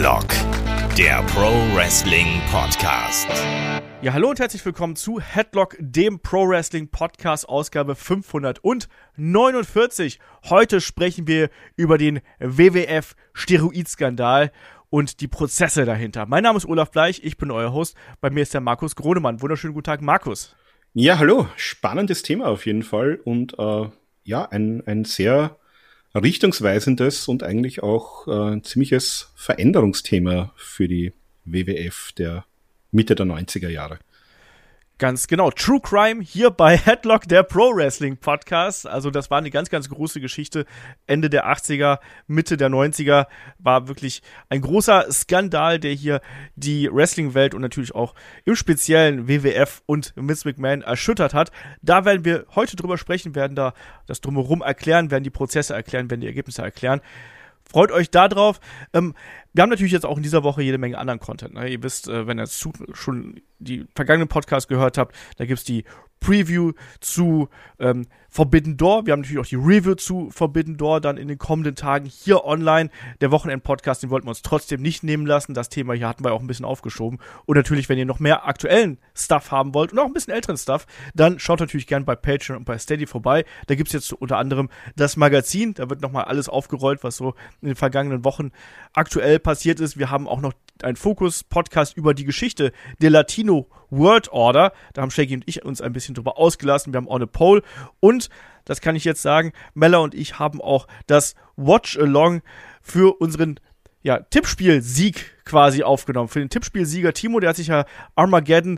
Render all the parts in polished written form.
Headlock, der Pro Wrestling Podcast. Ja, hallo und herzlich willkommen zu Headlock, dem Pro Wrestling Podcast, Ausgabe 549. Heute sprechen wir über den WWF-Steroidskandal und die Prozesse dahinter. Mein Name ist Olaf Bleich, ich bin euer Host. Bei mir ist der Markus Gronemann. Wunderschönen guten Tag, Markus. Ja, hallo. Spannendes Thema auf jeden Fall und ein sehr richtungsweisendes und eigentlich auch ein ziemliches Veränderungsthema für die WWF der Mitte der 90er Jahre. Ganz genau. True Crime hier bei Headlock, der Pro Wrestling Podcast. Also das war eine ganz, ganz große Geschichte. Ende der 80er, Mitte der 90er war wirklich ein großer Skandal, der hier die Wrestling-Welt und natürlich auch im speziellen WWF und Vince McMahon erschüttert hat. Da werden wir heute drüber sprechen, werden da das Drumherum erklären, werden die Prozesse erklären, werden die Ergebnisse erklären. Freut euch da drauf. Wir haben natürlich jetzt auch in dieser Woche jede Menge anderen Content. Ne? Ihr wisst, wenn ihr schon die vergangenen Podcasts gehört habt, da gibt's die Preview zu Forbidden Door. Wir haben natürlich auch die Review zu Forbidden Door dann in den kommenden Tagen hier online. Der Wochenend-Podcast, den wollten wir uns trotzdem nicht nehmen lassen. Das Thema hier hatten wir auch ein bisschen aufgeschoben. Und natürlich, wenn ihr noch mehr aktuellen Stuff haben wollt und auch ein bisschen älteren Stuff, dann schaut natürlich gerne bei Patreon und bei Steady vorbei. Da gibt's jetzt unter anderem das Magazin. Da wird nochmal alles aufgerollt, was so in den vergangenen Wochen aktuell passiert ist. Wir haben auch noch einen Fokus-Podcast über die Geschichte der Latino World Order. Da haben Shaggy und ich uns ein bisschen drüber ausgelassen. Wir haben On a Poll und, das kann ich jetzt sagen, Mella und ich haben auch das Watch-Along für unseren Tippspiel-Sieg quasi aufgenommen. Für den Tippspielsieger Timo, der hat sich ja Armageddon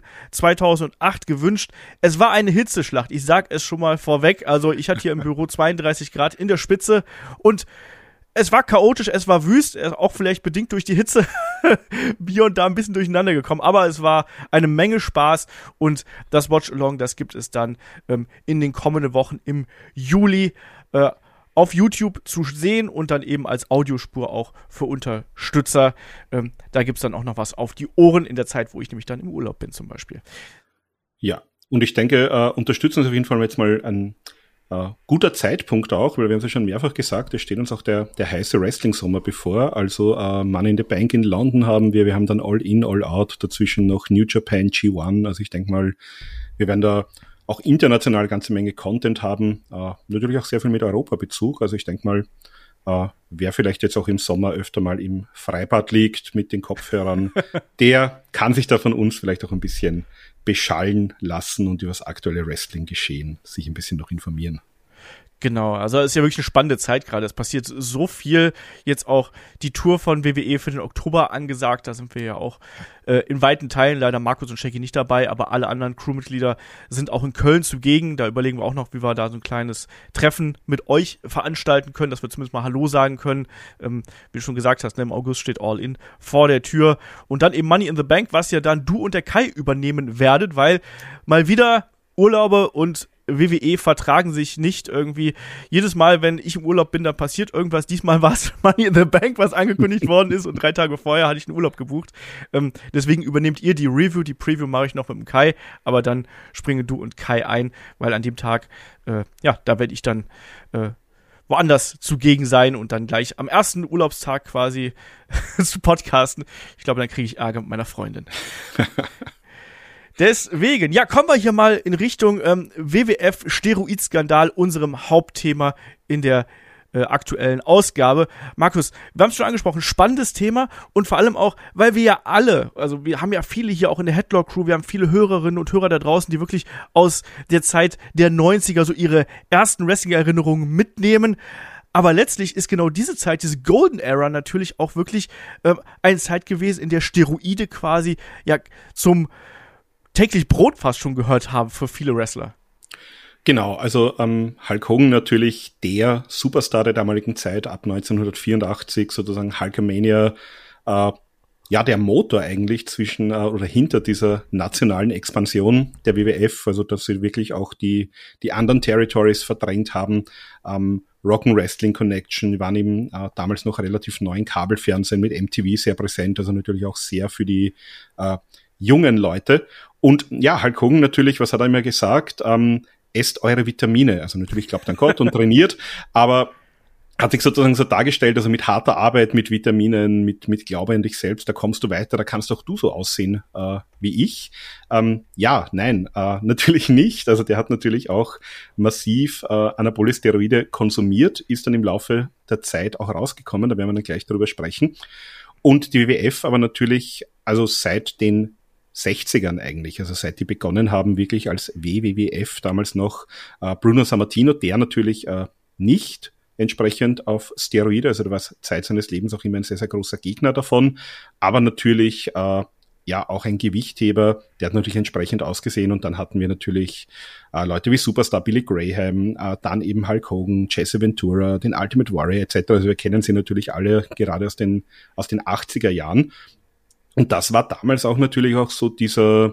2008 gewünscht. Es war eine Hitzeschlacht. Ich sag es schon mal vorweg. Also ich hatte hier im Büro 32 Grad in der Spitze und es war chaotisch, es war wüst, auch vielleicht bedingt durch die Hitze hier und da ein bisschen durcheinander gekommen, aber es war eine Menge Spaß und das Watch-Along, das gibt es dann in den kommenden Wochen im Juli auf YouTube zu sehen und dann eben als Audiospur auch für Unterstützer. Da gibt's dann auch noch was auf die Ohren in der Zeit, wo ich nämlich dann im Urlaub bin zum Beispiel. Ja, und ich denke, unterstützen uns auf jeden Fall jetzt mal ein guter Zeitpunkt auch, weil wir haben es ja schon mehrfach gesagt, es steht uns auch der heiße Wrestling-Sommer bevor, also Money in the Bank in London haben wir haben dann All In, All Out, dazwischen noch New Japan, G1, also ich denke mal, wir werden da auch international ganze Menge Content haben, natürlich auch sehr viel mit Europa-Bezug, also ich denke mal, wer vielleicht jetzt auch im Sommer öfter mal im Freibad liegt mit den Kopfhörern, der kann sich da von uns vielleicht auch ein bisschen beschallen lassen und über das aktuelle Wrestling-Geschehen sich ein bisschen noch informieren. Genau, also es ist ja wirklich eine spannende Zeit gerade. Es passiert so viel. Jetzt auch die Tour von WWE für den Oktober angesagt. Da sind wir ja auch in weiten Teilen, leider Markus und Shaggy nicht dabei, aber alle anderen Crewmitglieder sind auch in Köln zugegen. Da überlegen wir auch noch, wie wir da so ein kleines Treffen mit euch veranstalten können, dass wir zumindest mal Hallo sagen können. Wie du schon gesagt hast, im August steht All In vor der Tür. Und dann eben Money in the Bank, was ja dann du und der Kai übernehmen werdet, weil mal wieder Urlaube und WWE vertragen sich nicht irgendwie. Jedes Mal, wenn ich im Urlaub bin, dann passiert irgendwas. Diesmal war es Money in the Bank, was angekündigt worden ist und 3 Tage vorher hatte ich einen Urlaub gebucht. Deswegen übernehmt ihr die Review. Die Preview mache ich noch mit dem Kai, aber dann springen du und Kai ein, weil an dem Tag, da werde ich dann woanders zugegen sein und dann gleich am ersten Urlaubstag quasi zu podcasten. Ich glaube, dann kriege ich Ärger mit meiner Freundin. Deswegen, kommen wir hier mal in Richtung WWF-Steroidskandal, unserem Hauptthema in der aktuellen Ausgabe. Markus, wir haben es schon angesprochen, spannendes Thema und vor allem auch, weil wir ja alle, also wir haben ja viele hier auch in der Headlock-Crew, wir haben viele Hörerinnen und Hörer da draußen, die wirklich aus der Zeit der 90er so ihre ersten Wrestling-Erinnerungen mitnehmen. Aber letztlich ist genau diese Zeit, diese Golden Era natürlich auch wirklich eine Zeit gewesen, in der Steroide quasi zum täglich Brot fast schon gehört haben für viele Wrestler. Genau, also Hulk Hogan natürlich der Superstar der damaligen Zeit, ab 1984 sozusagen Hulkamania, der Motor eigentlich zwischen oder hinter dieser nationalen Expansion der WWF, also dass sie wirklich auch die anderen Territories verdrängt haben. Rock'n'Wrestling Connection, die waren eben damals noch relativ neu im Kabelfernsehen mit MTV sehr präsent, also natürlich auch sehr für die jungen Leute. Und Hulk Hogan natürlich, was hat er immer gesagt? Esst eure Vitamine. Also natürlich glaubt an Gott und trainiert, aber hat sich sozusagen so dargestellt, also mit harter Arbeit, mit Vitaminen, mit Glaube an dich selbst, da kommst du weiter, da kannst auch du so aussehen wie ich. Natürlich nicht. Also der hat natürlich auch massiv Anabole Steroide konsumiert, ist dann im Laufe der Zeit auch rausgekommen, da werden wir dann gleich darüber sprechen. Und die WWF aber natürlich, also seit den 60ern eigentlich, also seit die begonnen haben, wirklich als WWF damals noch, Bruno Sammartino, der natürlich nicht entsprechend auf Steroide, also der war Zeit seines Lebens auch immer ein sehr, sehr großer Gegner davon, aber natürlich auch ein Gewichtheber, der hat natürlich entsprechend ausgesehen und dann hatten wir natürlich Leute wie Superstar Billy Graham, dann eben Hulk Hogan, Jesse Ventura, den Ultimate Warrior etc., also wir kennen sie natürlich alle gerade aus den 80er Jahren und das war damals auch natürlich auch so dieses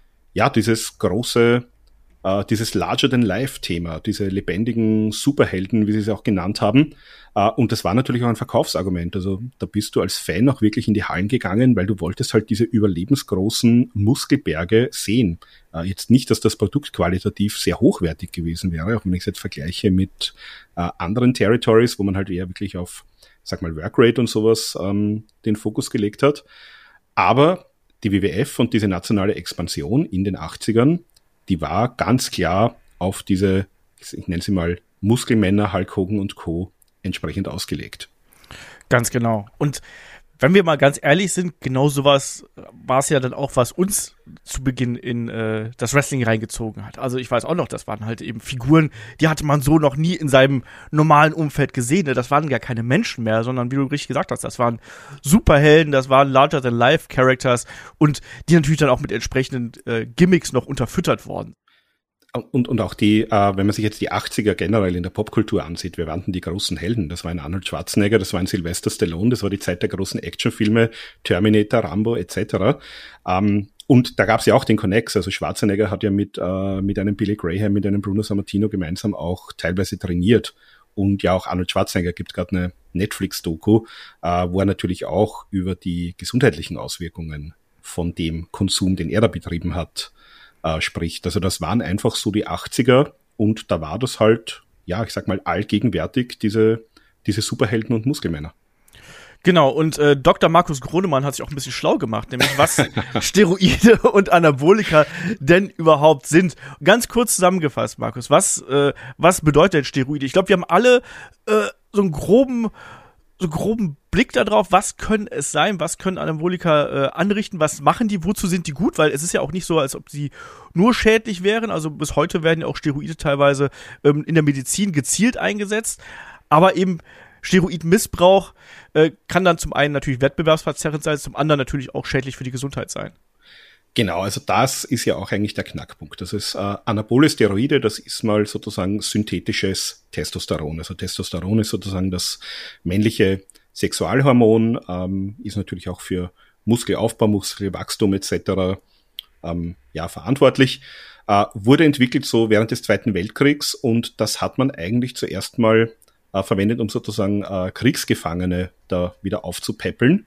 große dieses Larger-than-Life-Thema, diese lebendigen Superhelden, wie sie es auch genannt haben. Und das war natürlich auch ein Verkaufsargument. Also da bist du als Fan auch wirklich in die Hallen gegangen, weil du wolltest halt diese überlebensgroßen Muskelberge sehen. Jetzt nicht, dass das Produkt qualitativ sehr hochwertig gewesen wäre, auch wenn ich es jetzt vergleiche mit anderen Territories, wo man halt eher wirklich auf, sag mal, Workrate und sowas den Fokus gelegt hat. Aber die WWF und diese nationale Expansion in den 80ern, die war ganz klar auf diese, ich nenne sie mal, Muskelmänner, Hulk Hogan und Co. entsprechend ausgelegt. Ganz genau. Und wenn wir mal ganz ehrlich sind, genau sowas war es ja dann auch, was uns zu Beginn in das Wrestling reingezogen hat. Also ich weiß auch noch, das waren halt eben Figuren, die hatte man so noch nie in seinem normalen Umfeld gesehen. Ne? Das waren gar keine Menschen mehr, sondern wie du richtig gesagt hast, das waren Superhelden, das waren Larger-than-Life-Characters und die natürlich dann auch mit entsprechenden Gimmicks noch unterfüttert worden. Und auch die, wenn man sich jetzt die 80er generell in der Popkultur ansieht, wir waren die großen Helden. Das war ein Arnold Schwarzenegger, das war ein Sylvester Stallone, das war die Zeit der großen Actionfilme, Terminator, Rambo etc. Und da gab es ja auch den Connex. Also Schwarzenegger hat ja mit einem Billy Graham, mit einem Bruno Sammartino gemeinsam auch teilweise trainiert. Und ja, auch Arnold Schwarzenegger gibt gerade eine Netflix-Doku, wo er natürlich auch über die gesundheitlichen Auswirkungen von dem Konsum, den er da betrieben hat, spricht. Also das waren einfach so die 80er und da war das halt, ja, ich sag mal, allgegenwärtig, diese Superhelden und Muskelmänner. Genau, und Dr. Markus Gronemann hat sich auch ein bisschen schlau gemacht, nämlich was Steroide und Anabolika denn überhaupt sind. Ganz kurz zusammengefasst, Markus, was bedeutet Steroide? Ich glaube, wir haben alle so einen groben Blick darauf, was können es sein, was können Anabolika anrichten, was machen die, wozu sind die gut, weil es ist ja auch nicht so, als ob sie nur schädlich wären, also bis heute werden ja auch Steroide teilweise in der Medizin gezielt eingesetzt, aber eben Steroidmissbrauch kann dann zum einen natürlich wettbewerbsverzerrend sein, zum anderen natürlich auch schädlich für die Gesundheit sein. Genau, also das ist ja auch eigentlich der Knackpunkt. Das ist Anabole Steroide, das ist mal sozusagen synthetisches Testosteron. Also Testosteron ist sozusagen das männliche Sexualhormon, ist natürlich auch für Muskelaufbau, Muskelwachstum etc. Verantwortlich. Wurde entwickelt so während des Zweiten Weltkriegs und das hat man eigentlich zuerst mal verwendet, um sozusagen Kriegsgefangene da wieder aufzupäppeln.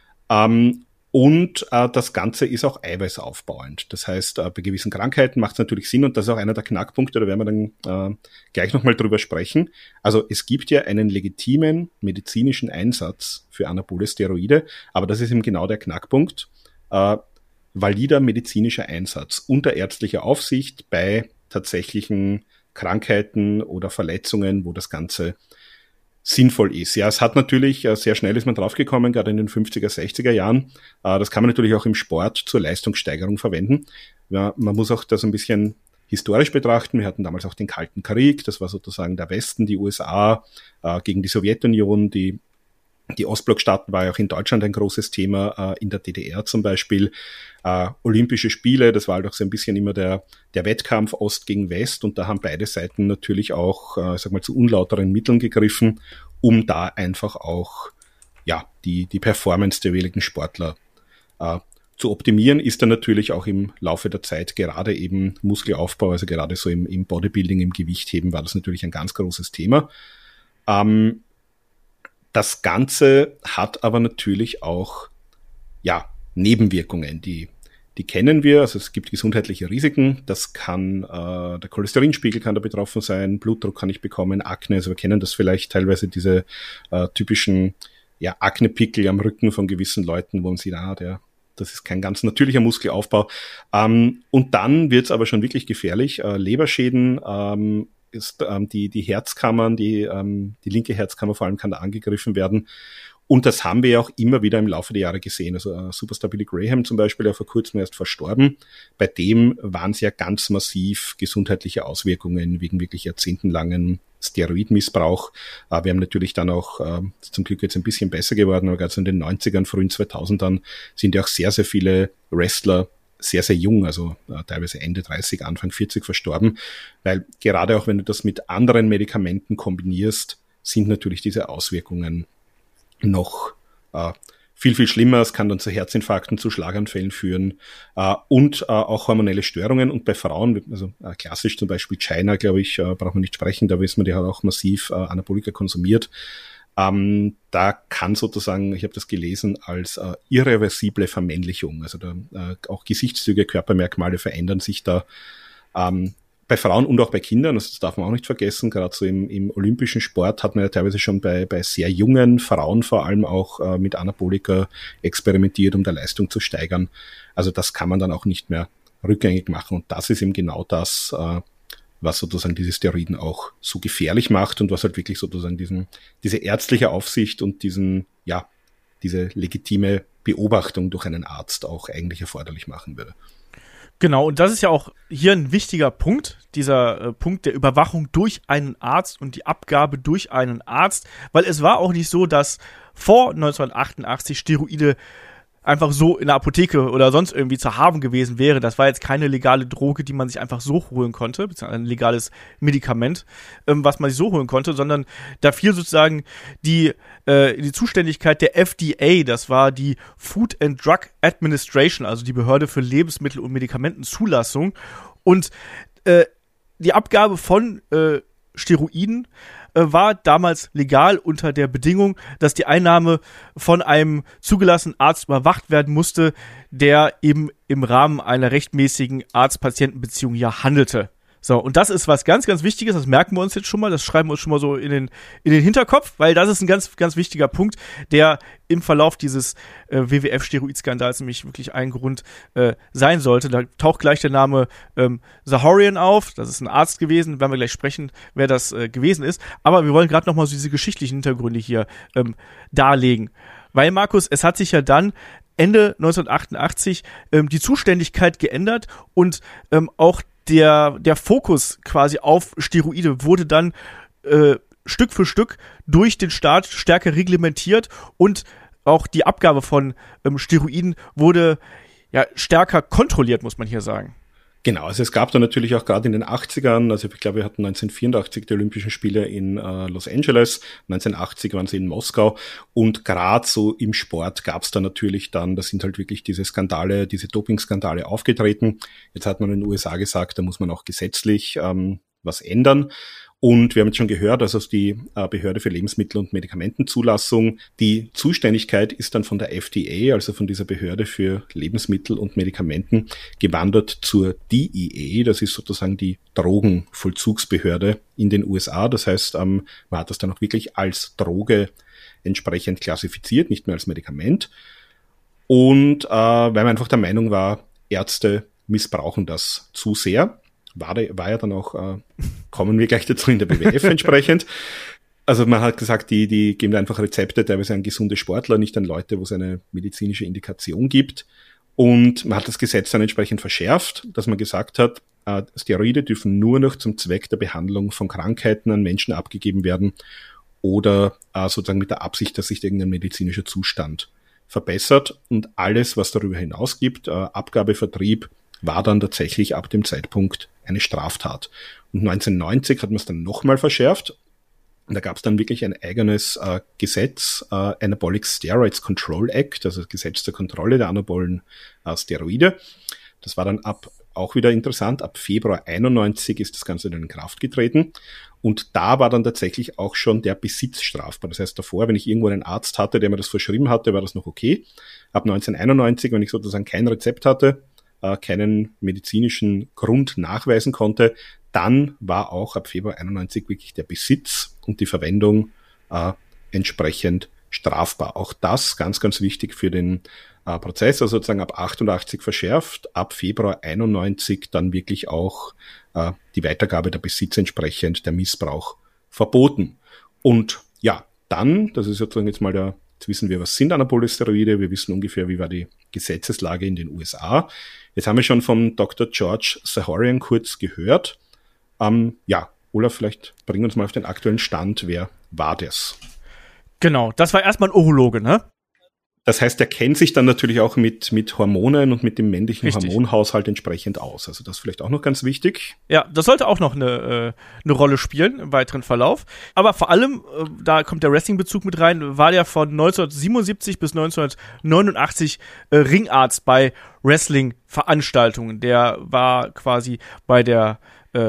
Und das Ganze ist auch eiweißaufbauend. Das heißt, bei gewissen Krankheiten macht es natürlich Sinn und das ist auch einer der Knackpunkte, da werden wir dann gleich nochmal drüber sprechen. Also es gibt ja einen legitimen medizinischen Einsatz für Anabole Steroide, aber das ist eben genau der Knackpunkt. Valider medizinischer Einsatz unter ärztlicher Aufsicht bei tatsächlichen Krankheiten oder Verletzungen, wo das Ganze sinnvoll ist. Ja, es hat natürlich, sehr schnell ist man draufgekommen, gerade in den 50er, 60er Jahren. Das kann man natürlich auch im Sport zur Leistungssteigerung verwenden. Ja, man muss auch das ein bisschen historisch betrachten. Wir hatten damals auch den Kalten Krieg. Das war sozusagen der Westen, die USA gegen die Sowjetunion. Die Ostblockstaaten war ja auch in Deutschland ein großes Thema, in der DDR zum Beispiel. Olympische Spiele, das war halt auch so ein bisschen immer der Wettkampf Ost gegen West und da haben beide Seiten natürlich auch, zu unlauteren Mitteln gegriffen, um da einfach auch, die Performance der jeweiligen Sportler zu optimieren, ist dann natürlich auch im Laufe der Zeit gerade eben Muskelaufbau, also gerade so im Bodybuilding, im Gewichtheben war das natürlich ein ganz großes Thema. Das Ganze hat aber natürlich auch, Nebenwirkungen. Die die kennen wir. Also es gibt gesundheitliche Risiken. Das kann, der Cholesterinspiegel kann da betroffen sein, Blutdruck kann ich bekommen, Akne. Also wir kennen das vielleicht teilweise diese typischen Akne-Pickel am Rücken von gewissen Leuten, wo man sieht, das ist kein ganz natürlicher Muskelaufbau. Und dann wird's aber schon wirklich gefährlich. Leberschäden, die Herzkammern, die linke Herzkammer vor allem kann da angegriffen werden. Und das haben wir ja auch immer wieder im Laufe der Jahre gesehen. Also Superstar Billy Graham zum Beispiel, der vor kurzem erst verstorben. Bei dem waren es ja ganz massiv gesundheitliche Auswirkungen wegen wirklich jahrzehntelangen Steroidmissbrauch. Wir haben natürlich dann auch, zum Glück jetzt ein bisschen besser geworden, aber gerade so in den 90ern, frühen 2000ern sind ja auch sehr, sehr viele Wrestler sehr, sehr jung, also teilweise Ende 30, Anfang 40 verstorben, weil gerade auch wenn du das mit anderen Medikamenten kombinierst, sind natürlich diese Auswirkungen noch viel, viel schlimmer. Es kann dann zu Herzinfarkten, zu Schlaganfällen führen und auch hormonelle Störungen. Und bei Frauen, also klassisch zum Beispiel China, glaube ich, braucht man nicht sprechen, da wissen wir, die hat auch massiv Anabolika konsumiert. Da kann sozusagen, ich habe das gelesen, als irreversible Vermännlichung, also da, auch Gesichtszüge, Körpermerkmale verändern sich da bei Frauen und auch bei Kindern, also das darf man auch nicht vergessen, gerade so im olympischen Sport hat man ja teilweise schon bei sehr jungen Frauen vor allem auch mit Anabolika experimentiert, um der Leistung zu steigern. Also das kann man dann auch nicht mehr rückgängig machen und das ist eben genau das, was sozusagen diese Steroiden auch so gefährlich macht und was halt wirklich sozusagen diese ärztliche Aufsicht und diese legitime Beobachtung durch einen Arzt auch eigentlich erforderlich machen würde. Genau, und das ist ja auch hier ein wichtiger Punkt, dieser Punkt der Überwachung durch einen Arzt und die Abgabe durch einen Arzt, weil es war auch nicht so, dass vor 1988 Steroide einfach so in der Apotheke oder sonst irgendwie zu haben gewesen wäre. Das war jetzt keine legale Droge, die man sich einfach so holen konnte, beziehungsweise ein legales Medikament, was man sich so holen konnte, sondern da fiel sozusagen die Zuständigkeit der FDA, das war die Food and Drug Administration, also die Behörde für Lebensmittel- und Medikamentenzulassung. Und die Abgabe von Steroiden war damals legal unter der Bedingung, dass die Einnahme von einem zugelassenen Arzt überwacht werden musste, der eben im Rahmen einer rechtmäßigen Arzt-Patienten-Beziehung ja handelte. So, und das ist was ganz, ganz Wichtiges, das merken wir uns jetzt schon mal, das schreiben wir uns schon mal so in den Hinterkopf, weil das ist ein ganz, ganz wichtiger Punkt, der im Verlauf dieses WWF-Steroid-Skandals nämlich wirklich ein Grund sein sollte. Da taucht gleich der Name Zahorian auf, das ist ein Arzt gewesen, werden wir gleich sprechen, wer das gewesen ist, aber wir wollen gerade nochmal so diese geschichtlichen Hintergründe hier darlegen, weil Markus, es hat sich ja dann Ende 1988 die Zuständigkeit geändert und auch der Fokus quasi auf Steroide wurde dann Stück für Stück durch den Staat stärker reglementiert und auch die Abgabe von Steroiden wurde ja stärker kontrolliert, muss man hier sagen. Genau, also es gab da natürlich auch gerade in den 80ern, also ich glaube, wir hatten 1984 die Olympischen Spiele in Los Angeles, 1980 waren sie in Moskau und gerade so im Sport gab es da natürlich dann, da sind halt wirklich diese Skandale, diese Dopingskandale aufgetreten. Jetzt hat man in den USA gesagt, da muss man auch gesetzlich was ändern. Und wir haben jetzt schon gehört, also die Behörde für Lebensmittel- und Medikamentenzulassung, die Zuständigkeit ist dann von der FDA, also von dieser Behörde für Lebensmittel und Medikamenten, gewandert zur DEA. Das ist sozusagen die Drogenvollzugsbehörde in den USA. Das heißt, man hat das dann auch wirklich als Droge entsprechend klassifiziert, nicht mehr als Medikament. Und weil man einfach der Meinung war, Ärzte missbrauchen das zu sehr. War ja dann auch, kommen wir gleich dazu in der WWF entsprechend. Also man hat gesagt, die geben einfach Rezepte teilweise an gesunde Sportler, nicht an Leute, wo es eine medizinische Indikation gibt. Und man hat das Gesetz dann entsprechend verschärft, dass man gesagt hat, Steroide dürfen nur noch zum Zweck der Behandlung von Krankheiten an Menschen abgegeben werden oder sozusagen mit der Absicht, dass sich irgendein medizinischer Zustand verbessert. Und alles, was darüber hinaus gibt, Abgabe, Vertrieb, war dann tatsächlich ab dem Zeitpunkt eine Straftat. Und 1990 hat man es dann nochmal verschärft. Und da gab es dann wirklich ein eigenes Gesetz, Anabolic Steroids Control Act, also das Gesetz zur Kontrolle der anabolen Steroide. Das war dann auch wieder interessant, ab Februar 91 ist das Ganze dann in Kraft getreten. Und da war dann tatsächlich auch schon der Besitz strafbar. Das heißt, davor, wenn ich irgendwo einen Arzt hatte, der mir das verschrieben hatte, war das noch okay. Ab 1991, wenn ich sozusagen kein Rezept hatte, keinen medizinischen Grund nachweisen konnte, dann war auch ab Februar 91 wirklich der Besitz und die Verwendung entsprechend strafbar. Auch das ganz, ganz wichtig für den Prozess, also sozusagen ab 88 verschärft, ab Februar 91 dann wirklich auch die Weitergabe der Besitz entsprechend, der Missbrauch verboten. Und ja, dann, das ist sozusagen jetzt wissen wir, was sind Anabolissteroide, wir wissen ungefähr, wie war die Gesetzeslage in den USA. Jetzt haben wir schon von Dr. George Zahorian kurz gehört. Olaf, vielleicht bring uns mal auf den aktuellen Stand, wer war das? Genau, das war erstmal ein Urologe, ne? Das heißt, er kennt sich dann natürlich auch mit Hormonen und mit dem männlichen Richtig. Hormonhaushalt entsprechend aus. Also das ist vielleicht auch noch ganz wichtig. Ja, das sollte auch noch eine Rolle spielen im weiteren Verlauf. Aber vor allem, da kommt der Wrestling-Bezug mit rein, war der von 1977 bis 1989 Ringarzt bei Wrestling-Veranstaltungen. Der war quasi bei der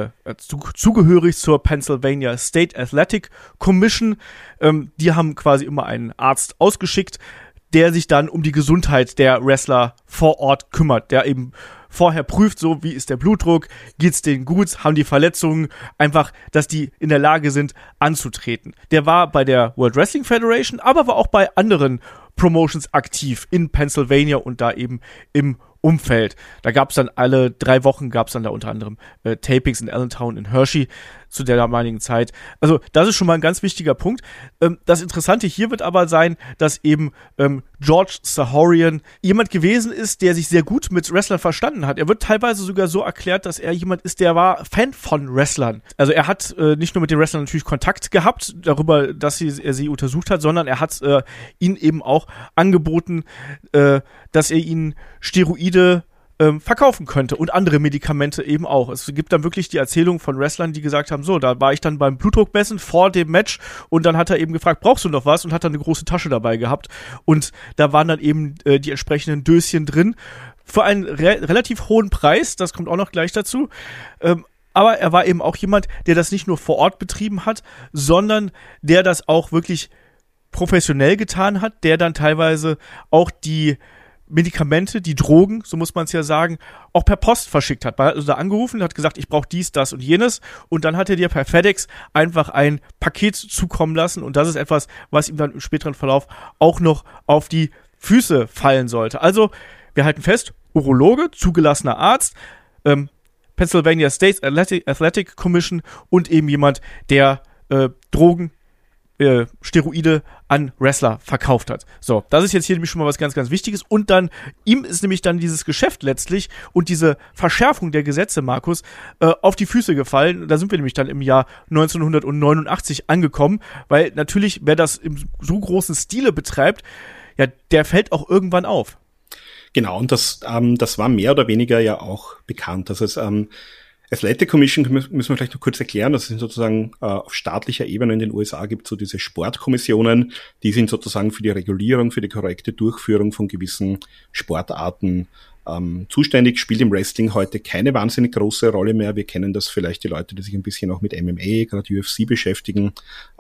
zugehörig zur Pennsylvania State Athletic Commission. Die haben quasi immer einen Arzt ausgeschickt, der sich dann um die Gesundheit der Wrestler vor Ort kümmert, der eben vorher prüft, so wie ist der Blutdruck, geht's denen gut, haben die Verletzungen, einfach, dass die in der Lage sind, anzutreten. Der war bei der World Wrestling Federation, aber war auch bei anderen Promotions aktiv in Pennsylvania und da eben im Umfeld. Da gab's dann alle 3 Wochen, gab's dann da unter anderem Tapings in Allentown, in Hershey zu der damaligen Zeit. Also das ist schon mal ein ganz wichtiger Punkt. Das Interessante hier wird aber sein, dass eben George Zahorian jemand gewesen ist, der sich sehr gut mit Wrestlern verstanden hat. Er wird teilweise sogar so erklärt, dass er jemand ist, der war Fan von Wrestlern. Also er hat nicht nur mit den Wrestlern natürlich Kontakt gehabt, darüber, dass er sie untersucht hat, sondern er hat ihnen eben auch angeboten, dass er ihnen Steroide verkaufen könnte und andere Medikamente eben auch. Es gibt dann wirklich die Erzählung von Wrestlern, die gesagt haben, so, da war ich dann beim Blutdruckmessen vor dem Match und dann hat er eben gefragt, brauchst du noch was? Und hat dann eine große Tasche dabei gehabt und da waren dann eben die entsprechenden Döschen drin für einen relativ hohen Preis, das kommt auch noch gleich dazu. Aber er war eben auch jemand, der das nicht nur vor Ort betrieben hat, sondern der das auch wirklich professionell getan hat, der dann teilweise auch die Medikamente, die Drogen, so muss man es ja sagen, auch per Post verschickt hat. Man hat also da angerufen, hat gesagt, ich brauche dies, das und jenes und dann hat er dir per FedEx einfach ein Paket zukommen lassen und das ist etwas, was ihm dann im späteren Verlauf auch noch auf die Füße fallen sollte. Also, wir halten fest, Urologe, zugelassener Arzt, Pennsylvania State Athletic Commission und eben jemand, der Drogen, Steroide an Wrestler verkauft hat. So, das ist jetzt hier nämlich schon mal was ganz, ganz Wichtiges. Und dann, ihm ist nämlich dann dieses Geschäft letztlich und diese Verschärfung der Gesetze, Markus, auf die Füße gefallen. Da sind wir nämlich dann im Jahr 1989 angekommen, weil natürlich, wer das im so großen Stile betreibt, ja, der fällt auch irgendwann auf. Genau, und das war mehr oder weniger ja auch bekannt. Also Athletic Commission müssen wir vielleicht noch kurz erklären. Das sind sozusagen auf staatlicher Ebene in den USA gibt es so diese Sportkommissionen, die sind sozusagen für die Regulierung, für die korrekte Durchführung von gewissen Sportarten zuständig. Spielt im Wrestling heute keine wahnsinnig große Rolle mehr. Wir kennen das vielleicht, die Leute, die sich ein bisschen auch mit MMA, gerade UFC beschäftigen.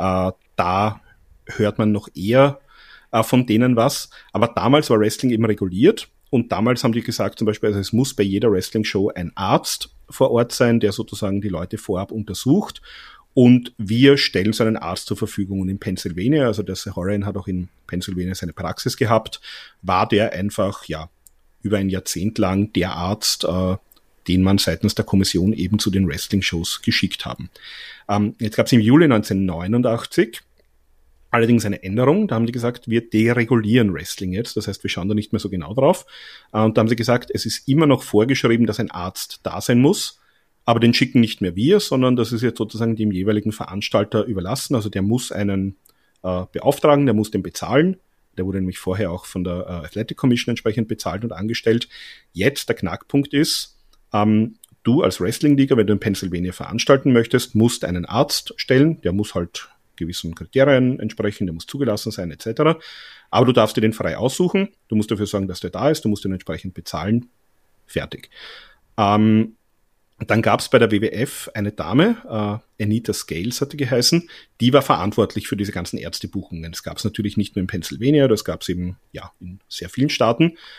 Da hört man noch eher von denen was. Aber damals war Wrestling eben reguliert. Und damals haben die gesagt, zum Beispiel, also es muss bei jeder Wrestling-Show ein Arzt vor Ort sein, der sozusagen die Leute vorab untersucht. Und wir stellen so einen Arzt zur Verfügung. Und in Pennsylvania, also der Zahorian hat auch in Pennsylvania seine Praxis gehabt, war der einfach, ja, über ein Jahrzehnt lang der Arzt, den man seitens der Kommission eben zu den Wrestling-Shows geschickt haben. Jetzt gab es im Juli 1989 allerdings eine Änderung, da haben die gesagt, wir deregulieren Wrestling jetzt, das heißt, wir schauen da nicht mehr so genau drauf. Und da haben sie gesagt, es ist immer noch vorgeschrieben, dass ein Arzt da sein muss, aber den schicken nicht mehr wir, sondern das ist jetzt sozusagen dem jeweiligen Veranstalter überlassen. Also der muss einen beauftragen, der muss den bezahlen. Der wurde nämlich vorher auch von der Athletic Commission entsprechend bezahlt und angestellt. Jetzt der Knackpunkt ist, du als Wrestling-Liga, wenn du in Pennsylvania veranstalten möchtest, musst einen Arzt stellen, der muss halt gewissen Kriterien entsprechen, der muss zugelassen sein, etc. Aber du darfst dir den frei aussuchen, du musst dafür sorgen, dass der da ist, du musst ihn entsprechend bezahlen, fertig. Dann gab es bei der WWF eine Dame, Anita Scales hat die geheißen, die war verantwortlich für diese ganzen Ärztebuchungen. Das gab es natürlich nicht nur in Pennsylvania, das gab es eben ja in sehr vielen Staaten.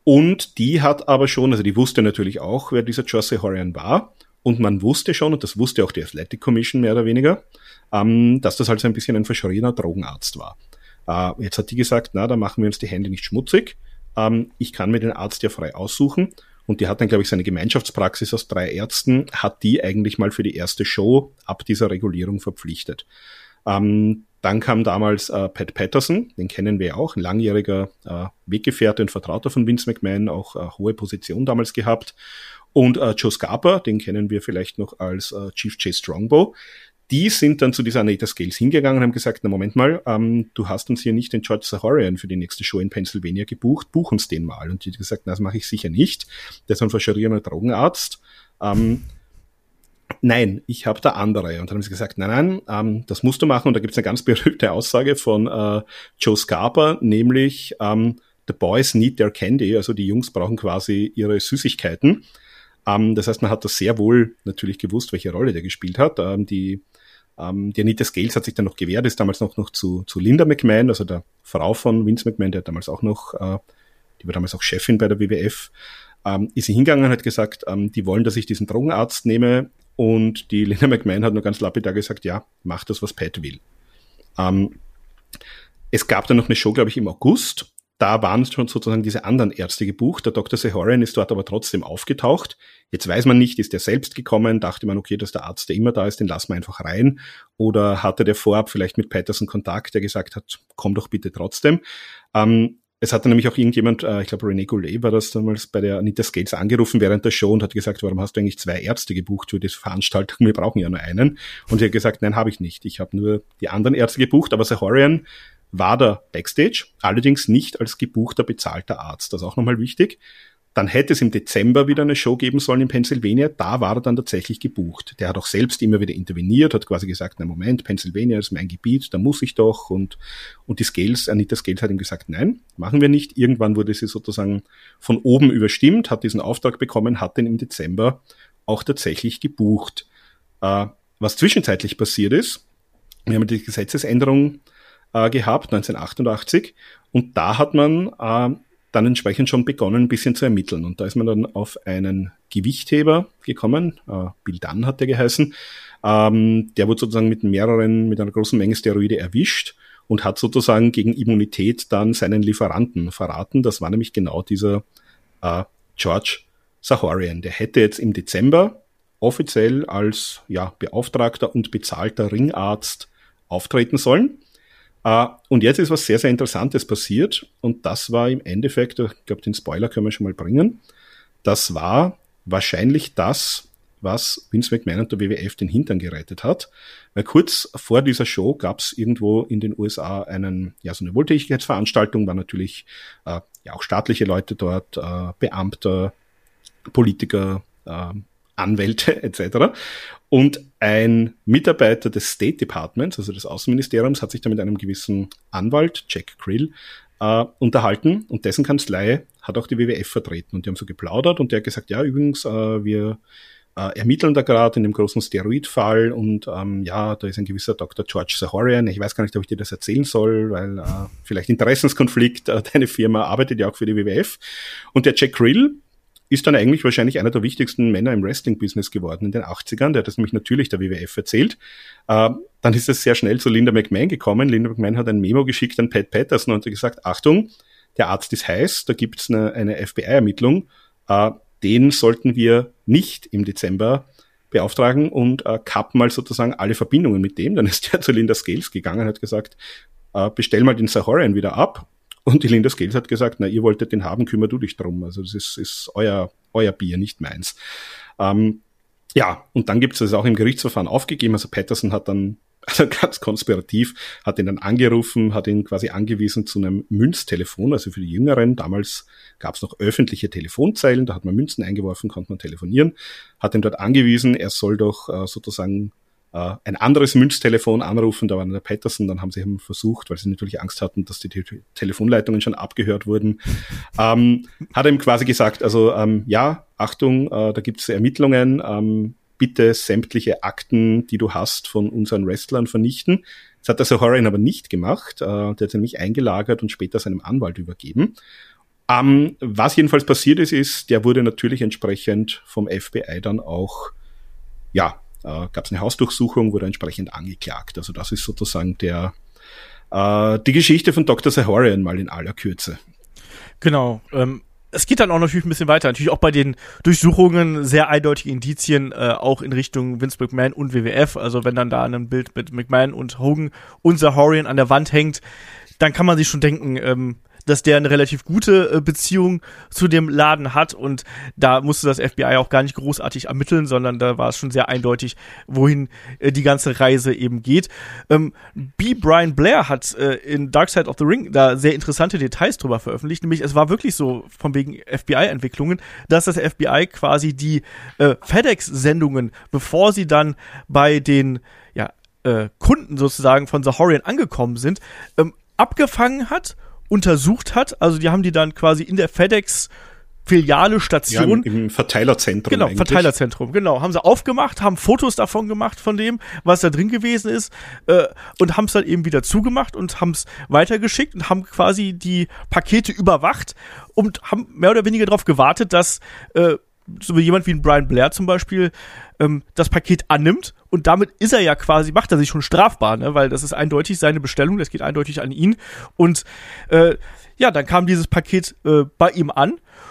Und die hat aber schon, also die wusste natürlich auch, wer dieser Josh Zahorian war. Und man wusste schon, und das wusste auch die Athletic Commission mehr oder weniger, dass das halt so ein bisschen ein verschriener Drogenarzt war. Jetzt hat die gesagt, na, da machen wir uns die Hände nicht schmutzig. Ich kann mir den Arzt ja frei aussuchen. Und die hat dann, glaube ich, seine Gemeinschaftspraxis aus 3 Ärzten, hat die eigentlich mal für die erste Show ab dieser Regulierung verpflichtet. Dann kam damals Pat Patterson, den kennen wir auch, ein langjähriger Weggefährte und Vertrauter von Vince McMahon, auch hohe Position damals gehabt. Und Joe Scarpa, den kennen wir vielleicht noch als Chief Jay Strongbow. Die sind dann zu dieser Anita Scales hingegangen und haben gesagt, na Moment mal, du hast uns hier nicht den George Zahorian für die nächste Show in Pennsylvania gebucht, buch uns den mal. Und die hat gesagt, na, das mache ich sicher nicht. Der ist ein verscharierender Drogenarzt. Nein, ich habe da andere. Und dann haben sie gesagt, nein, das musst du machen. Und da gibt es eine ganz berühmte Aussage von Joe Scarpa, nämlich the boys need their candy, also die Jungs brauchen quasi ihre Süßigkeiten. Das heißt, man hat das sehr wohl natürlich gewusst, welche Rolle der gespielt hat. Die Anita Scales hat sich dann noch gewehrt, ist damals noch zu Linda McMahon, also der Frau von Vince McMahon, der damals auch noch, die war damals auch Chefin bei der WWF, ist sie hingegangen und hat gesagt, die wollen, dass ich diesen Drogenarzt nehme. Und die Linda McMahon hat nur ganz lapidar gesagt, ja, mach das, was Pat will. Es gab dann noch eine Show, glaube ich, im August. Da waren schon sozusagen diese anderen Ärzte gebucht. Der Dr. Zahorian ist dort aber trotzdem aufgetaucht. Jetzt weiß man nicht, ist der selbst gekommen? Dachte man, okay, dass der Arzt, der immer da ist, den lassen wir einfach rein. Oder hatte der vorab vielleicht mit Patterson Kontakt, der gesagt hat, komm doch bitte trotzdem. Es hat dann nämlich auch irgendjemand, ich glaube René Goulet war das damals, bei der Anita Scales angerufen während der Show und hat gesagt, warum hast du eigentlich 2 Ärzte gebucht für diese Veranstaltung? Wir brauchen ja nur einen. Und sie hat gesagt, nein, habe ich nicht. Ich habe nur die anderen Ärzte gebucht, aber Zahorian war da Backstage, allerdings nicht als gebuchter, bezahlter Arzt. Das ist auch nochmal wichtig. Dann hätte es im Dezember wieder eine Show geben sollen in Pennsylvania. Da war er dann tatsächlich gebucht. Der hat auch selbst immer wieder interveniert, hat quasi gesagt, na Moment, Pennsylvania ist mein Gebiet, da muss ich doch. Und die Scales, Anita Scales hat ihm gesagt, nein, machen wir nicht. Irgendwann wurde sie sozusagen von oben überstimmt, hat diesen Auftrag bekommen, hat den im Dezember auch tatsächlich gebucht. Was zwischenzeitlich passiert ist, wir haben die Gesetzesänderung gehabt, 1988, und da hat man dann entsprechend schon begonnen, ein bisschen zu ermitteln. Und da ist man dann auf einen Gewichtheber gekommen, Bill Dunn hat der geheißen, der wurde sozusagen mit einer großen Menge Steroide erwischt und hat sozusagen gegen Immunität dann seinen Lieferanten verraten. Das war nämlich genau dieser George Zahorian. Der hätte jetzt im Dezember offiziell als beauftragter und bezahlter Ringarzt auftreten sollen. Und jetzt ist was sehr, sehr Interessantes passiert. Und das war im Endeffekt, ich glaube, den Spoiler können wir schon mal bringen. Das war wahrscheinlich das, was Vince McMahon und der WWF den Hintern gerettet hat. Weil kurz vor dieser Show gab es irgendwo in den USA so eine Wohltätigkeitsveranstaltung, waren natürlich auch staatliche Leute dort, Beamte, Politiker, Anwälte etc. Und ein Mitarbeiter des State Departments, also des Außenministeriums, hat sich da mit einem gewissen Anwalt, Jack Krill, unterhalten, und dessen Kanzlei hat auch die WWF vertreten, und die haben so geplaudert, und der hat gesagt, ja, übrigens, wir ermitteln da gerade in dem großen Steroidfall, und da ist ein gewisser Dr. George Zahorian, ich weiß gar nicht, ob ich dir das erzählen soll, weil vielleicht Interessenskonflikt, deine Firma arbeitet ja auch für die WWF, und der Jack Krill ist dann eigentlich wahrscheinlich einer der wichtigsten Männer im Wrestling-Business geworden in den 80ern. Der hat das nämlich natürlich der WWF erzählt. Dann ist es sehr schnell zu Linda McMahon gekommen. Linda McMahon hat ein Memo geschickt an Pat Patterson und hat gesagt, Achtung, der Arzt ist heiß, da gibt's eine FBI-Ermittlung. Den sollten wir nicht im Dezember beauftragen und kappen mal sozusagen alle Verbindungen mit dem. Dann ist der zu Linda Scales gegangen und hat gesagt, bestell mal den Zahorian wieder ab. Und die Linda Scales hat gesagt, na, ihr wolltet den haben, kümmer du dich drum. Also das ist euer Bier, nicht meins. Und dann gibt es das auch im Gerichtsverfahren aufgegeben. Also Patterson hat dann, also ganz konspirativ, hat ihn dann angerufen, hat ihn quasi angewiesen zu einem Münztelefon, also für die Jüngeren. Damals gab es noch öffentliche Telefonzeilen, da hat man Münzen eingeworfen, konnte man telefonieren. Hat ihn dort angewiesen, er soll doch sozusagen ein anderes Münztelefon anrufen, da war der Patterson, dann haben sie eben versucht, weil sie natürlich Angst hatten, dass die Telefonleitungen schon abgehört wurden, hat ihm quasi gesagt, also Achtung, da gibt es Ermittlungen, bitte sämtliche Akten, die du hast, von unseren Wrestlern vernichten. Das hat der Zahorian aber nicht gemacht, der hat sie nämlich eingelagert und später seinem Anwalt übergeben. Was jedenfalls passiert ist, der wurde natürlich entsprechend vom FBI dann auch, gab es eine Hausdurchsuchung, wurde entsprechend angeklagt. Also das ist sozusagen die Geschichte von Dr. Zahorian mal in aller Kürze. Genau. Es geht dann auch natürlich ein bisschen weiter. Natürlich auch bei den Durchsuchungen sehr eindeutige Indizien, auch in Richtung Vince McMahon und WWF. Also wenn dann da ein Bild mit McMahon und Hogan und Zahorian an der Wand hängt, dann kann man sich schon denken, dass der eine relativ gute Beziehung zu dem Laden hat, und da musste das FBI auch gar nicht großartig ermitteln, sondern da war es schon sehr eindeutig, wohin die ganze Reise eben geht. B. Brian Blair hat in Dark Side of the Ring da sehr interessante Details drüber veröffentlicht, nämlich es war wirklich so, von wegen FBI-Entwicklungen, dass das FBI quasi die FedEx-Sendungen, bevor sie dann bei den Kunden sozusagen von Zahorian angekommen sind, abgefangen hat, untersucht hat. Also die haben die dann quasi in der FedEx-Filiale, Station. Ja, im Verteilerzentrum. Genau, eigentlich. Verteilerzentrum, genau. Haben sie aufgemacht, haben Fotos davon gemacht, von dem, was da drin gewesen ist, und haben es dann eben wieder zugemacht und haben es weitergeschickt und haben quasi die Pakete überwacht und haben mehr oder weniger darauf gewartet, dass so jemand wie ein Brian Blair zum Beispiel das Paket annimmt, und damit ist er ja quasi, macht er sich schon strafbar, ne? Weil das ist eindeutig seine Bestellung, das geht eindeutig an ihn, und dann kam dieses Paket bei ihm an,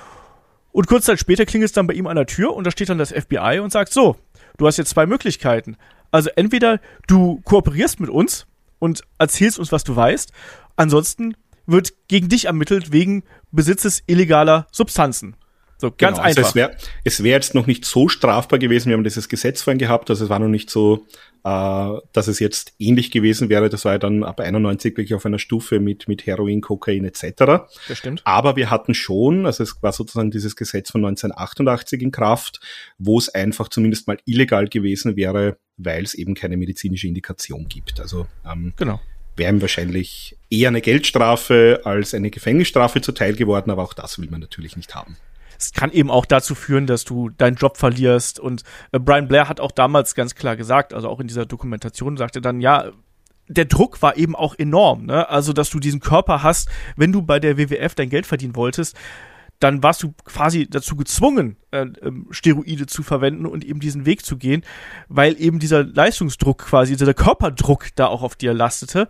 und kurz Zeit später klingelt es dann bei ihm an der Tür, und da steht dann das FBI und sagt, so, du hast jetzt 2 Möglichkeiten, also entweder du kooperierst mit uns und erzählst uns, was du weißt, ansonsten wird gegen dich ermittelt wegen Besitzes illegaler Substanzen. So, ganz einfach. Also es wär jetzt noch nicht so strafbar gewesen, wir haben dieses Gesetz vorhin gehabt, also es war noch nicht so, dass es jetzt ähnlich gewesen wäre, das war ja dann ab 91 wirklich auf einer Stufe mit Heroin, Kokain etc. Das stimmt. Aber wir hatten schon, also es war sozusagen dieses Gesetz von 1988 in Kraft, wo es einfach zumindest mal illegal gewesen wäre, weil es eben keine medizinische Indikation gibt. Also genau. Wäre ihm wahrscheinlich eher eine Geldstrafe als eine Gefängnisstrafe zuteil geworden, aber auch das will man natürlich nicht haben. Es kann eben auch dazu führen, dass du deinen Job verlierst, und Brian Blair hat auch damals ganz klar gesagt, also auch in dieser Dokumentation sagte dann, ja, der Druck war eben auch enorm, ne? Also, dass du diesen Körper hast, wenn du bei der WWF dein Geld verdienen wolltest, dann warst du quasi dazu gezwungen, Steroide zu verwenden und eben diesen Weg zu gehen, weil eben dieser Leistungsdruck quasi, dieser Körperdruck da auch auf dir lastete.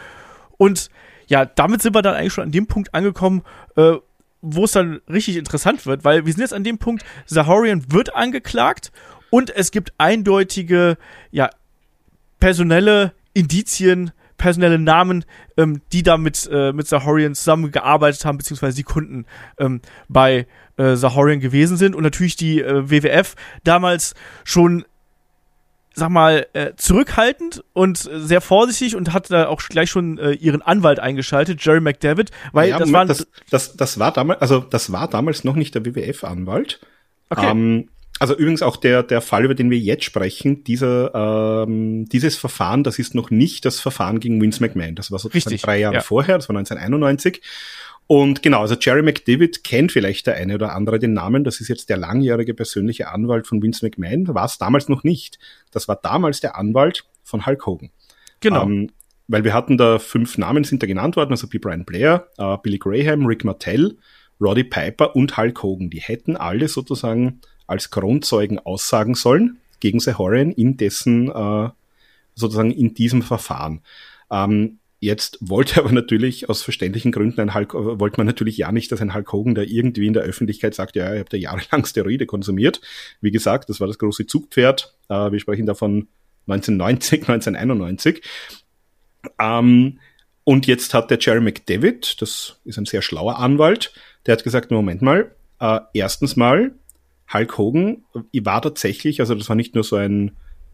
Und ja, damit sind wir dann eigentlich schon an dem Punkt angekommen, wo es dann richtig interessant wird, weil wir sind jetzt an dem Punkt, Zahorian wird angeklagt und es gibt eindeutige, personelle Indizien, personelle Namen, die da mit Zahorian zusammengearbeitet haben, beziehungsweise die Kunden bei Zahorian gewesen sind, und natürlich die WWF damals schon, sag mal, zurückhaltend und sehr vorsichtig, und hat da auch gleich schon ihren Anwalt eingeschaltet, Jerry McDevitt, weil ja, das war damals noch nicht der WWF-Anwalt. Okay. Also übrigens auch der Fall, über den wir jetzt sprechen, dieses Verfahren, das ist noch nicht das Verfahren gegen Vince McMahon. Das war sozusagen richtig, 3 Jahre vorher, das war 1991. Und genau, also Jerry McDevitt kennt vielleicht der eine oder andere den Namen. Das ist jetzt der langjährige persönliche Anwalt von Vince McMahon. War es damals noch nicht. Das war damals der Anwalt von Hulk Hogan. Genau. Weil wir hatten da 5 Namen, sind da genannt worden, also Brian Blair, Billy Graham, Rick Martel, Roddy Piper und Hulk Hogan. Die hätten alle sozusagen als Kronzeugen aussagen sollen gegen Zahorian in dessen, sozusagen in diesem Verfahren. Jetzt wollte aber natürlich aus verständlichen Gründen wollte man natürlich ja nicht, dass ein Hulk Hogan da irgendwie in der Öffentlichkeit sagt, ja, ich habe da jahrelang Steroide konsumiert. Wie gesagt, das war das große Zugpferd. Wir sprechen da von 1990, 1991. Und jetzt hat der Jerry McDevitt, das ist ein sehr schlauer Anwalt, der hat gesagt, Moment mal, erstens mal, Hulk Hogan war tatsächlich, also das war nicht nur so ein,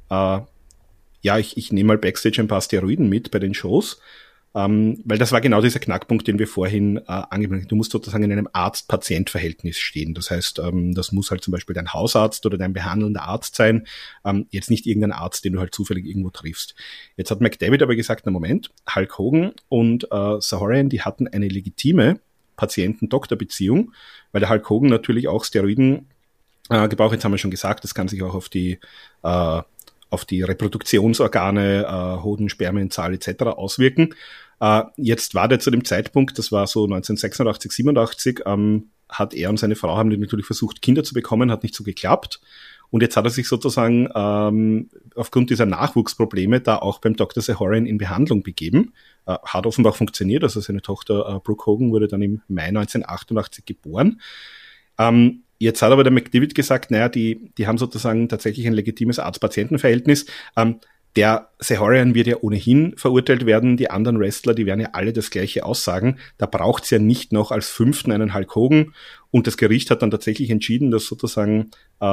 ich nehme mal Backstage ein paar Steroiden mit bei den Shows, weil das war genau dieser Knackpunkt, den wir vorhin angebracht haben. Du musst sozusagen in einem Arzt-Patient-Verhältnis stehen. Das heißt, das muss halt zum Beispiel dein Hausarzt oder dein behandelnder Arzt sein, jetzt nicht irgendein Arzt, den du halt zufällig irgendwo triffst. Jetzt hat McDevitt aber gesagt, na Moment, Hulk Hogan und Zahorian, die hatten eine legitime Patienten-Doktor-Beziehung, weil der Hulk Hogan natürlich auch Steroiden Gebrauch, jetzt haben wir schon gesagt, das kann sich auch auf auf die Reproduktionsorgane, Hoden, Spermienzahl etc. auswirken. Jetzt war der zu dem Zeitpunkt, das war so 1986, 87, hat er und seine Frau haben natürlich versucht, Kinder zu bekommen, hat nicht so geklappt. Und jetzt hat er sich sozusagen aufgrund dieser Nachwuchsprobleme da auch beim Dr. Zahorian in Behandlung begeben. Hat offenbar funktioniert, also seine Tochter Brooke Hogan wurde dann im Mai 1988 geboren. Jetzt hat aber der McDavid gesagt, naja, die haben sozusagen tatsächlich ein legitimes Arzt-Patienten-Verhältnis. Der Zahorian wird ja ohnehin verurteilt werden, die anderen Wrestler, die werden ja alle das Gleiche aussagen. Da braucht es ja nicht noch als fünften einen Hulk Hogan. Und das Gericht hat dann tatsächlich entschieden, dass sozusagen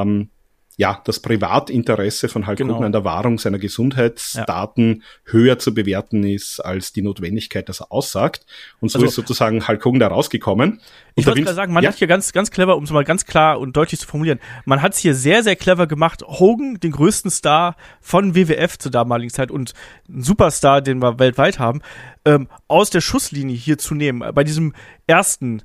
das Privatinteresse von Hulk Hogan an der Wahrung seiner Gesundheitsdaten höher zu bewerten ist als die Notwendigkeit, dass er aussagt. Und so ist sozusagen Hulk Hogan da rausgekommen. Ich wollte gerade sagen, man hat hier ganz, ganz clever, um es mal ganz klar und deutlich zu formulieren, man hat es hier sehr, sehr clever gemacht, Hogan, den größten Star von WWF zur damaligen Zeit und ein Superstar, den wir weltweit haben, aus der Schusslinie hier zu nehmen. Bei dieser ersten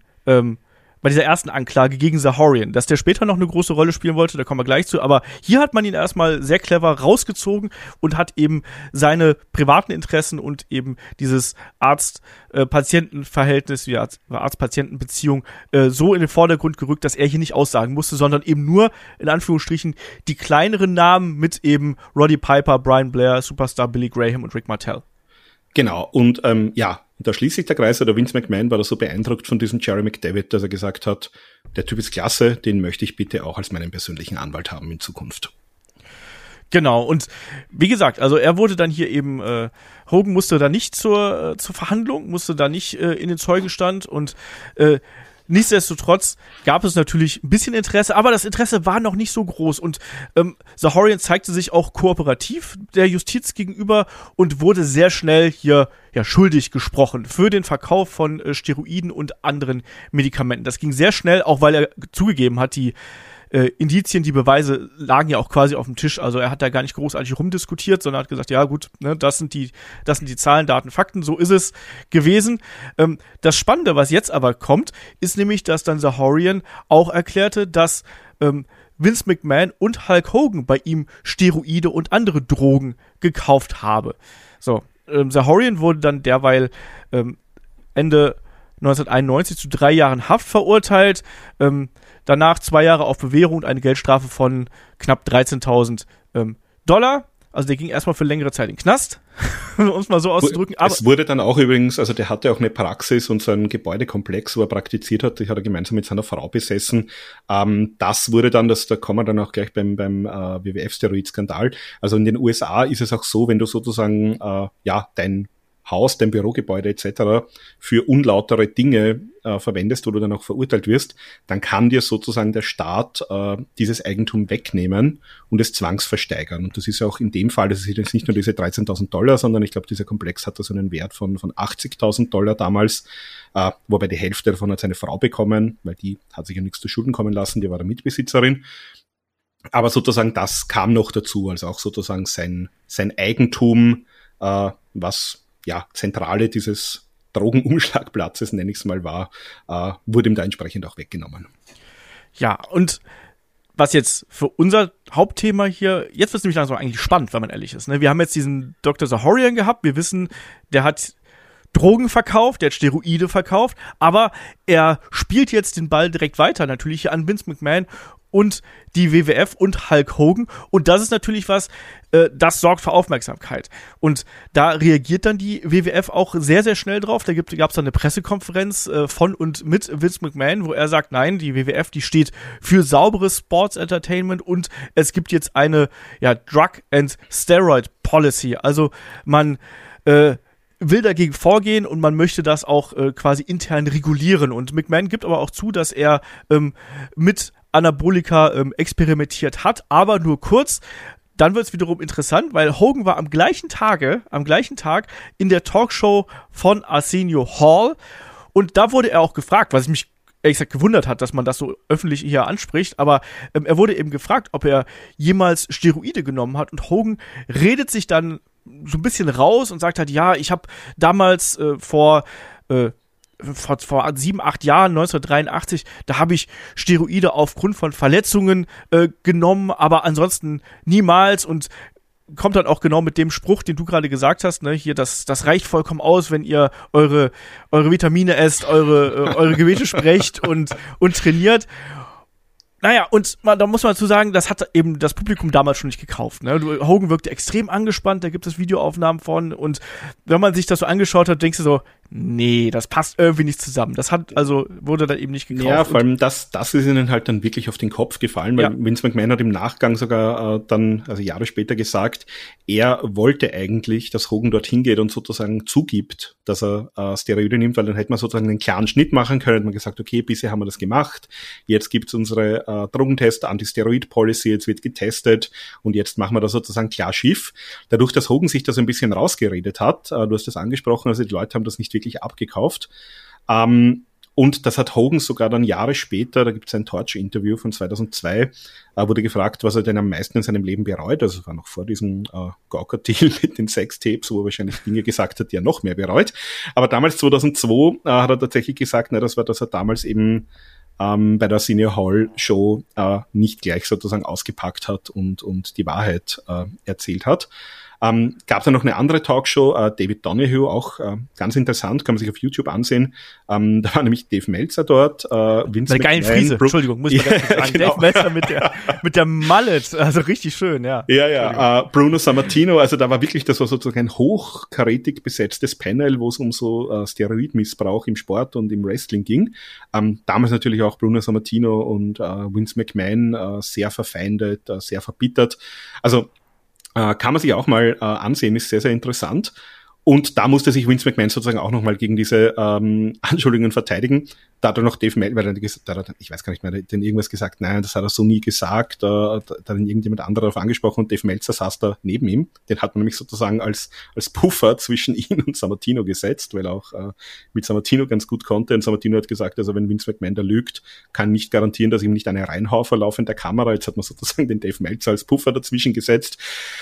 Anklage gegen Zahorian, dass der später noch eine große Rolle spielen wollte, da kommen wir gleich zu, aber hier hat man ihn erstmal sehr clever rausgezogen und hat eben seine privaten Interessen und eben dieses Arzt-Patienten-Verhältnis, die Arzt-Patienten-Beziehung so in den Vordergrund gerückt, dass er hier nicht aussagen musste, sondern eben nur, in Anführungsstrichen, die kleineren Namen mit eben Roddy Piper, Brian Blair, Superstar Billy Graham und Rick Martel. Genau, und da schließt sich der Kreis, oder Vince McMahon war da so beeindruckt von diesem Jerry McDavid, dass er gesagt hat, der Typ ist klasse, den möchte ich bitte auch als meinen persönlichen Anwalt haben in Zukunft. Genau, und wie gesagt, also er wurde dann hier eben, Hogan musste da nicht zur Verhandlung, musste da nicht in den Zeugenstand und nichtsdestotrotz gab es natürlich ein bisschen Interesse, aber das Interesse war noch nicht so groß und Zahorian zeigte sich auch kooperativ der Justiz gegenüber und wurde sehr schnell hier schuldig gesprochen für den Verkauf von Steroiden und anderen Medikamenten. Das ging sehr schnell, auch weil er zugegeben hat, die Indizien, die Beweise lagen ja auch quasi auf dem Tisch, also er hat da gar nicht großartig rumdiskutiert, sondern hat gesagt, ja gut, ne, das sind die Zahlen, Daten, Fakten, so ist es gewesen. Das Spannende, was jetzt aber kommt, ist nämlich, dass dann Zahorian auch erklärte, dass Vince McMahon und Hulk Hogan bei ihm Steroide und andere Drogen gekauft habe. So, Zahorian wurde dann derweil Ende 1991 zu 3 Jahren Haft verurteilt, danach 2 Jahre auf Bewährung und eine Geldstrafe von knapp $13.000. Also der ging erstmal für längere Zeit in den Knast, um es mal so auszudrücken. Aber es wurde dann auch übrigens, also der hatte auch eine Praxis und so einen Gebäudekomplex, wo er praktiziert hat, die hat er gemeinsam mit seiner Frau besessen. Das wurde dann, da kommen wir dann auch gleich beim WWF-Steroid-Skandal. Also in den USA ist es auch so, wenn du sozusagen dein Haus, dein Bürogebäude etc. für unlautere Dinge verwendest, wo du dann auch verurteilt wirst, dann kann dir sozusagen der Staat dieses Eigentum wegnehmen und es zwangsversteigern. Und das ist ja auch in dem Fall, das ist jetzt nicht nur diese $13.000, sondern ich glaube, dieser Komplex hatte so einen Wert von $80.000 damals, wobei die Hälfte davon hat seine Frau bekommen, weil die hat sich ja nichts zu Schulden kommen lassen, die war der Mitbesitzerin. Aber sozusagen das kam noch dazu, also auch sozusagen sein Eigentum, was Zentrale dieses Drogenumschlagplatzes, nenne ich es mal, war, wurde ihm da entsprechend auch weggenommen. Ja, und was jetzt für unser Hauptthema hier, jetzt wird es nämlich langsam eigentlich spannend, wenn man ehrlich ist. Ne? Wir haben jetzt diesen Dr. Zahorian gehabt, wir wissen, der hat Drogen verkauft, der hat Steroide verkauft, aber er spielt jetzt den Ball direkt weiter, natürlich hier an Vince McMahon und die WWF und Hulk Hogan. Und das ist natürlich was, das sorgt für Aufmerksamkeit. Und da reagiert dann die WWF auch sehr, sehr schnell drauf. Da gab es dann eine Pressekonferenz von und mit Vince McMahon, wo er sagt, nein, die WWF, die steht für sauberes Sports Entertainment und es gibt jetzt eine Drug and Steroid Policy. Also man will dagegen vorgehen und man möchte das auch quasi intern regulieren. Und McMahon gibt aber auch zu, dass er mit Anabolika experimentiert hat, aber nur kurz. Dann wird es wiederum interessant, weil Hogan war am gleichen Tag in der Talkshow von Arsenio Hall und da wurde er auch gefragt, was mich ehrlich gesagt gewundert hat, dass man das so öffentlich hier anspricht, aber er wurde eben gefragt, ob er jemals Steroide genommen hat und Hogan redet sich dann so ein bisschen raus und sagt halt, ja, ich habe damals vor 7, 8 Jahren, 1983, da habe ich Steroide aufgrund von Verletzungen genommen, aber ansonsten niemals und kommt dann auch genau mit dem Spruch, den du gerade gesagt hast, ne, hier, das reicht vollkommen aus, wenn ihr eure Vitamine esst, eure Gebete sprecht und trainiert. Naja, und da muss man dazu sagen, das hat eben das Publikum damals schon nicht gekauft. Ne? Hogan wirkte extrem angespannt, da gibt es Videoaufnahmen von, und wenn man sich das so angeschaut hat, denkst du so, nee, das passt irgendwie nicht zusammen. Wurde dann eben nicht gekauft. Ja, vor allem das ist ihnen halt dann wirklich auf den Kopf gefallen, weil Vince McMahon hat im Nachgang sogar dann, also Jahre später gesagt, er wollte eigentlich, dass Hogan dorthin geht und sozusagen zugibt, dass er Steroide nimmt, weil dann hätte man sozusagen einen klaren Schnitt machen können, hätte man gesagt, okay, bisher haben wir das gemacht, jetzt gibt's unsere Drogentest, Anti-Steroid-Policy, jetzt wird getestet und jetzt machen wir da sozusagen klar Schiff. Dadurch, dass Hogan sich da so ein bisschen rausgeredet hat, du hast das angesprochen, also die Leute haben das nicht wirklich abgekauft. Und das hat Hogan sogar dann Jahre später, da gibt es ein Torch-Interview von 2002, wurde gefragt, was er denn am meisten in seinem Leben bereut. Also war noch vor diesem Gawker-Deal mit den Sextapes, wo er wahrscheinlich Dinge gesagt hat, die er noch mehr bereut. Aber damals 2002 hat er tatsächlich gesagt, das war, dass er damals eben bei der Senior Hall Show nicht gleich sozusagen ausgepackt hat und die Wahrheit erzählt hat. Gab dann noch eine andere Talkshow, David Donahue, auch ganz interessant, kann man sich auf YouTube ansehen. Da war nämlich Dave Meltzer dort, Vince McMahon. Geilen Friese, Entschuldigung, muss man ganz kurz sagen. Genau. Dave Meltzer mit der Mallet, also richtig schön, ja. Ja, Bruno Sammartino, also das war sozusagen ein hochkarätig besetztes Panel, wo es um so Steroidmissbrauch im Sport und im Wrestling ging. Damals natürlich auch Bruno Sammartino und Vince McMahon sehr verfeindet, sehr verbittert. Also kann man sich auch mal ansehen, ist sehr, sehr interessant. Und da musste sich Vince McMahon sozusagen auch nochmal gegen diese Anschuldigungen verteidigen. Da hat er noch Dave Meltzer, weil ich weiß gar nicht mehr, hat irgendwas gesagt, nein, das hat er so nie gesagt, da hat ihn irgendjemand anderer darauf angesprochen und Dave Meltzer saß da neben ihm. Den hat man nämlich sozusagen als Puffer zwischen ihn und Sammartino gesetzt, weil er auch mit Sammartino ganz gut konnte. Und Sammartino hat gesagt, also wenn Vince McMahon da lügt, kann nicht garantieren, dass ihm nicht eine reinhau vor laufender Kamera. Jetzt hat man sozusagen den Dave Meltzer als Puffer dazwischen gesetzt.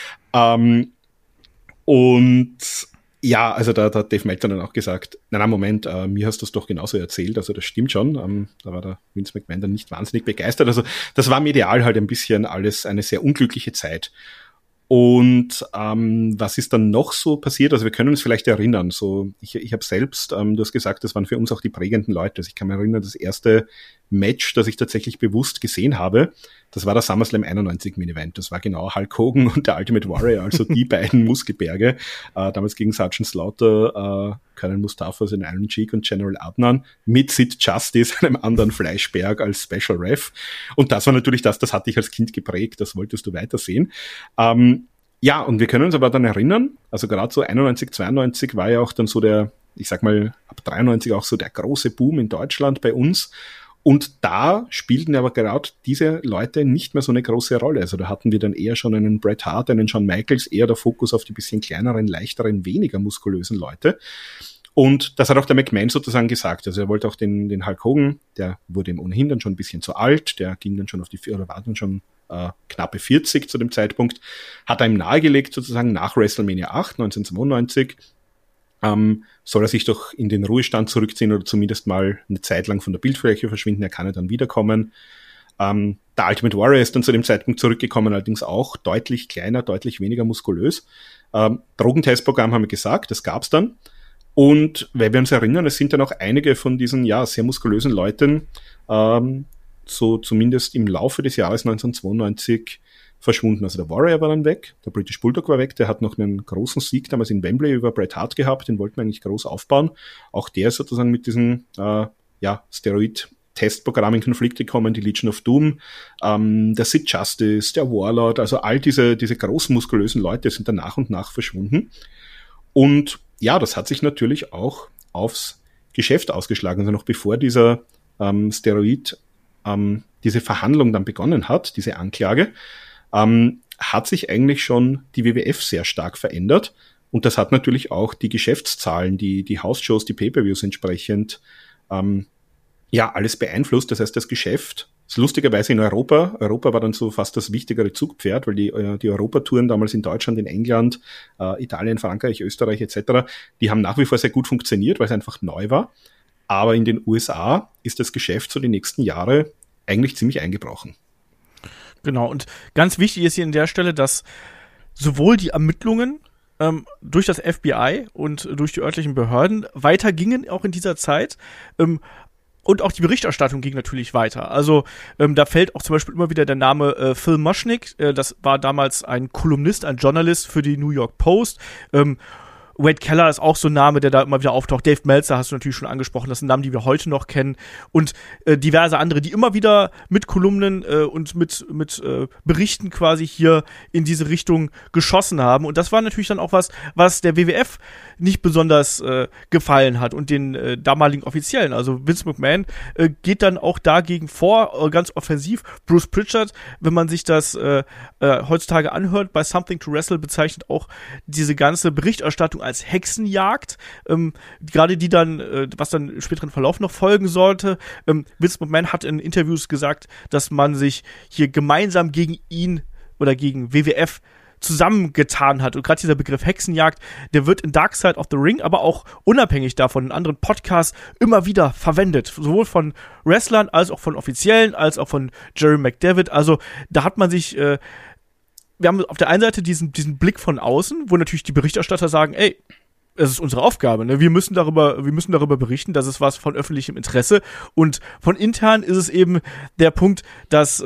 Und ja, also da hat Dave Meltzer dann auch gesagt, nein, Moment, mir hast du es doch genauso erzählt, also das stimmt schon. Da war der Vince McMahon dann nicht wahnsinnig begeistert. Also das war medial halt ein bisschen alles eine sehr unglückliche Zeit. Und was ist dann noch so passiert? Also wir können uns vielleicht erinnern, so ich habe selbst, du hast gesagt, das waren für uns auch die prägenden Leute. Also ich kann mich erinnern, das erste Match, das ich tatsächlich bewusst gesehen habe, das war der SummerSlam 91 Main-Event. Das war genau Hulk Hogan und der Ultimate Warrior, also die beiden Muskelberge. Damals gegen Sergeant Slaughter, Colonel Mustafa, also den Iron Cheek und General Adnan mit Sid Justice, einem anderen Fleischberg als Special Ref. Und das war natürlich das hat dich als Kind geprägt, das wolltest du weitersehen. Ja, und wir können uns aber dann erinnern, also gerade so 91, 92 war ja auch dann so ich sag mal, ab 93 auch so der große Boom in Deutschland bei uns. Und da spielten aber gerade diese Leute nicht mehr so eine große Rolle. Also da hatten wir dann eher schon einen Bret Hart, einen Shawn Michaels, eher der Fokus auf die bisschen kleineren, leichteren, weniger muskulösen Leute. Und das hat auch der McMahon sozusagen gesagt. Also er wollte auch den Hulk Hogan, der wurde ihm ohnehin dann schon ein bisschen zu alt, der ging dann schon war dann schon knappe 40 zu dem Zeitpunkt, hat er ihm nahegelegt sozusagen nach WrestleMania 8, 1992, soll er sich doch in den Ruhestand zurückziehen oder zumindest mal eine Zeit lang von der Bildfläche verschwinden, er kann ja dann wiederkommen. Der Ultimate Warrior ist dann zu dem Zeitpunkt zurückgekommen, allerdings auch deutlich kleiner, deutlich weniger muskulös. Drogentestprogramm haben wir gesagt, das gab's dann. Und weil wir uns erinnern, es sind dann auch einige von diesen sehr muskulösen Leuten so zumindest im Laufe des Jahres 1992 verschwunden. Also der Warrior war dann weg, der British Bulldog war weg, der hat noch einen großen Sieg damals in Wembley über Bret Hart gehabt, den wollten wir eigentlich groß aufbauen. Auch der ist sozusagen mit diesem Steroid-Testprogramm in Konflikt gekommen, die Legion of Doom, der Sid Justice, der Warlord, also all diese großen muskulösen Leute sind dann nach und nach verschwunden. Und ja, das hat sich natürlich auch aufs Geschäft ausgeschlagen. Also noch bevor dieser diese Verhandlung dann begonnen hat, diese Anklage, hat sich eigentlich schon die WWF sehr stark verändert. Und das hat natürlich auch die Geschäftszahlen, die House-Shows, die Pay-Per-Views entsprechend, alles beeinflusst. Das heißt, das Geschäft, ist lustigerweise in Europa war dann so fast das wichtigere Zugpferd, weil die Europatouren damals in Deutschland, in England, Italien, Frankreich, Österreich etc., die haben nach wie vor sehr gut funktioniert, weil es einfach neu war. Aber in den USA ist das Geschäft so die nächsten Jahre eigentlich ziemlich eingebrochen. Genau, und ganz wichtig ist hier an der Stelle, dass sowohl die Ermittlungen durch das FBI und durch die örtlichen Behörden weitergingen auch in dieser Zeit. Und auch die Berichterstattung ging natürlich weiter. Also da fällt auch zum Beispiel immer wieder der Name Phil Mushnick. Das war damals ein Kolumnist, ein Journalist für die New York Post. Wade Keller ist auch so ein Name, der da immer wieder auftaucht. Dave Meltzer hast du natürlich schon angesprochen. Das sind Namen, die wir heute noch kennen. Und diverse andere, die immer wieder mit Kolumnen und mit Berichten quasi hier in diese Richtung geschossen haben. Und das war natürlich dann auch was der WWF nicht besonders gefallen hat und den damaligen Offiziellen. Also Vince McMahon geht dann auch dagegen vor, ganz offensiv. Bruce Pritchard, wenn man sich das heutzutage anhört, bei Something to Wrestle bezeichnet auch diese ganze Berichterstattung als Hexenjagd, gerade die dann, was dann im späteren Verlauf noch folgen sollte. Vince McMahon hat in Interviews gesagt, dass man sich hier gemeinsam gegen ihn oder gegen WWF zusammengetan hat. Und gerade dieser Begriff Hexenjagd, der wird in Dark Side of the Ring, aber auch unabhängig davon in anderen Podcasts immer wieder verwendet. Sowohl von Wrestlern als auch von Offiziellen, als auch von Jerry McDevitt. Also da hat man sich wir haben auf der einen Seite diesen Blick von außen, wo natürlich die Berichterstatter sagen, ey, es ist unsere Aufgabe, ne? Wir müssen darüber berichten, das ist was von öffentlichem Interesse. Und von intern ist es eben der Punkt, dass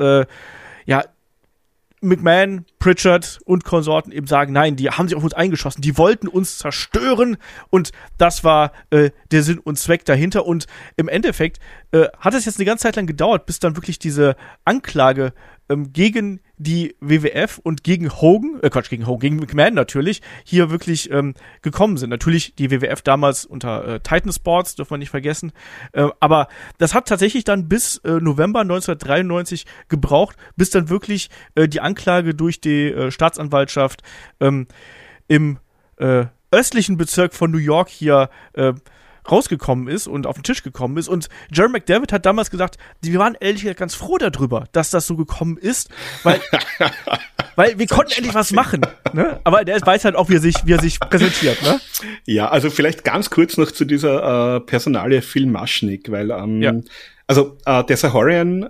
McMahon, Pritchard und Konsorten eben sagen, nein, die haben sich auf uns eingeschossen, die wollten uns zerstören und das war der Sinn und Zweck dahinter. Und im Endeffekt hat es jetzt eine ganze Zeit lang gedauert, bis dann wirklich diese Anklage gegen die WWF und gegen McMahon natürlich, hier wirklich gekommen sind. Natürlich die WWF damals unter Titan Sports, dürfen wir nicht vergessen. Aber das hat tatsächlich dann bis November 1993 gebraucht, bis dann wirklich die Anklage durch die Staatsanwaltschaft im östlichen Bezirk von New York hier rausgekommen ist und auf den Tisch gekommen ist. Und Jerry McDevitt hat damals gesagt, wir waren ehrlich gesagt ganz froh darüber, dass das so gekommen ist, weil wir konnten endlich was machen. Ne? Aber der weiß halt auch, wie er sich präsentiert. Ne? Ja, also vielleicht ganz kurz noch zu dieser Personalie Phil Mushnick, weil der Saharian,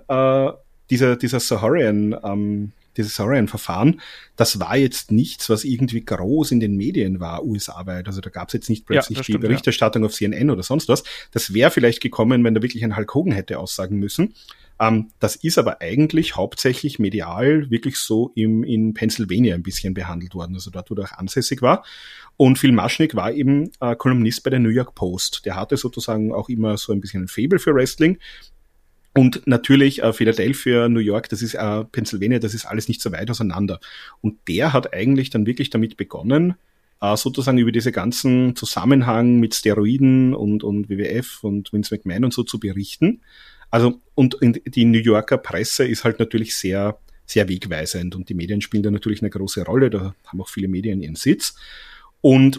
dieses Saharian-Verfahren, das war jetzt nichts, was irgendwie groß in den Medien war, USA-weit. Also da gab es jetzt nicht plötzlich die Berichterstattung auf CNN oder sonst was. Das wäre vielleicht gekommen, wenn da wirklich ein Hulk Hogan hätte aussagen müssen. Das ist aber eigentlich hauptsächlich medial wirklich so in Pennsylvania ein bisschen behandelt worden, also dort, wo er auch ansässig war. Und Phil Mushnick war eben Kolumnist bei der New York Post. Der hatte sozusagen auch immer so ein bisschen ein Faible für Wrestling. Und natürlich Philadelphia, New York, das ist Pennsylvania, das ist alles nicht so weit auseinander. Und der hat eigentlich dann wirklich damit begonnen, sozusagen über diese ganzen Zusammenhang mit Steroiden und WWF und Vince McMahon und so zu berichten. Also und die New Yorker Presse ist halt natürlich sehr, sehr wegweisend und die Medien spielen da natürlich eine große Rolle. Da haben auch viele Medien ihren Sitz. Und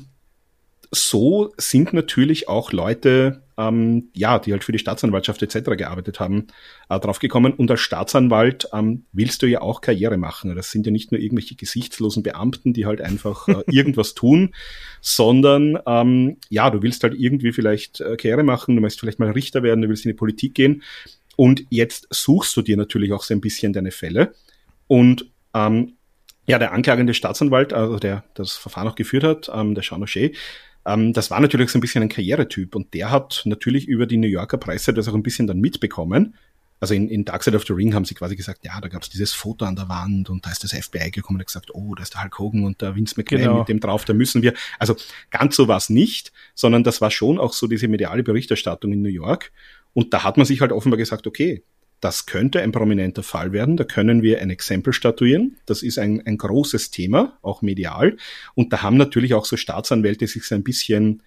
so sind natürlich auch Leute, die halt für die Staatsanwaltschaft etc. gearbeitet haben, draufgekommen. Und als Staatsanwalt willst du ja auch Karriere machen. Das sind ja nicht nur irgendwelche gesichtslosen Beamten, die halt einfach irgendwas tun, sondern du willst halt irgendwie vielleicht Karriere machen, du möchtest vielleicht mal Richter werden, du willst in die Politik gehen. Und jetzt suchst du dir natürlich auch so ein bisschen deine Fälle. Und der anklagende Staatsanwalt, also der das Verfahren auch geführt hat, der Sean O'Shea, das war natürlich so ein bisschen ein Karrieretyp und der hat natürlich über die New Yorker Presse das auch ein bisschen dann mitbekommen. Also in Dark Side of the Ring haben sie quasi gesagt, ja, da gab es dieses Foto an der Wand und da ist das FBI gekommen und hat gesagt, oh, da ist der Hulk Hogan und der Vince McMahon mit dem drauf, da müssen wir. Also ganz so war es nicht, sondern das war schon auch so diese mediale Berichterstattung in New York und da hat man sich halt offenbar gesagt, okay, das könnte ein prominenter Fall werden, da können wir ein Exempel statuieren. Das ist ein großes Thema, auch medial. Und da haben natürlich auch so Staatsanwälte sich so ein bisschen,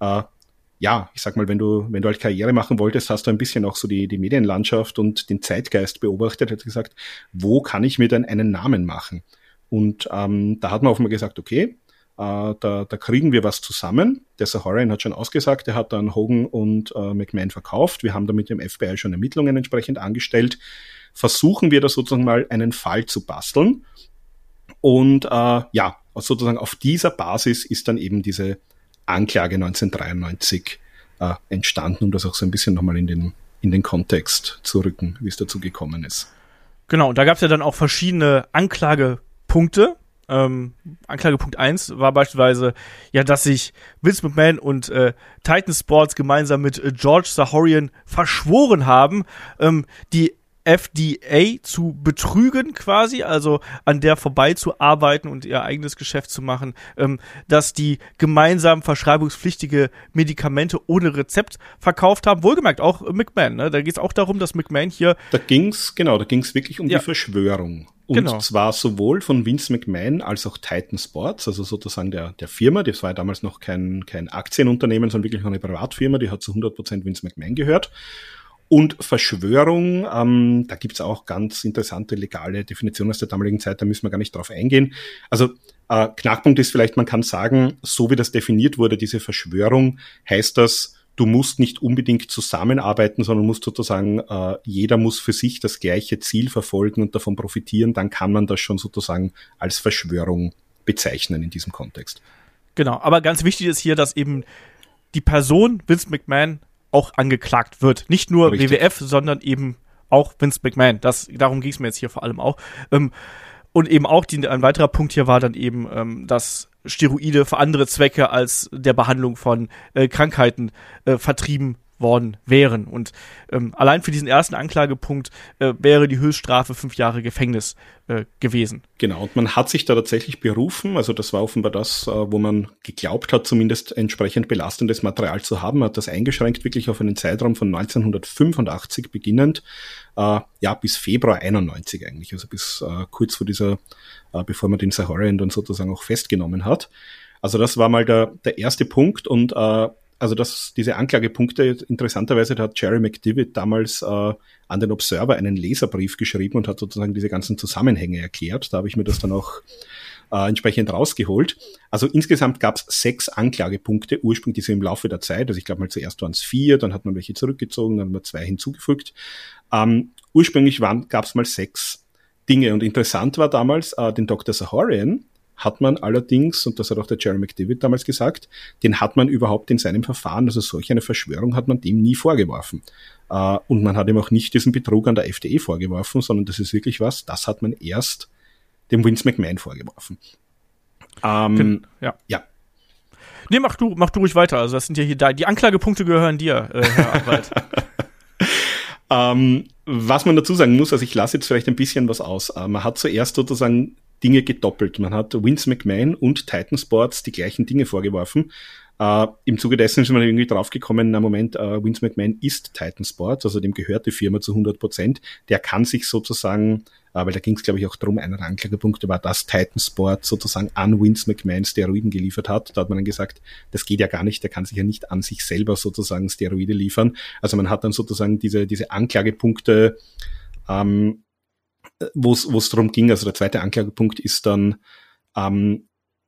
ich sag mal, wenn du halt Karriere machen wolltest, hast du ein bisschen auch so die Medienlandschaft und den Zeitgeist beobachtet, hat gesagt, wo kann ich mir denn einen Namen machen? Und da hat man offenbar gesagt, okay, da kriegen wir was zusammen. Der Saharian hat schon ausgesagt, er hat dann Hogan und McMahon verkauft. Wir haben da mit dem FBI schon Ermittlungen entsprechend angestellt. Versuchen wir da sozusagen mal einen Fall zu basteln. Und sozusagen auf dieser Basis ist dann eben diese Anklage 1993 entstanden, um das auch so ein bisschen nochmal in den Kontext zu rücken, wie es dazu gekommen ist. Genau, und da gab es ja dann auch verschiedene Anklagepunkte. Anklagepunkt 1 war beispielsweise, ja, dass sich Vince McMahon und Titan Sports gemeinsam mit George Zahorian verschworen haben, die FDA zu betrügen quasi, also an der vorbeizuarbeiten und ihr eigenes Geschäft zu machen, dass die gemeinsam verschreibungspflichtige Medikamente ohne Rezept verkauft haben. Wohlgemerkt auch McMahon, ne? Da geht es auch darum, dass McMahon hier... Da ging's wirklich um die Verschwörung. Und zwar sowohl von Vince McMahon als auch Titan Sports, also sozusagen der Firma, das war ja damals noch kein Aktienunternehmen, sondern wirklich noch eine Privatfirma, die hat zu 100% Vince McMahon gehört. Und Verschwörung, da gibt's auch ganz interessante legale Definitionen aus der damaligen Zeit, da müssen wir gar nicht drauf eingehen. Also Knackpunkt ist vielleicht, man kann sagen, so wie das definiert wurde, diese Verschwörung, heißt das, du musst nicht unbedingt zusammenarbeiten, sondern musst sozusagen, jeder muss für sich das gleiche Ziel verfolgen und davon profitieren, dann kann man das schon sozusagen als Verschwörung bezeichnen in diesem Kontext. Genau, aber ganz wichtig ist hier, dass eben die Person Vince McMahon auch angeklagt wird. Nicht nur Richtig. WWF, sondern eben auch Vince McMahon. Darum ging es mir jetzt hier vor allem auch. Und eben auch ein weiterer Punkt hier war dann eben, dass Steroide für andere Zwecke als der Behandlung von Krankheiten vertrieben worden wären. Und allein für diesen ersten Anklagepunkt wäre die Höchststrafe 5 Jahre Gefängnis gewesen. Genau, und man hat sich da tatsächlich berufen, also das war offenbar das, wo man geglaubt hat, zumindest entsprechend belastendes Material zu haben, man hat das eingeschränkt wirklich auf einen Zeitraum von 1985 beginnend, bis Februar 91 eigentlich, also bis kurz vor bevor man den Zahorian dann sozusagen auch festgenommen hat. Also das war mal der erste Punkt und diese Anklagepunkte, interessanterweise hat Jerry McDevitt damals an den Observer einen Leserbrief geschrieben und hat sozusagen diese ganzen Zusammenhänge erklärt. Da habe ich mir das dann auch entsprechend rausgeholt. Also insgesamt gab es 6 Anklagepunkte, ursprünglich im Laufe der Zeit. Also ich glaube mal zuerst waren es 4, dann hat man welche zurückgezogen, dann hat man 2 hinzugefügt. Ursprünglich gab es mal 6 Dinge und interessant war damals, den Dr. Zahorian hat man allerdings, und das hat auch der Jerry McDevitt damals gesagt, den hat man überhaupt in seinem Verfahren, also solch eine Verschwörung hat man dem nie vorgeworfen. Und man hat ihm auch nicht diesen Betrug an der FDA vorgeworfen, sondern das ist wirklich das hat man erst dem Vince McMahon vorgeworfen. Ja. Nee, mach du ruhig weiter. Also das sind ja hier die Anklagepunkte gehören dir, Herr Anwalt. Was man dazu sagen muss, also ich lasse jetzt vielleicht ein bisschen was aus. Man hat zuerst sozusagen Dinge gedoppelt. Man hat Vince McMahon und Titan Sports die gleichen Dinge vorgeworfen. Im Zuge dessen ist man irgendwie draufgekommen, Vince McMahon ist Titan Sports, also dem gehört die Firma zu 100%. Der kann sich sozusagen, weil da ging es glaube ich auch darum, einer der Anklagepunkte war, dass Titan Sports sozusagen an Vince McMahon Steroiden geliefert hat. Da hat man dann gesagt, das geht ja gar nicht, der kann sich ja nicht an sich selber sozusagen Steroide liefern. Also man hat dann sozusagen diese Anklagepunkte, wo es darum ging, also der zweite Anklagepunkt ist dann am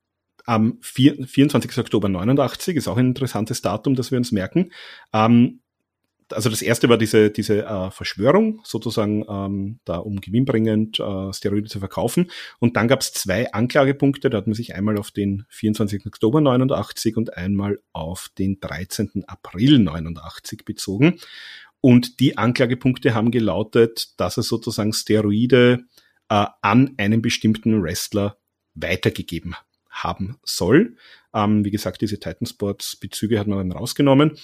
24. Oktober 89, ist auch ein interessantes Datum, das wir uns merken. Also das erste war diese Verschwörung, sozusagen da um gewinnbringend Steroide zu verkaufen. Und dann gab es 2 Anklagepunkte, da hat man sich einmal auf den 24. Oktober 89 und einmal auf den 13. April 89 bezogen. Und die Anklagepunkte haben gelautet, dass er sozusagen Steroide an einen bestimmten Wrestler weitergegeben haben soll. Wie gesagt, diese Titan Sports Bezüge hat man dann rausgenommen.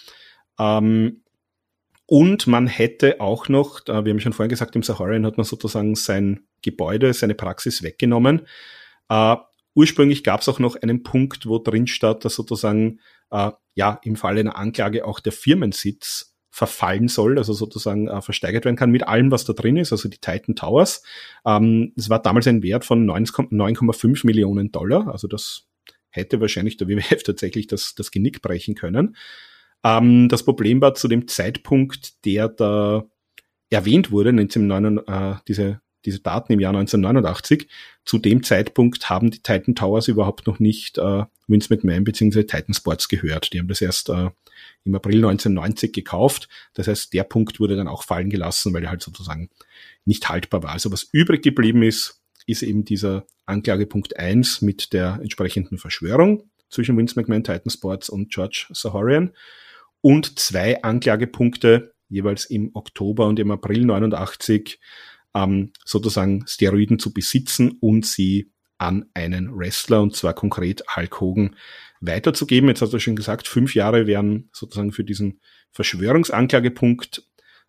Und man hätte auch noch, wir haben schon vorhin gesagt, im Zahorian hat man sozusagen sein Gebäude, seine Praxis weggenommen. Ursprünglich gab es auch noch einen Punkt, wo drin stand, dass sozusagen im Falle einer Anklage auch der Firmensitz verfallen soll, also sozusagen versteigert werden kann mit allem, was da drin ist, also die Titan Towers. Es war damals ein Wert von 9,5 Millionen $, also das hätte wahrscheinlich der WWF tatsächlich das Genick brechen können. Das Problem war zu dem Zeitpunkt, der da erwähnt wurde, diese Daten im Jahr 1989, zu dem Zeitpunkt haben die Titan Towers überhaupt noch nicht Vince McMahon bzw. Titan Sports gehört. Die haben das erst im April 1990 gekauft. Das heißt, der Punkt wurde dann auch fallen gelassen, weil er halt sozusagen nicht haltbar war. Also was übrig geblieben ist eben dieser Anklagepunkt 1 mit der entsprechenden Verschwörung zwischen Vince McMahon, Titan Sports und George Zahorian und 2 Anklagepunkte jeweils im Oktober und im April 89 sozusagen Steroiden zu besitzen und sie an einen Wrestler, und zwar konkret Hulk Hogan, weiterzugeben. Jetzt hast du schon gesagt, 5 Jahre wären sozusagen für diesen Verschwörungsanklagepunkt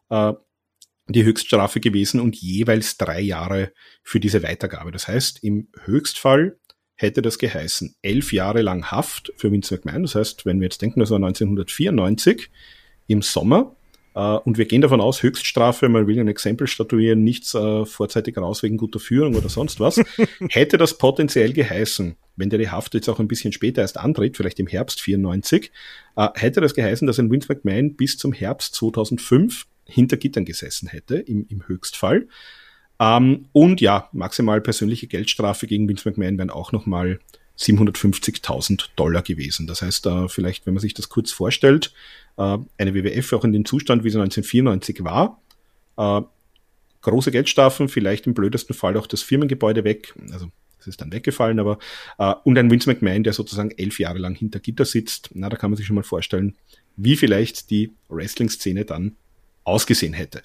die Höchststrafe gewesen und jeweils 3 Jahre für diese Weitergabe. Das heißt, im Höchstfall hätte das geheißen 11 Jahre lang Haft für Vince McMahon. Das heißt, wenn wir jetzt denken, das war 1994 im Sommer, und wir gehen davon aus, Höchststrafe, man will ein Exempel statuieren, nichts vorzeitig raus wegen guter Führung oder sonst was, hätte das potenziell geheißen, wenn der die Haft jetzt auch ein bisschen später erst antritt, vielleicht im Herbst 94, hätte das geheißen, dass ein Vince McMahon bis zum Herbst 2005 hinter Gittern gesessen hätte, im Höchstfall. Und ja, maximal persönliche Geldstrafe gegen Vince McMahon wären auch nochmal $750.000 gewesen. Das heißt, vielleicht, wenn man sich das kurz vorstellt, eine WWF auch in dem Zustand, wie sie 1994 war, große Geldstrafen, vielleicht im blödesten Fall auch das Firmengebäude weg, also es ist dann weggefallen, aber und ein Vince McMahon, der sozusagen 11 Jahre lang hinter Gitter sitzt, na, da kann man sich schon mal vorstellen, wie vielleicht die Wrestling-Szene dann ausgesehen hätte.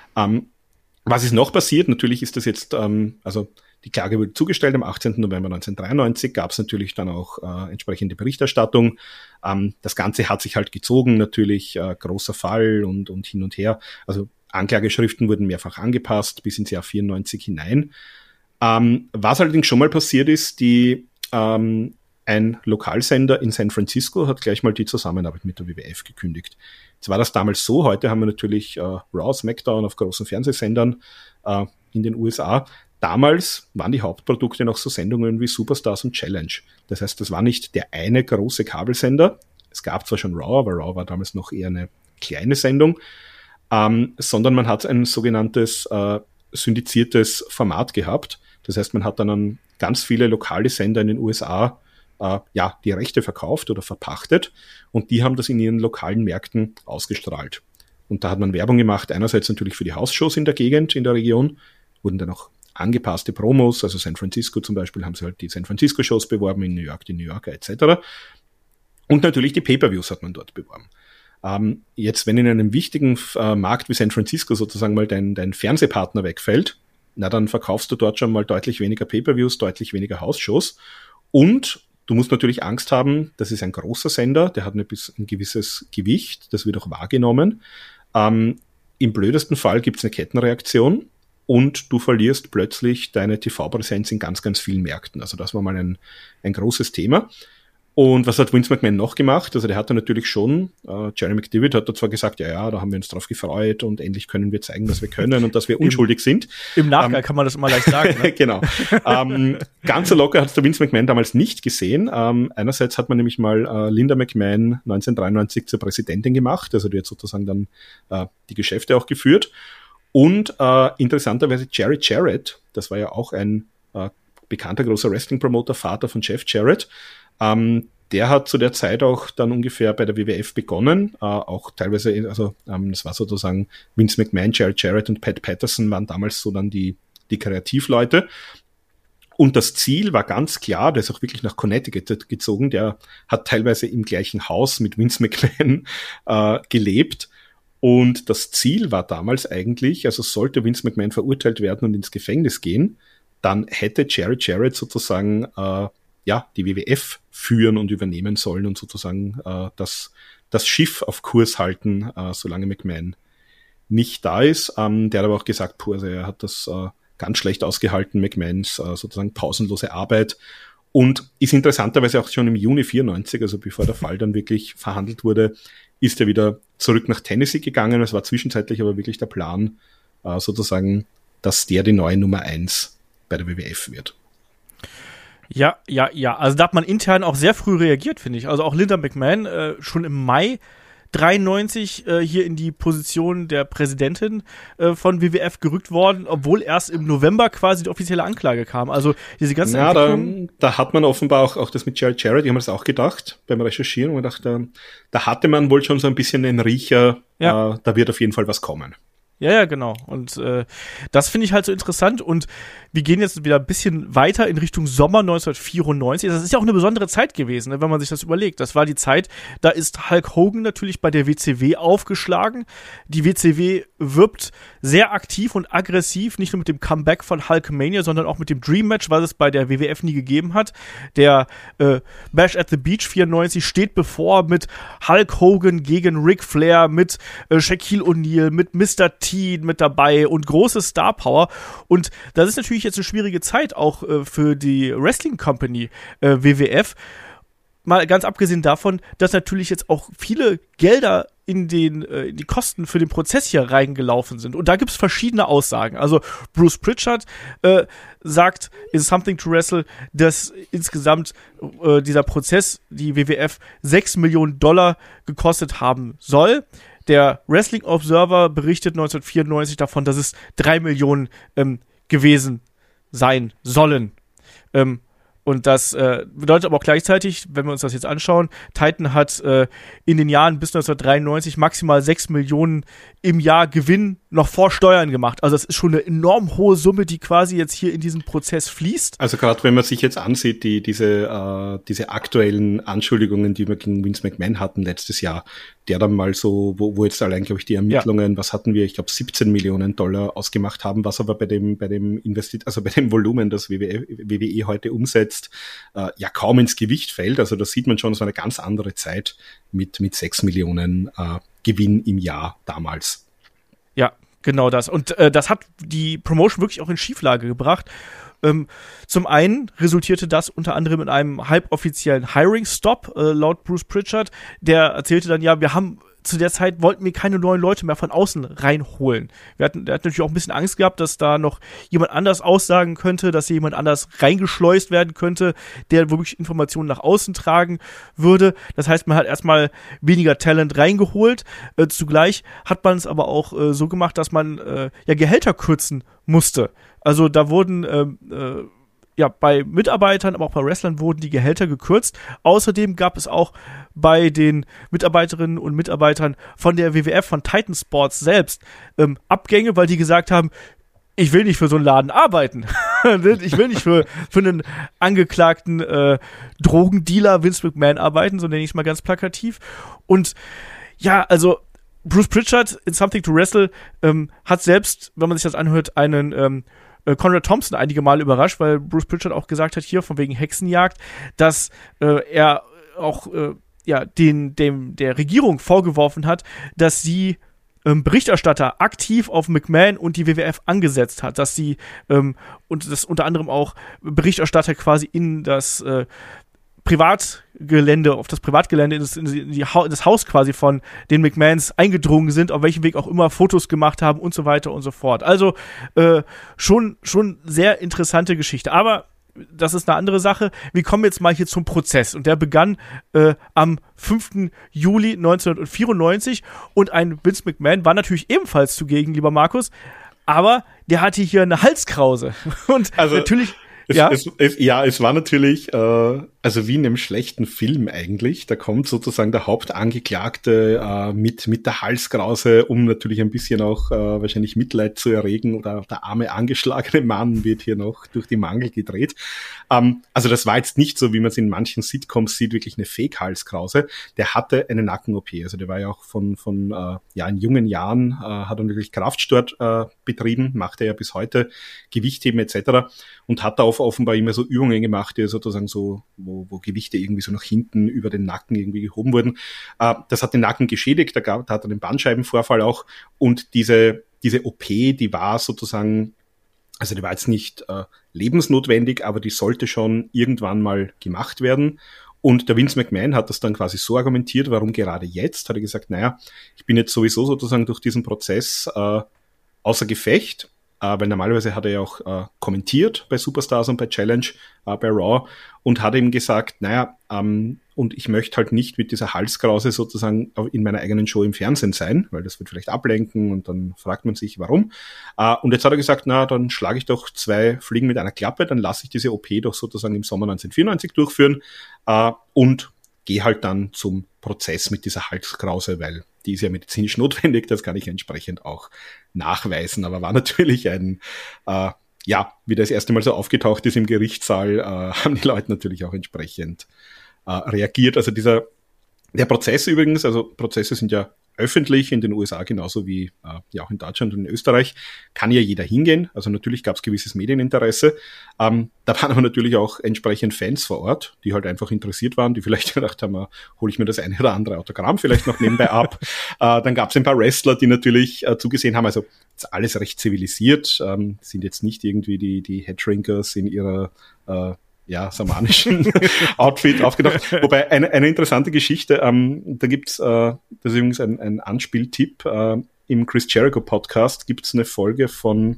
Was ist noch passiert? Natürlich ist das jetzt, also die Klage wurde zugestellt am 18. November 1993, gab es natürlich dann auch entsprechende Berichterstattung. Das Ganze hat sich halt gezogen, natürlich großer Fall und hin und her. Also Anklageschriften wurden mehrfach angepasst bis ins Jahr 94 hinein. Was allerdings schon mal passiert ist, ein Lokalsender in San Francisco hat gleich mal die Zusammenarbeit mit der WWF gekündigt. Jetzt war das damals so, heute haben wir natürlich Raw, SmackDown auf großen Fernsehsendern in den USA. Damals waren die Hauptprodukte noch so Sendungen wie Superstars und Challenge. Das heißt, das war nicht der eine große Kabelsender. Es gab zwar schon Raw, aber Raw war damals noch eher eine kleine Sendung, sondern man hat ein sogenanntes syndiziertes Format gehabt. Das heißt, man hat dann an ganz viele lokale Sender in den USA die Rechte verkauft oder verpachtet und die haben das in ihren lokalen Märkten ausgestrahlt. Und da hat man Werbung gemacht, einerseits natürlich für die Hausshows in der Gegend, in der Region, wurden dann auch angepasste Promos, also San Francisco zum Beispiel, haben sie halt die San Francisco-Shows beworben, in New York die New Yorker etc. Und natürlich die Pay-Per-Views hat man dort beworben. Jetzt, wenn in einem wichtigen Markt wie San Francisco sozusagen mal dein Fernsehpartner wegfällt, na dann verkaufst du dort schon mal deutlich weniger Pay-Per-Views, deutlich weniger Hausshows und du musst natürlich Angst haben, das ist ein großer Sender, der hat ein gewisses Gewicht, das wird auch wahrgenommen. Im blödesten Fall gibt es eine Kettenreaktion und du verlierst plötzlich deine TV-Präsenz in ganz, ganz vielen Märkten. Also das war mal ein großes Thema. Und was hat Vince McMahon noch gemacht? Also der hat da natürlich schon, Jerry McDevitt hat da zwar gesagt, ja, da haben wir uns drauf gefreut und endlich können wir zeigen, dass wir können und dass wir unschuldig sind. Im Nachgang kann man das immer leicht sagen. Ne? Genau. Ganz so locker hat es der Vince McMahon damals nicht gesehen. Einerseits hat man nämlich mal Linda McMahon 1993 zur Präsidentin gemacht, also die hat sozusagen dann die Geschäfte auch geführt. Und interessanterweise Jerry Jarrett, das war ja auch ein bekannter großer Wrestling-Promoter, Vater von Jeff Jarrett, der hat zu der Zeit auch dann ungefähr bei der WWF begonnen, auch teilweise, also das war sozusagen Vince McMahon, Jerry Jarrett und Pat Patterson waren damals so dann die Kreativleute. Und das Ziel war ganz klar, der ist auch wirklich nach Connecticut gezogen, der hat teilweise im gleichen Haus mit Vince McMahon gelebt. Und das Ziel war damals eigentlich, also sollte Vince McMahon verurteilt werden und ins Gefängnis gehen, dann hätte Jerry Jarrett sozusagen die WWF führen und übernehmen sollen und sozusagen das Schiff auf Kurs halten, solange McMahon nicht da ist. Der hat aber auch gesagt, also er hat das ganz schlecht ausgehalten, McMahons sozusagen pausenlose Arbeit. Und ist interessanterweise auch schon im Juni 94, also bevor der Fall dann wirklich verhandelt wurde, ist er wieder zurück nach Tennessee gegangen. Es war zwischenzeitlich aber wirklich der Plan, sozusagen, dass der die neue Nummer 1 bei der WWF wird. Ja. Also da hat man intern auch sehr früh reagiert, finde ich. Also auch Linda McMahon schon im Mai 93 hier in die Position der Präsidentin von WWF gerückt worden, obwohl erst im November quasi die offizielle Anklage kam. Also diese ganze Entwicklung. Da hat man offenbar auch das mit Jerry Jarrett, die haben das auch gedacht beim Recherchieren und gedacht, da hatte man wohl schon so ein bisschen den Riecher, da wird auf jeden Fall was kommen. Ja, genau. Und das finde ich halt so interessant. Und wir gehen jetzt wieder ein bisschen weiter in Richtung Sommer 1994. Das ist ja auch eine besondere Zeit gewesen, ne, wenn man sich das überlegt. Das war die Zeit, da ist Hulk Hogan natürlich bei der WCW aufgeschlagen. Die WCW wirbt sehr aktiv und aggressiv, nicht nur mit dem Comeback von Hulkamania, sondern auch mit dem Dream Match, was es bei der WWF nie gegeben hat. Der Bash at the Beach 94 steht bevor mit Hulk Hogan gegen Ric Flair, mit Shaquille O'Neal, mit Mr. T mit dabei und große Star Power. Und das ist natürlich jetzt eine schwierige Zeit auch für die Wrestling Company WWF. Mal ganz abgesehen davon, dass natürlich jetzt auch viele Gelder in die Kosten für den Prozess hier reingelaufen sind. Und da gibt es verschiedene Aussagen. Also Bruce Pritchard sagt in Something to Wrestle, dass insgesamt dieser Prozess die WWF $6 Millionen gekostet haben soll. Der Wrestling Observer berichtet 1994 davon, dass es 3 Millionen gewesen sein sollen. Und das bedeutet aber auch gleichzeitig, wenn wir uns das jetzt anschauen, Titan hat in den Jahren bis 1993 maximal 6 Millionen im Jahr Gewinn noch vor Steuern gemacht. Also das ist schon eine enorm hohe Summe, die quasi jetzt hier in diesen Prozess fließt. Also gerade wenn man sich jetzt ansieht, diese aktuellen Anschuldigungen, die wir gegen Vince McMahon hatten letztes Jahr, der dann mal so, wo jetzt allein, glaube ich, die Ermittlungen, was hatten wir, ich glaube 17 Millionen Dollar ausgemacht haben, was aber bei dem Volumen, das WWE heute umsetzt, ja kaum ins Gewicht fällt. Also da sieht man schon, so eine ganz andere Zeit mit 6 Millionen Gewinn im Jahr damals. Ja, genau das. Und das hat die Promotion wirklich auch in Schieflage gebracht. Zum einen resultierte das unter anderem in einem halboffiziellen Hiring-Stop, laut Bruce Pritchard. Der erzählte dann, ja, zu der Zeit wollten wir keine neuen Leute mehr von außen reinholen. Der hat natürlich auch ein bisschen Angst gehabt, dass da noch jemand anders aussagen könnte, dass hier jemand anders reingeschleust werden könnte, der wirklich Informationen nach außen tragen würde. Das heißt, man hat erstmal weniger Talent reingeholt. Zugleich hat man es aber auch so gemacht, dass man Gehälter kürzen musste. Also da wurden bei Mitarbeitern, aber auch bei Wrestlern wurden die Gehälter gekürzt. Außerdem gab es auch bei den Mitarbeiterinnen und Mitarbeitern von der WWF, von Titan Sports selbst, Abgänge, weil die gesagt haben, ich will nicht für so einen Laden arbeiten. Ich will nicht für einen angeklagten Drogendealer Vince McMahon arbeiten, so nenne ich es mal ganz plakativ. Und ja, also Bruce Pritchard in Something to Wrestle hat selbst, wenn man sich das anhört, einen Conrad Thompson einige Male überrascht, weil Bruce Pritchard auch gesagt hat, hier von wegen Hexenjagd, dass er auch der Regierung vorgeworfen hat, dass sie Berichterstatter aktiv auf McMahon und die WWF angesetzt hat, dass sie und das unter anderem auch Berichterstatter quasi in das Privatgelände, in das Haus quasi von den McMahons eingedrungen sind, auf welchem Weg auch immer, Fotos gemacht haben und so weiter und so fort. Also schon sehr interessante Geschichte. Aber das ist eine andere Sache. Wir kommen jetzt mal hier zum Prozess. Und der begann am 5. Juli 1994. Und ein Vince McMahon war natürlich ebenfalls zugegen, lieber Markus. Aber der hatte hier eine Halskrause. Und also natürlich... Es war natürlich, also wie in einem schlechten Film eigentlich. Da kommt sozusagen der Hauptangeklagte mit der Halskrause, um natürlich ein bisschen auch wahrscheinlich Mitleid zu erregen. Oder der arme angeschlagene Mann wird hier noch durch die Mangel gedreht. Also das war jetzt nicht so, wie man es in manchen Sitcoms sieht, wirklich eine Fake-Halskrause. Der hatte eine Nacken-OP. Also der war ja auch von in jungen Jahren, hat er wirklich Kraftsport betrieben, macht er ja bis heute, Gewichtheben etc. Und hat da offenbar immer so Übungen gemacht, die sozusagen so, wo Gewichte irgendwie so nach hinten über den Nacken irgendwie gehoben wurden. Das hat den Nacken geschädigt, da hat er einen Bandscheibenvorfall auch. Und diese OP, die war sozusagen, also die war jetzt nicht lebensnotwendig, aber die sollte schon irgendwann mal gemacht werden. Und der Vince McMahon hat das dann quasi so argumentiert, warum gerade jetzt? Hat er gesagt, naja, ich bin jetzt sowieso sozusagen durch diesen Prozess außer Gefecht, weil normalerweise hat er ja auch kommentiert bei Superstars und bei Challenge, bei Raw, und hat ihm gesagt, naja, und ich möchte halt nicht mit dieser Halskrause sozusagen in meiner eigenen Show im Fernsehen sein, weil das wird vielleicht ablenken und dann fragt man sich, warum. Und jetzt hat er gesagt, na, dann schlage ich doch 2 Fliegen mit einer Klappe, dann lasse ich diese OP doch sozusagen im Sommer 1994 durchführen und gehe halt dann zum Prozess mit dieser Halskrause, weil die ist ja medizinisch notwendig, das kann ich entsprechend auch nachweisen. Aber war natürlich ein, wie das erste Mal so aufgetaucht ist im Gerichtssaal, haben die Leute natürlich auch entsprechend reagiert. Also der Prozess übrigens, also Prozesse sind ja öffentlich in den USA genauso wie auch in Deutschland und in Österreich, kann ja jeder hingehen. Also natürlich gab es gewisses Medieninteresse. Da waren aber natürlich auch entsprechend Fans vor Ort, die halt einfach interessiert waren, die vielleicht gedacht haben, hole ich mir das eine oder andere Autogramm vielleicht noch nebenbei ab. Dann gab es ein paar Wrestler, die natürlich zugesehen haben, also ist alles recht zivilisiert, sind jetzt nicht irgendwie die Headshrinkers in ihrer samanischen Outfit aufgedacht. Wobei eine interessante Geschichte, da gibt's, das ist übrigens ein Anspieltipp, im Chris Jericho Podcast gibt's eine Folge von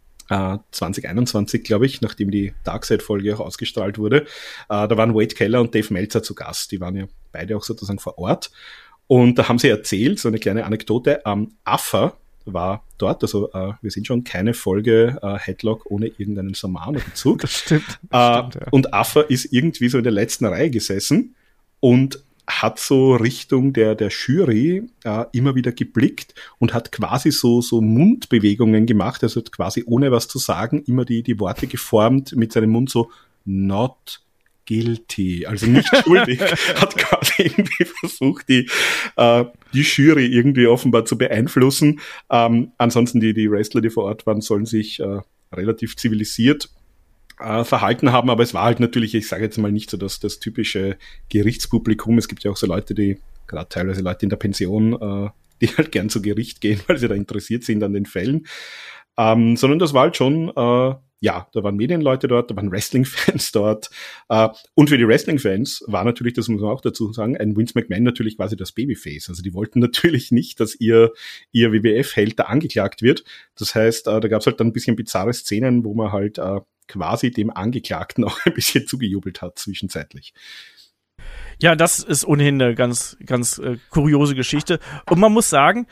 2021, glaube ich, nachdem die Darkseid-Folge auch ausgestrahlt wurde. Da waren Wade Keller und Dave Meltzer zu Gast. Die waren ja beide auch sozusagen vor Ort. Und da haben sie erzählt, so eine kleine Anekdote, Affa war dort, also wir sind schon keine Folge Headlock ohne irgendeinen Samano-Bezug. Das stimmt. Und Affa ist irgendwie so in der letzten Reihe gesessen und hat so Richtung der Jury immer wieder geblickt und hat quasi so Mundbewegungen gemacht, also hat quasi ohne was zu sagen immer die Worte geformt mit seinem Mund so not guilty, also nicht schuldig, hat quasi irgendwie versucht, die Jury irgendwie offenbar zu beeinflussen. Ansonsten die Wrestler, die vor Ort waren, sollen sich relativ zivilisiert verhalten haben, aber es war halt natürlich, ich sage jetzt mal nicht so das typische Gerichtspublikum. Es gibt ja auch so Leute, die, gerade teilweise Leute in der Pension, die halt gern zu Gericht gehen, weil sie da interessiert sind an den Fällen. Sondern das war halt schon, da waren Medienleute dort, da waren Wrestling-Fans dort. Und für die Wrestling-Fans war natürlich, das muss man auch dazu sagen, ein Vince McMahon natürlich quasi das Babyface. Also die wollten natürlich nicht, dass ihr WWF-Held da angeklagt wird. Das heißt, da gab es halt dann ein bisschen bizarre Szenen, wo man halt quasi dem Angeklagten auch ein bisschen zugejubelt hat zwischenzeitlich. Ja, das ist ohnehin eine ganz, ganz kuriose Geschichte. Und man muss sagen,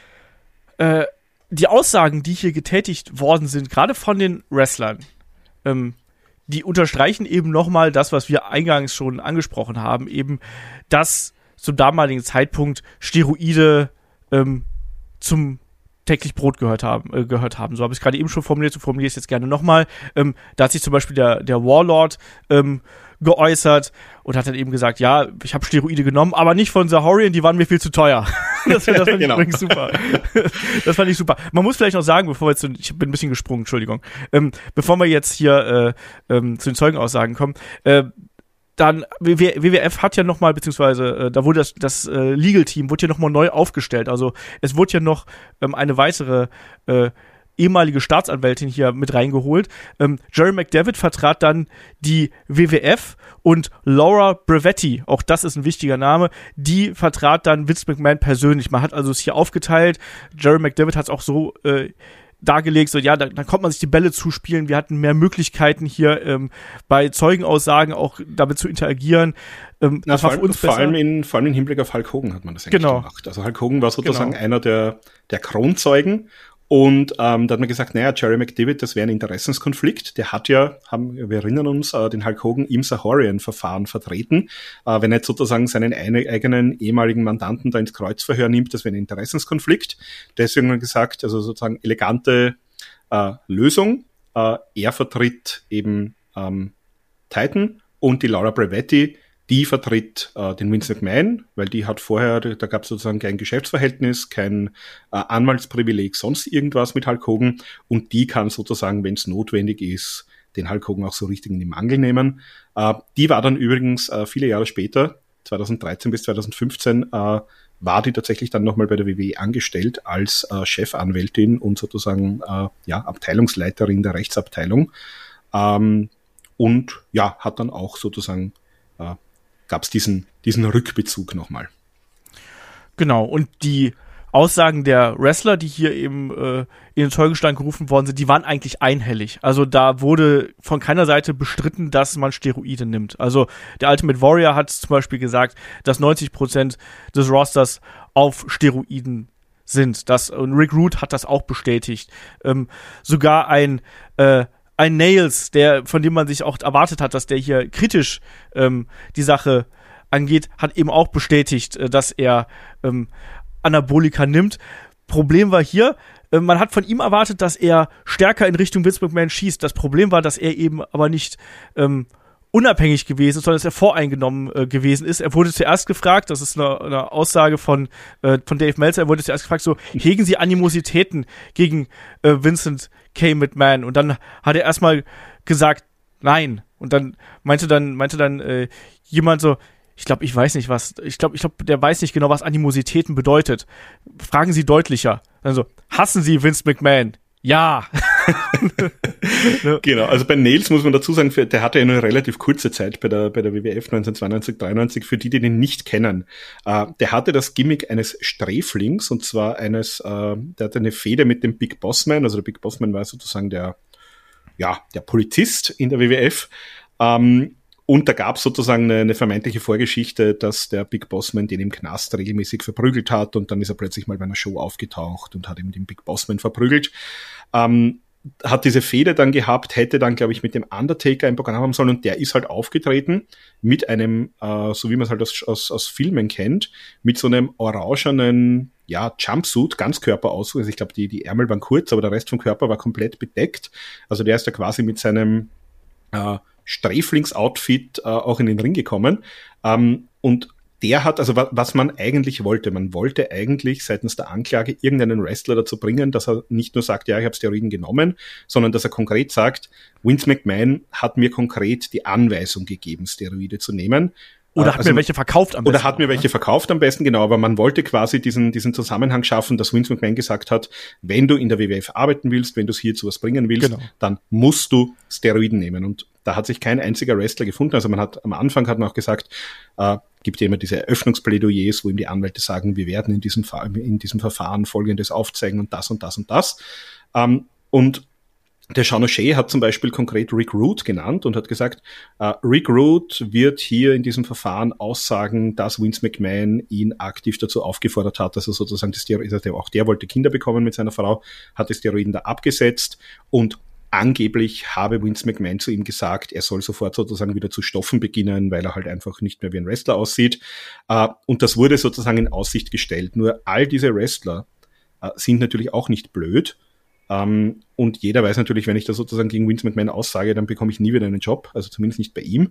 die Aussagen, die hier getätigt worden sind, gerade von den Wrestlern, die unterstreichen eben nochmal das, was wir eingangs schon angesprochen haben, eben, dass zum damaligen Zeitpunkt Steroide zum täglich Brot gehört haben. So habe ich es gerade eben schon formuliert, so formuliere ich es jetzt gerne nochmal. Da hat sich zum Beispiel der Warlord geäußert und hat dann eben gesagt, ja, ich habe Steroide genommen, aber nicht von Zahorian, die waren mir viel zu teuer. Das fand ich übrigens super. Das fand ich super. Man muss vielleicht noch sagen, bevor wir jetzt, ich bin ein bisschen gesprungen, Entschuldigung, bevor wir jetzt hier zu den Zeugenaussagen kommen, dann, WWF hat ja nochmal, beziehungsweise da wurde das Legal-Team wurde ja nochmal neu aufgestellt. Also es wurde ja noch eine weitere ehemalige Staatsanwältin hier mit reingeholt. Jerry McDevitt vertrat dann die WWF und Laura Brevetti, auch das ist ein wichtiger Name, die vertrat dann Vince McMahon persönlich. Man hat also es hier aufgeteilt. Jerry McDevitt hat es auch so dargelegt, so dann konnte man sich die Bälle zuspielen, wir hatten mehr Möglichkeiten hier bei Zeugenaussagen auch damit zu interagieren. Das war für uns besser. Vor allem im Hinblick auf Hulk Hogan hat man das eigentlich gemacht. Also Hulk Hogan war sozusagen einer der Kronzeugen und da hat man gesagt, Jerry McDevitt, das wäre ein Interessenskonflikt. Der hat ja, wir erinnern uns, den Hulk Hogan im Zahorian-Verfahren vertreten. Wenn er jetzt sozusagen seinen eigenen ehemaligen Mandanten da ins Kreuzverhör nimmt, das wäre ein Interessenskonflikt. Deswegen haben wir gesagt, also sozusagen elegante Lösung. Er vertritt eben Titan und die Laura Brevetti, die vertritt den Vince McMahon, weil die hat vorher, da gab es sozusagen kein Geschäftsverhältnis, kein Anwaltsprivileg, sonst irgendwas mit Hulk Hogan und die kann sozusagen, wenn es notwendig ist, den Hulk Hogan auch so richtig in die Mangel nehmen. Die war dann übrigens viele Jahre später, 2013 bis 2015, war die tatsächlich dann nochmal bei der WWE angestellt als Chefanwältin und sozusagen Abteilungsleiterin der Rechtsabteilung und hat dann auch sozusagen gab es diesen Rückbezug nochmal. Genau, und die Aussagen der Wrestler, die hier eben in den Zeugenstand gerufen worden sind, die waren eigentlich einhellig. Also da wurde von keiner Seite bestritten, dass man Steroide nimmt. Also der Ultimate Warrior hat zum Beispiel gesagt, dass 90% des Rosters auf Steroiden sind. Und Rick Rude hat das auch bestätigt. Sogar ein Nails, von dem man sich auch erwartet hat, dass der hier kritisch die Sache angeht, hat eben auch bestätigt, dass er Anabolika nimmt. Problem war hier, man hat von ihm erwartet, dass er stärker in Richtung Vince McMahon schießt. Das Problem war, dass er eben aber nicht unabhängig gewesen ist, sondern dass er voreingenommen gewesen ist. Er wurde zuerst gefragt, das ist eine Aussage von Dave Meltzer, er wurde zuerst gefragt, so, hegen Sie Animositäten gegen Vincent K. McMahon? Und dann hat er erstmal gesagt, nein. Und dann meinte dann jemand so, ich glaube, der weiß nicht genau, was Animositäten bedeutet. Fragen Sie deutlicher. Also, hassen Sie Vince McMahon? Ja. Genau, also bei Nails muss man dazu sagen, der hatte ja eine relativ kurze Zeit bei der WWF 1992, 93, für die den nicht kennen. Der hatte das Gimmick eines Sträflings, und zwar der hatte eine Fehde mit dem Big Boss Man, also der Big Boss Man war sozusagen der Polizist in der WWF. Und da gab es sozusagen eine vermeintliche Vorgeschichte, dass der Big Bossman den im Knast regelmäßig verprügelt hat, und dann ist er plötzlich mal bei einer Show aufgetaucht und hat eben den Big Bossman verprügelt. Hat diese Fehde dann gehabt, hätte dann, glaube ich, mit dem Undertaker ein Programm haben sollen, und der ist halt aufgetreten mit einem, so wie man es halt aus Filmen kennt, mit so einem orangenen Jumpsuit, Ganzkörperausdruck. Also ich glaube, die Ärmel waren kurz, aber der Rest vom Körper war komplett bedeckt. Also der ist da quasi mit seinem Sträflingsoutfit auch in den Ring gekommen. Und der hat, also was man eigentlich wollte, man wollte eigentlich seitens der Anklage irgendeinen Wrestler dazu bringen, dass er nicht nur sagt, ja, ich habe Steroiden genommen, sondern dass er konkret sagt, Vince McMahon hat mir konkret die Anweisung gegeben, Steroide zu nehmen. Oder hat mir welche verkauft am besten. Oder hat mir welche verkauft am besten, genau. Aber man wollte quasi diesen Zusammenhang schaffen, dass Vince McMahon gesagt hat, wenn du in der WWF arbeiten willst, wenn du es hier zu was bringen willst, dann musst du Steroiden nehmen. Und da hat sich kein einziger Wrestler gefunden. Also am Anfang hat man auch gesagt, gibt ja immer diese Eröffnungsplädoyers, wo ihm die Anwälte sagen, wir werden in diesem Verfahren Folgendes aufzeigen und das und das und das. Und der Sean O'Shea hat zum Beispiel konkret Rick Rude genannt und hat gesagt, Rick Rude wird hier in diesem Verfahren aussagen, dass Vince McMahon ihn aktiv dazu aufgefordert hat, also sozusagen auch der wollte Kinder bekommen mit seiner Frau, hat die Steroiden da abgesetzt, und angeblich habe Vince McMahon zu ihm gesagt, er soll sofort sozusagen wieder zu stoffen beginnen, weil er halt einfach nicht mehr wie ein Wrestler aussieht. Und das wurde sozusagen in Aussicht gestellt. Nur all diese Wrestler sind natürlich auch nicht blöd. Und jeder weiß natürlich, wenn ich da sozusagen gegen Vince McMahon aussage, dann bekomme ich nie wieder einen Job, also zumindest nicht bei ihm.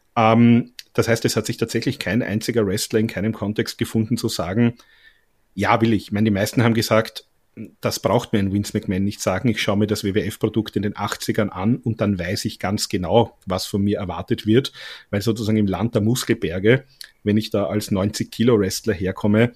Das heißt, es hat sich tatsächlich kein einziger Wrestler in keinem Kontext gefunden zu sagen, ja, will ich. Ich meine, die meisten haben gesagt, das braucht mir ein Vince McMahon nicht sagen. Ich schaue mir das WWF-Produkt in den 80ern an und dann weiß ich ganz genau, was von mir erwartet wird, weil sozusagen im Land der Muskelberge, wenn ich da als 90-Kilo-Wrestler herkomme,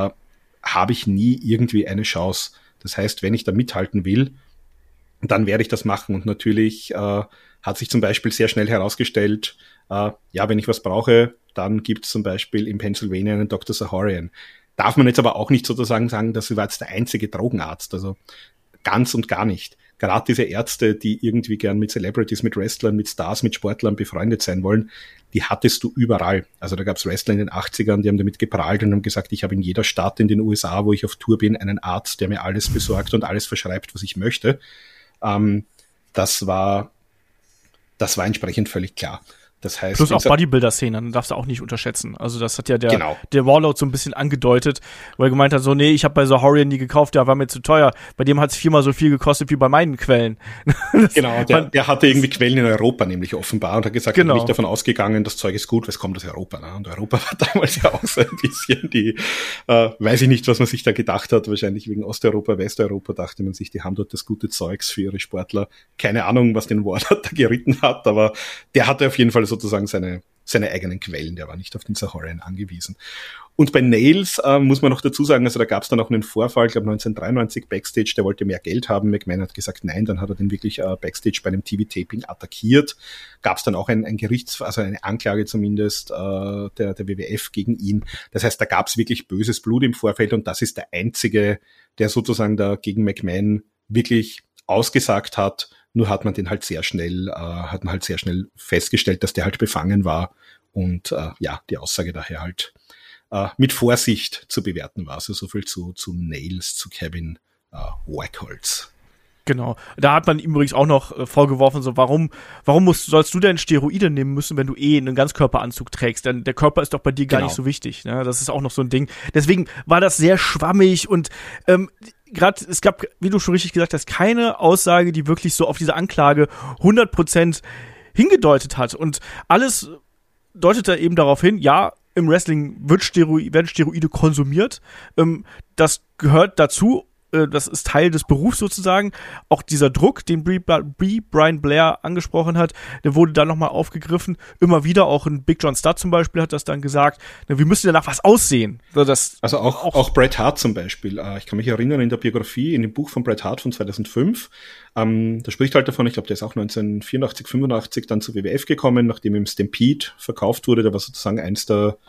habe ich nie irgendwie eine Chance. Das heißt, wenn ich da mithalten will, dann werde ich das machen. Und natürlich hat sich zum Beispiel sehr schnell herausgestellt, wenn ich was brauche, dann gibt es zum Beispiel in Pennsylvania einen Dr. Saharian. Darf man jetzt aber auch nicht sozusagen sagen, das war jetzt der einzige Drogenarzt. Also ganz und gar nicht. Gerade diese Ärzte, die irgendwie gern mit Celebrities, mit Wrestlern, mit Stars, mit Sportlern befreundet sein wollen, die hattest du überall. Also da gab es Wrestler in den 80ern, die haben damit geprahlt und haben gesagt, ich habe in jeder Stadt in den USA, wo ich auf Tour bin, einen Arzt, der mir alles besorgt und alles verschreibt, was ich möchte. Das war entsprechend völlig klar. Das heißt, plus auch Bodybuilder-Szenen, dann darfst du auch nicht unterschätzen. Also das hat ja der Warlord so ein bisschen angedeutet, weil er gemeint hat, so, nee, ich habe bei Saharian nie gekauft, der war mir zu teuer. Bei dem hat es 4-mal so viel gekostet wie bei meinen Quellen. Genau, der hatte irgendwie Quellen in Europa nämlich offenbar und hat gesagt, ich bin nicht davon ausgegangen, das Zeug ist gut, weil es kommt aus Europa. Ne? Und Europa war damals ja auch so ein bisschen weiß ich nicht, was man sich da gedacht hat, wahrscheinlich wegen Osteuropa, Westeuropa dachte man sich, die haben dort das gute Zeugs für ihre Sportler. Keine Ahnung, was den Warlord da geritten hat, aber der hatte auf jeden Fall sozusagen seine eigenen Quellen, der war nicht auf den Saharian angewiesen. Und bei Nails muss man noch dazu sagen, also da gab es dann auch einen Vorfall, ich glaube 1993 Backstage, der wollte mehr Geld haben, McMahon hat gesagt nein, dann hat er den wirklich Backstage bei einem TV-Taping attackiert. Gab es dann auch also eine Anklage zumindest der WWF gegen ihn. Das heißt, da gab es wirklich böses Blut im Vorfeld und das ist der einzige, der sozusagen da gegen McMahon wirklich ausgesagt hat. Nur hat man den halt sehr schnell festgestellt, dass der halt befangen war und die Aussage daher halt mit Vorsicht zu bewerten war. Also so viel zu Nails, zu Kevin Wackholz. Genau. Da hat man ihm übrigens auch noch vorgeworfen, so warum sollst du denn Steroide nehmen müssen, wenn du einen Ganzkörperanzug trägst? Denn der Körper ist doch bei dir gar nicht so wichtig. Ne? Das ist auch noch so ein Ding. Deswegen war das sehr schwammig und gerade, es gab, wie du schon richtig gesagt hast, keine Aussage, die wirklich so auf diese Anklage 100% hingedeutet hat. Und alles deutete eben darauf hin, ja, im Wrestling werden Steroide konsumiert. Das gehört dazu. Das ist Teil des Berufs sozusagen. Auch dieser Druck, den Brian Blair angesprochen hat, der wurde dann nochmal aufgegriffen. Immer wieder, auch ein Big John Studd zum Beispiel hat das dann gesagt, wir müssen danach was aussehen. Also auch Bret Hart zum Beispiel. Ich kann mich erinnern, in der Biografie, in dem Buch von Bret Hart von 2005, da spricht halt davon, ich glaube, der ist auch 1984, 85 dann zur WWF gekommen, nachdem ihm Stampede verkauft wurde. Da war sozusagen eins der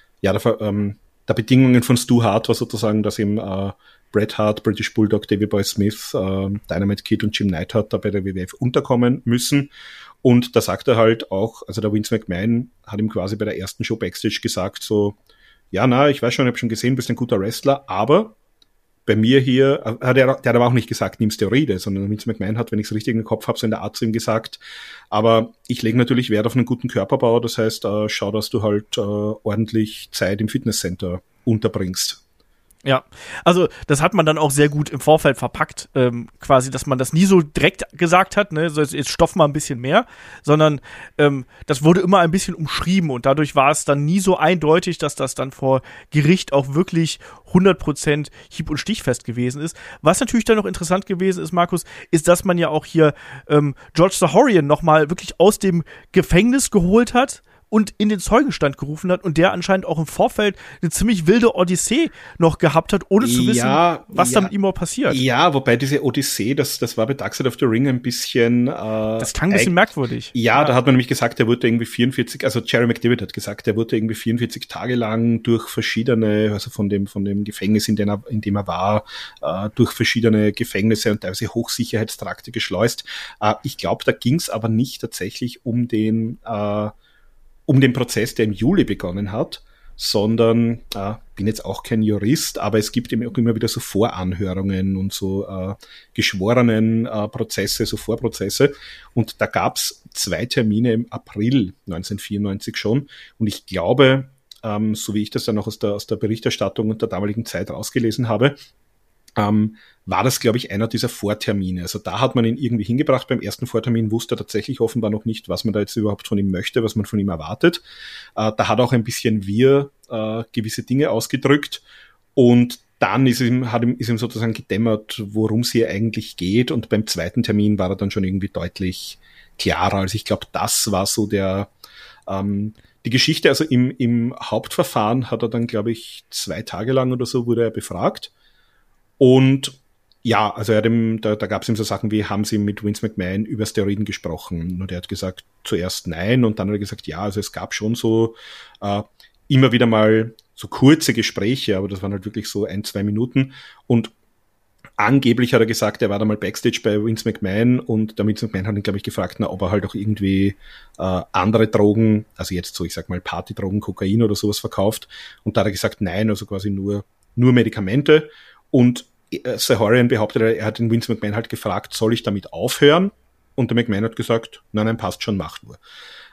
Bedingungen von Stu Hart war sozusagen, dass ihm Bret Hart, British Bulldog, Davey Boy Smith, Dynamite Kid und Jim Neidhart da bei der WWF unterkommen müssen. Und da sagt er halt auch, also der Vince McMahon hat ihm quasi bei der ersten Show Backstage gesagt so, ja, ich weiß schon, ich habe schon gesehen, bist ein guter Wrestler, aber bei mir hier, der hat aber auch nicht gesagt, nimm Steroide, sondern Vince McMahon hat, wenn ich es richtig im Kopf habe, so in der Art zu ihm gesagt, aber ich lege natürlich Wert auf einen guten Körperbau, das heißt, schau, dass du halt ordentlich Zeit im Fitnesscenter unterbringst. Ja, also das hat man dann auch sehr gut im Vorfeld verpackt, quasi, dass man das nie so direkt gesagt hat, ne, so jetzt stoff mal ein bisschen mehr, sondern das wurde immer ein bisschen umschrieben und dadurch war es dann nie so eindeutig, dass das dann vor Gericht auch wirklich 100% hieb- und stichfest gewesen ist. Was natürlich dann noch interessant gewesen ist, Markus, ist, dass man ja auch hier George Zahorian nochmal wirklich aus dem Gefängnis geholt hat und in den Zeugenstand gerufen hat und der anscheinend auch im Vorfeld eine ziemlich wilde Odyssee noch gehabt hat, ohne zu wissen, was da mit ihm auch passiert. Ja, wobei diese Odyssee, das war bei Dark Side of the Ring ein bisschen das klang ein bisschen merkwürdig. Ja, da hat man nämlich gesagt, er wurde irgendwie 44, also Jerry McDevitt hat gesagt, er wurde irgendwie 44 Tage lang durch verschiedene, also von dem Gefängnis, in dem er war, durch verschiedene Gefängnisse und teilweise Hochsicherheitstrakte geschleust. Ich glaube, da ging es aber nicht tatsächlich um den Prozess, der im Juli begonnen hat, sondern, bin jetzt auch kein Jurist, aber es gibt eben auch immer wieder so Voranhörungen und so geschworenen Prozesse, so Vorprozesse. Und da gab es 2 Termine im April 1994 schon. Und ich glaube, so wie ich das dann auch aus der Berichterstattung und der damaligen Zeit rausgelesen habe, war das, glaube ich, einer dieser Vortermine. Also da hat man ihn irgendwie hingebracht. Beim ersten Vortermin wusste er tatsächlich offenbar noch nicht, was man da jetzt überhaupt von ihm möchte, was man von ihm erwartet. Da hat auch ein bisschen gewisse Dinge ausgedrückt und dann ist ihm sozusagen gedämmert, worum es hier eigentlich geht, und beim zweiten Termin war er dann schon irgendwie deutlich klarer. Also ich glaube, das war so die Geschichte. Also im Hauptverfahren hat er dann, glaube ich, 2 Tage lang oder so wurde er befragt. Und ja, also da gab es ihm so Sachen wie, haben Sie mit Vince McMahon über Steroiden gesprochen? Und er hat gesagt, zuerst nein, und dann hat er gesagt, ja, also es gab schon so immer wieder mal so kurze Gespräche, aber das waren halt wirklich so 1-2 Minuten. Und angeblich hat er gesagt, er war da mal Backstage bei Vince McMahon und der Vince McMahon hat ihn, glaube ich, gefragt, ob er halt auch irgendwie andere Drogen, also jetzt so, ich sag mal Partydrogen, Kokain oder sowas verkauft. Und da hat er gesagt, nein, also quasi nur Medikamente. Und Zahorian behauptet, er hat den Vince McMahon halt gefragt, soll ich damit aufhören? Und der McMahon hat gesagt, nein, passt schon, mach nur.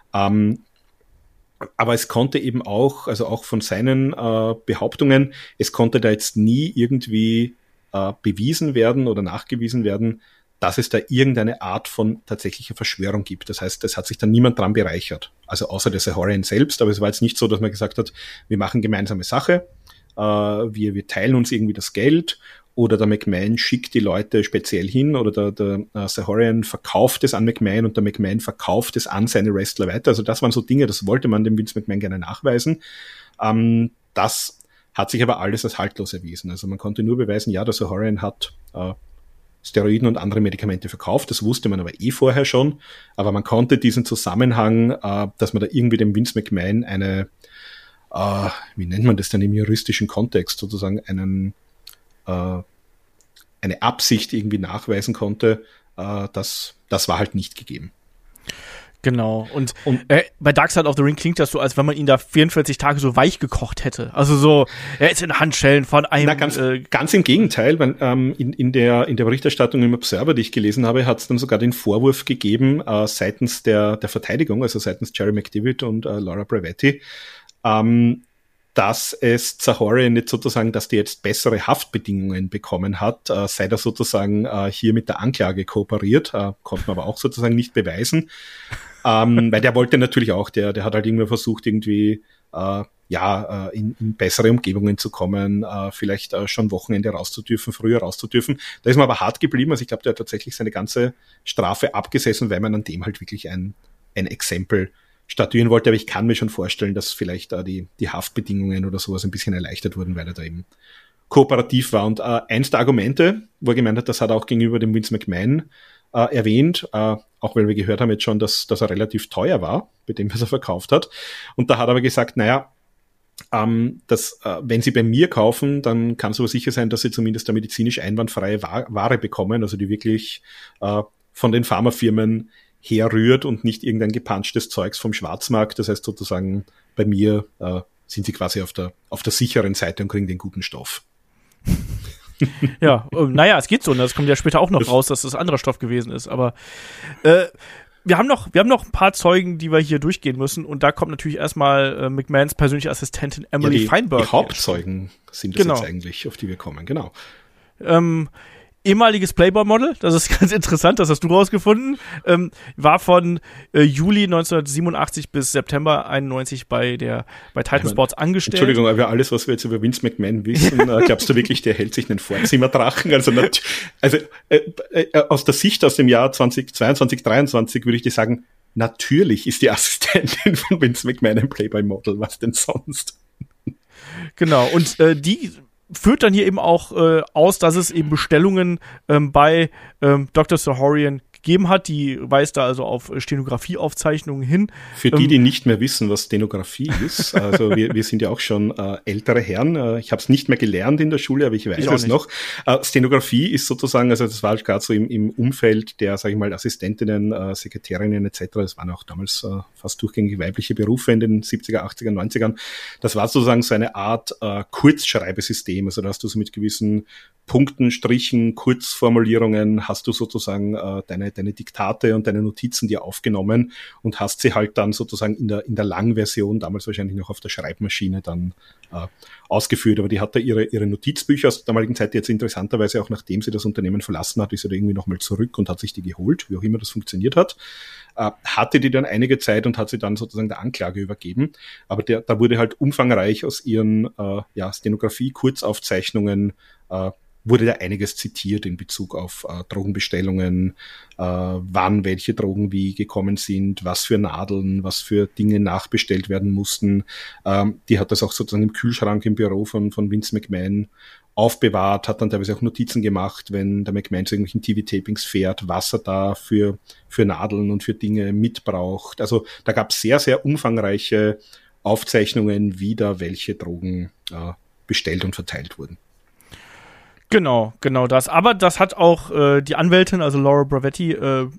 Aber es konnte eben auch, also auch von seinen Behauptungen, es konnte da jetzt nie irgendwie bewiesen werden oder nachgewiesen werden, dass es da irgendeine Art von tatsächlicher Verschwörung gibt. Das heißt, es hat sich da niemand dran bereichert. Also außer der Zahorian selbst, aber es war jetzt nicht so, dass man gesagt hat, wir machen gemeinsame Sache, wir teilen uns irgendwie das Geld, oder der McMahon schickt die Leute speziell hin, oder der Zahorian verkauft es an McMahon und der McMahon verkauft es an seine Wrestler weiter. Also das waren so Dinge, das wollte man dem Vince McMahon gerne nachweisen. Das hat sich aber alles als haltlos erwiesen. Also man konnte nur beweisen, ja, der Zahorian hat Steroiden und andere Medikamente verkauft. Das wusste man aber vorher schon. Aber man konnte diesen Zusammenhang, dass man da irgendwie dem Vince McMahon wie nennt man das denn im juristischen Kontext, sozusagen eine Absicht irgendwie nachweisen konnte, das war halt nicht gegeben. Genau. Und bei Dark Side of the Ring klingt das so, als wenn man ihn da 44 Tage so weich gekocht hätte. Also so, er ist in Handschellen von einem... Ganz im Gegenteil, weil in der Berichterstattung im Observer, die ich gelesen habe, hat es dann sogar den Vorwurf gegeben, seitens der Verteidigung, also seitens Jerry McDevitt und Laura Bravetti, dass es Zahorian nicht sozusagen, dass die jetzt bessere Haftbedingungen bekommen hat, sei das sozusagen hier mit der Anklage kooperiert, konnte man aber auch sozusagen nicht beweisen, weil der wollte natürlich auch, der hat halt irgendwie versucht, irgendwie in bessere Umgebungen zu kommen, vielleicht schon Wochenende früher raus zu dürfen. Da ist man aber hart geblieben, also ich glaube, der hat tatsächlich seine ganze Strafe abgesessen, weil man an dem halt wirklich ein Exempel statuieren wollte, aber ich kann mir schon vorstellen, dass vielleicht da die Haftbedingungen oder sowas ein bisschen erleichtert wurden, weil er da eben kooperativ war. Und eins der Argumente, wo er gemeint hat, das hat er auch gegenüber dem Vince McMahon erwähnt, auch weil wir gehört haben jetzt schon, dass er relativ teuer war, bei dem, was er verkauft hat. Und da hat er aber gesagt, wenn Sie bei mir kaufen, dann kann es aber sicher sein, dass Sie zumindest eine medizinisch einwandfreie Ware bekommen, also die wirklich von den Pharmafirmen herrührt und nicht irgendein gepanschtes Zeugs vom Schwarzmarkt. Das heißt sozusagen, bei mir sind Sie quasi auf der sicheren Seite und kriegen den guten Stoff. Ja, es geht so. Und das kommt ja später auch noch raus, dass das anderer Stoff gewesen ist. Aber wir haben noch ein paar Zeugen, die wir hier durchgehen müssen. Und da kommt natürlich erstmal McMahons persönliche Assistentin Emily Feinberg. Die Hauptzeugen sind das jetzt eigentlich, auf die wir kommen. Genau. Ehemaliges Playboy-Model, das ist ganz interessant, das hast du rausgefunden, war von Juli 1987 bis September 91 bei Titan Sports angestellt. Entschuldigung, aber alles, was wir jetzt über Vince McMahon wissen, glaubst du wirklich, der hält sich einen Vorzimmerdrachen? Also aus der Sicht aus dem Jahr 2022, 2023 würde ich dir sagen, natürlich ist die Assistentin von Vince McMahon ein Playboy-Model, was denn sonst? Genau, und die führt dann hier eben auch aus, dass es eben Bestellungen bei Dr. Zahorian gegeben hat. Die weist da also auf Stenografieaufzeichnungen hin. Für die nicht mehr wissen, was Stenografie ist, also wir sind ja auch schon ältere Herren. Ich habe es nicht mehr gelernt in der Schule, aber ich weiß es noch. Stenografie ist sozusagen, also das war gerade so im Umfeld der, sage ich mal, Assistentinnen, Sekretärinnen etc. Das waren auch damals fast durchgängig weibliche Berufe in den 70er, 80er, 90ern. Das war sozusagen so eine Art Kurzschreibesystem. Also da hast du so mit gewissen Punkten, Strichen, Kurzformulierungen hast du sozusagen deine Diktate und deine Notizen dir aufgenommen und hast sie halt dann sozusagen in der Langversion, damals wahrscheinlich noch auf der Schreibmaschine dann ausgeführt. Aber die hat da ihre Notizbücher aus der damaligen Zeit, jetzt interessanterweise auch nachdem sie das Unternehmen verlassen hat, ist sie da irgendwie nochmal zurück und hat sich die geholt, wie auch immer das funktioniert hat. Hatte die dann einige Zeit und hat sie dann sozusagen der Anklage übergeben. Aber da wurde halt umfangreich aus ihren Stenografie-Kurzaufzeichnungen wurde da einiges zitiert in Bezug auf Drogenbestellungen, wann welche Drogen wie gekommen sind, was für Nadeln, was für Dinge nachbestellt werden mussten. Die hat das auch sozusagen im Kühlschrank im Büro von Vince McMahon aufbewahrt, hat dann teilweise auch Notizen gemacht, wenn der McMahon zu irgendwelchen TV-Tapings fährt, was er da für Nadeln und für Dinge mitbraucht. Also da gab es sehr, sehr umfangreiche Aufzeichnungen, wie da welche Drogen bestellt und verteilt wurden. Genau das. Aber das hat auch die Anwältin, also Laura Bravetti,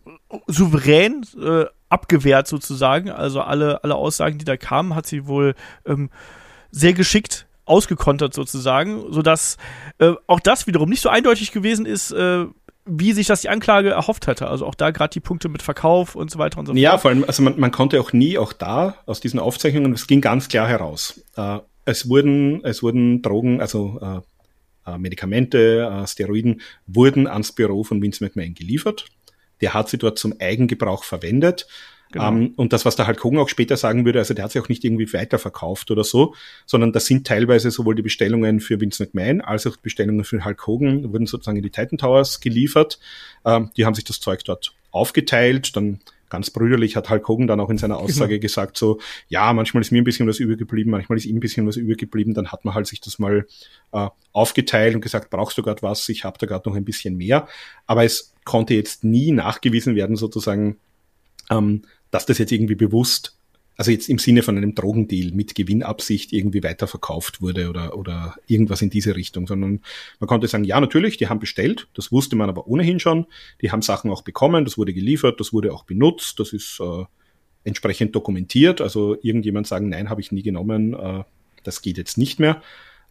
souverän abgewehrt sozusagen. Also alle Aussagen, die da kamen, hat sie wohl sehr geschickt ausgekontert sozusagen, sodass auch das wiederum nicht so eindeutig gewesen ist, wie sich das die Anklage erhofft hatte. Also auch da gerade die Punkte mit Verkauf und so weiter und so fort. Ja, vor allem, also man konnte auch nie, auch da, aus diesen Aufzeichnungen, es ging ganz klar heraus. Es wurden Drogen, also Medikamente, Steroiden, wurden ans Büro von Vince McMahon geliefert. Der hat sie dort zum Eigengebrauch verwendet. Genau. Und das, was der Hulk Hogan auch später sagen würde, also der hat sich auch nicht irgendwie weiterverkauft oder so, sondern das sind teilweise sowohl die Bestellungen für Vince McMahon als auch die Bestellungen für Hulk Hogan, wurden sozusagen in die Titan Towers geliefert. Die haben sich das Zeug dort aufgeteilt, dann ganz brüderlich hat Hulk Hogan dann auch in seiner Aussage gesagt, so, ja, manchmal ist mir ein bisschen was übergeblieben, manchmal ist ihm ein bisschen was übergeblieben, dann hat man halt sich das mal aufgeteilt und gesagt, brauchst du gerade was, ich habe da gerade noch ein bisschen mehr. Aber es konnte jetzt nie nachgewiesen werden, sozusagen, dass das jetzt irgendwie bewusst, also jetzt im Sinne von einem Drogendeal mit Gewinnabsicht irgendwie weiterverkauft wurde oder irgendwas in diese Richtung, sondern man konnte sagen, ja, natürlich, die haben bestellt, das wusste man aber ohnehin schon, die haben Sachen auch bekommen, das wurde geliefert, das wurde auch benutzt, das ist entsprechend dokumentiert. Also irgendjemand sagen, nein, habe ich nie genommen, das geht jetzt nicht mehr.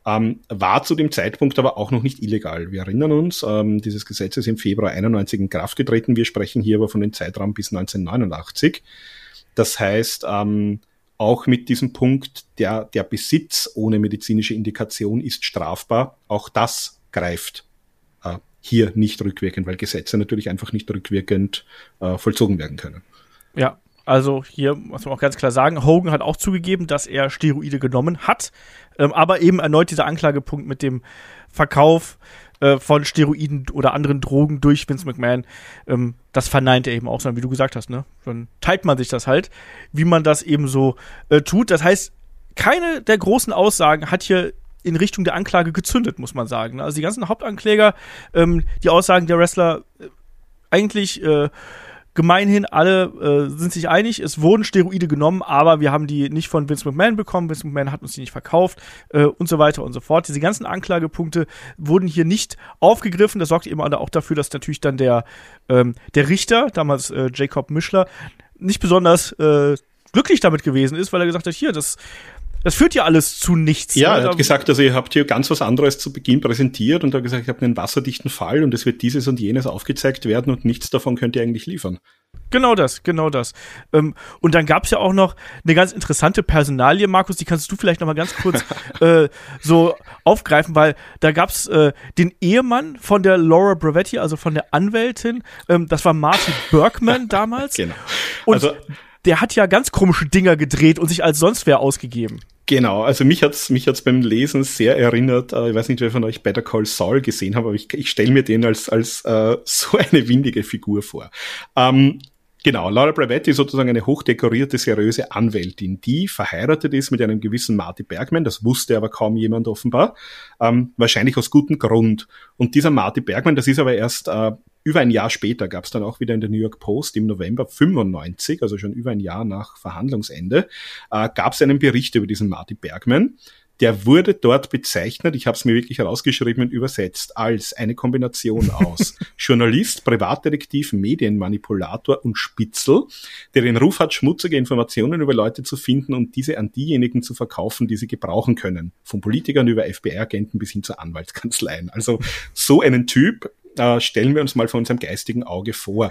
War zu dem Zeitpunkt aber auch noch nicht illegal. Wir erinnern uns, dieses Gesetz ist im Februar 91 in Kraft getreten. Wir sprechen hier aber von dem Zeitraum bis 1989. Das heißt, auch mit diesem Punkt, der Besitz ohne medizinische Indikation ist strafbar. Auch das greift hier nicht rückwirkend, weil Gesetze natürlich einfach nicht rückwirkend vollzogen werden können. Ja, also hier muss man auch ganz klar sagen, Hogan hat auch zugegeben, dass er Steroide genommen hat, aber eben erneut dieser Anklagepunkt mit dem Verkauf von Steroiden oder anderen Drogen durch Vince McMahon, das verneint er eben auch, sondern wie du gesagt hast, ne? Dann teilt man sich das halt, wie man das eben so tut. Das heißt, keine der großen Aussagen hat hier in Richtung der Anklage gezündet, muss man sagen. Also die ganzen Hauptankläger, die Aussagen der Wrestler, eigentlich gemeinhin alle sind sich einig, es wurden Steroide genommen, aber wir haben die nicht von Vince McMahon bekommen, Vince McMahon hat uns die nicht verkauft und so weiter und so fort. Diese ganzen Anklagepunkte wurden hier nicht aufgegriffen. Das sorgt eben auch dafür, dass natürlich dann der Richter, damals Jacob Mischler, nicht besonders glücklich damit gewesen ist, weil er gesagt hat, hier, das führt ja alles zu nichts. Ja, er hat gesagt, also ihr habt hier ganz was anderes zu Beginn präsentiert und er hat gesagt, ich habe einen wasserdichten Fall und es wird dieses und jenes aufgezeigt werden und nichts davon könnt ihr eigentlich liefern. Genau das. Und dann gab's ja auch noch eine ganz interessante Personalie, Markus, die kannst du vielleicht noch mal ganz kurz so aufgreifen, weil da gab's den Ehemann von der Laura Bravetti, also von der Anwältin, das war Marty Bergman damals. Genau. Und also, der hat ja ganz komische Dinger gedreht und sich als sonst wer ausgegeben. Genau, also mich hat's beim Lesen sehr erinnert, ich weiß nicht, wer von euch Better Call Saul gesehen hat, aber ich stelle mir den als so eine windige Figur vor. Genau, Laura Bravetti ist sozusagen eine hochdekorierte, seriöse Anwältin, die verheiratet ist mit einem gewissen Marty Bergman, das wusste aber kaum jemand offenbar, wahrscheinlich aus gutem Grund. Und dieser Marty Bergman, das ist aber erst über ein Jahr später, gab es dann auch wieder in der New York Post im November 95, also schon über ein Jahr nach Verhandlungsende, gab es einen Bericht über diesen Marty Bergman. Der wurde dort bezeichnet, ich habe es mir wirklich herausgeschrieben und übersetzt, als eine Kombination aus Journalist, Privatdetektiv, Medienmanipulator und Spitzel, der den Ruf hat, schmutzige Informationen über Leute zu finden und diese an diejenigen zu verkaufen, die sie gebrauchen können. Von Politikern über FBI-Agenten bis hin zu Anwaltskanzleien. Also so einen Typ stellen wir uns mal vor unserem geistigen Auge vor.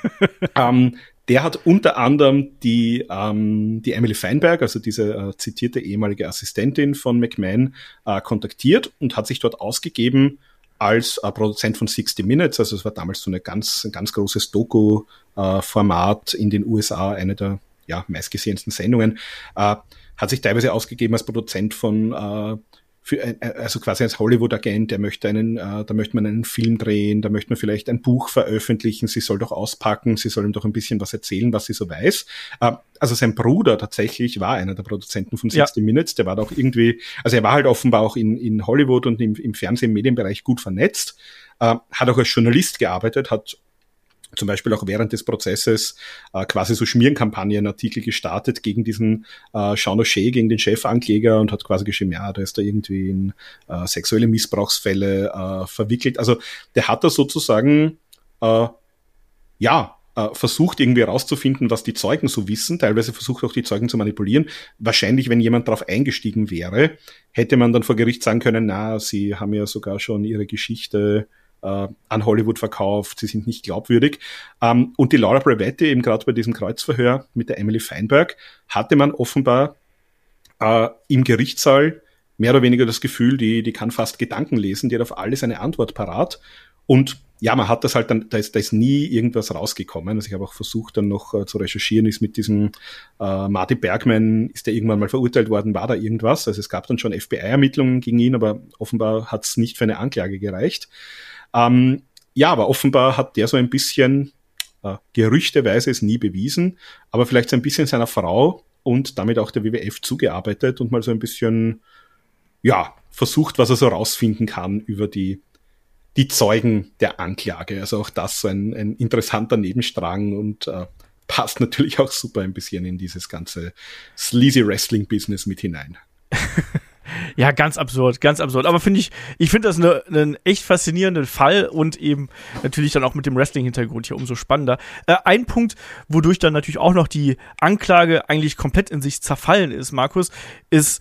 Der hat unter anderem die Emily Feinberg, also diese zitierte ehemalige Assistentin von McMahon, kontaktiert und hat sich dort ausgegeben als Produzent von 60 Minutes. Also es war damals so ein ganz großes Doku-Format in den USA, eine der meistgesehensten Sendungen. Hat sich teilweise ausgegeben als Produzent von also quasi als Hollywood-Agent, da möchte man einen Film drehen, da möchte man vielleicht ein Buch veröffentlichen, sie soll doch auspacken, sie soll ihm doch ein bisschen was erzählen, was sie so weiß. Also sein Bruder tatsächlich war einer der Produzenten von 60 Minutes, der war doch irgendwie, also er war halt offenbar auch in Hollywood und im Fernsehen- und Medienbereich gut vernetzt, hat auch als Journalist gearbeitet, hat zum Beispiel auch während des Prozesses quasi so Schmierenkampagnenartikel gestartet gegen diesen Sean O'Shea, gegen den Chefankläger und hat quasi geschrieben, ja, da ist da irgendwie in sexuelle Missbrauchsfälle verwickelt. Also der hat da sozusagen versucht irgendwie herauszufinden, was die Zeugen so wissen, teilweise versucht auch die Zeugen zu manipulieren. Wahrscheinlich, wenn jemand darauf eingestiegen wäre, hätte man dann vor Gericht sagen können, na, sie haben ja sogar schon ihre Geschichte an Hollywood verkauft, sie sind nicht glaubwürdig. Und die Laura Bravetti, eben gerade bei diesem Kreuzverhör mit der Emily Feinberg, hatte man offenbar im Gerichtssaal mehr oder weniger das Gefühl, die kann fast Gedanken lesen, die hat auf alles eine Antwort parat. Und ja, man hat das halt dann, da ist nie irgendwas rausgekommen. Also ich habe auch versucht dann noch zu recherchieren, ist mit diesem Marty Bergman, ist der irgendwann mal verurteilt worden, war da irgendwas? Also es gab dann schon FBI-Ermittlungen gegen ihn, aber offenbar hat es nicht für eine Anklage gereicht. Aber offenbar hat der so ein bisschen, gerüchteweise es nie bewiesen, aber vielleicht so ein bisschen seiner Frau und damit auch der WWF zugearbeitet und mal so ein bisschen, versucht, was er so rausfinden kann über die Zeugen der Anklage. Also auch das so ein interessanter Nebenstrang und passt natürlich auch super ein bisschen in dieses ganze sleazy Wrestling-Business mit hinein. Ja, ganz absurd, ganz absurd. Aber ich finde das einen echt faszinierenden Fall und eben natürlich dann auch mit dem Wrestling-Hintergrund hier umso spannender. Ein Punkt, wodurch dann natürlich auch noch die Anklage eigentlich komplett in sich zerfallen ist, Markus, ist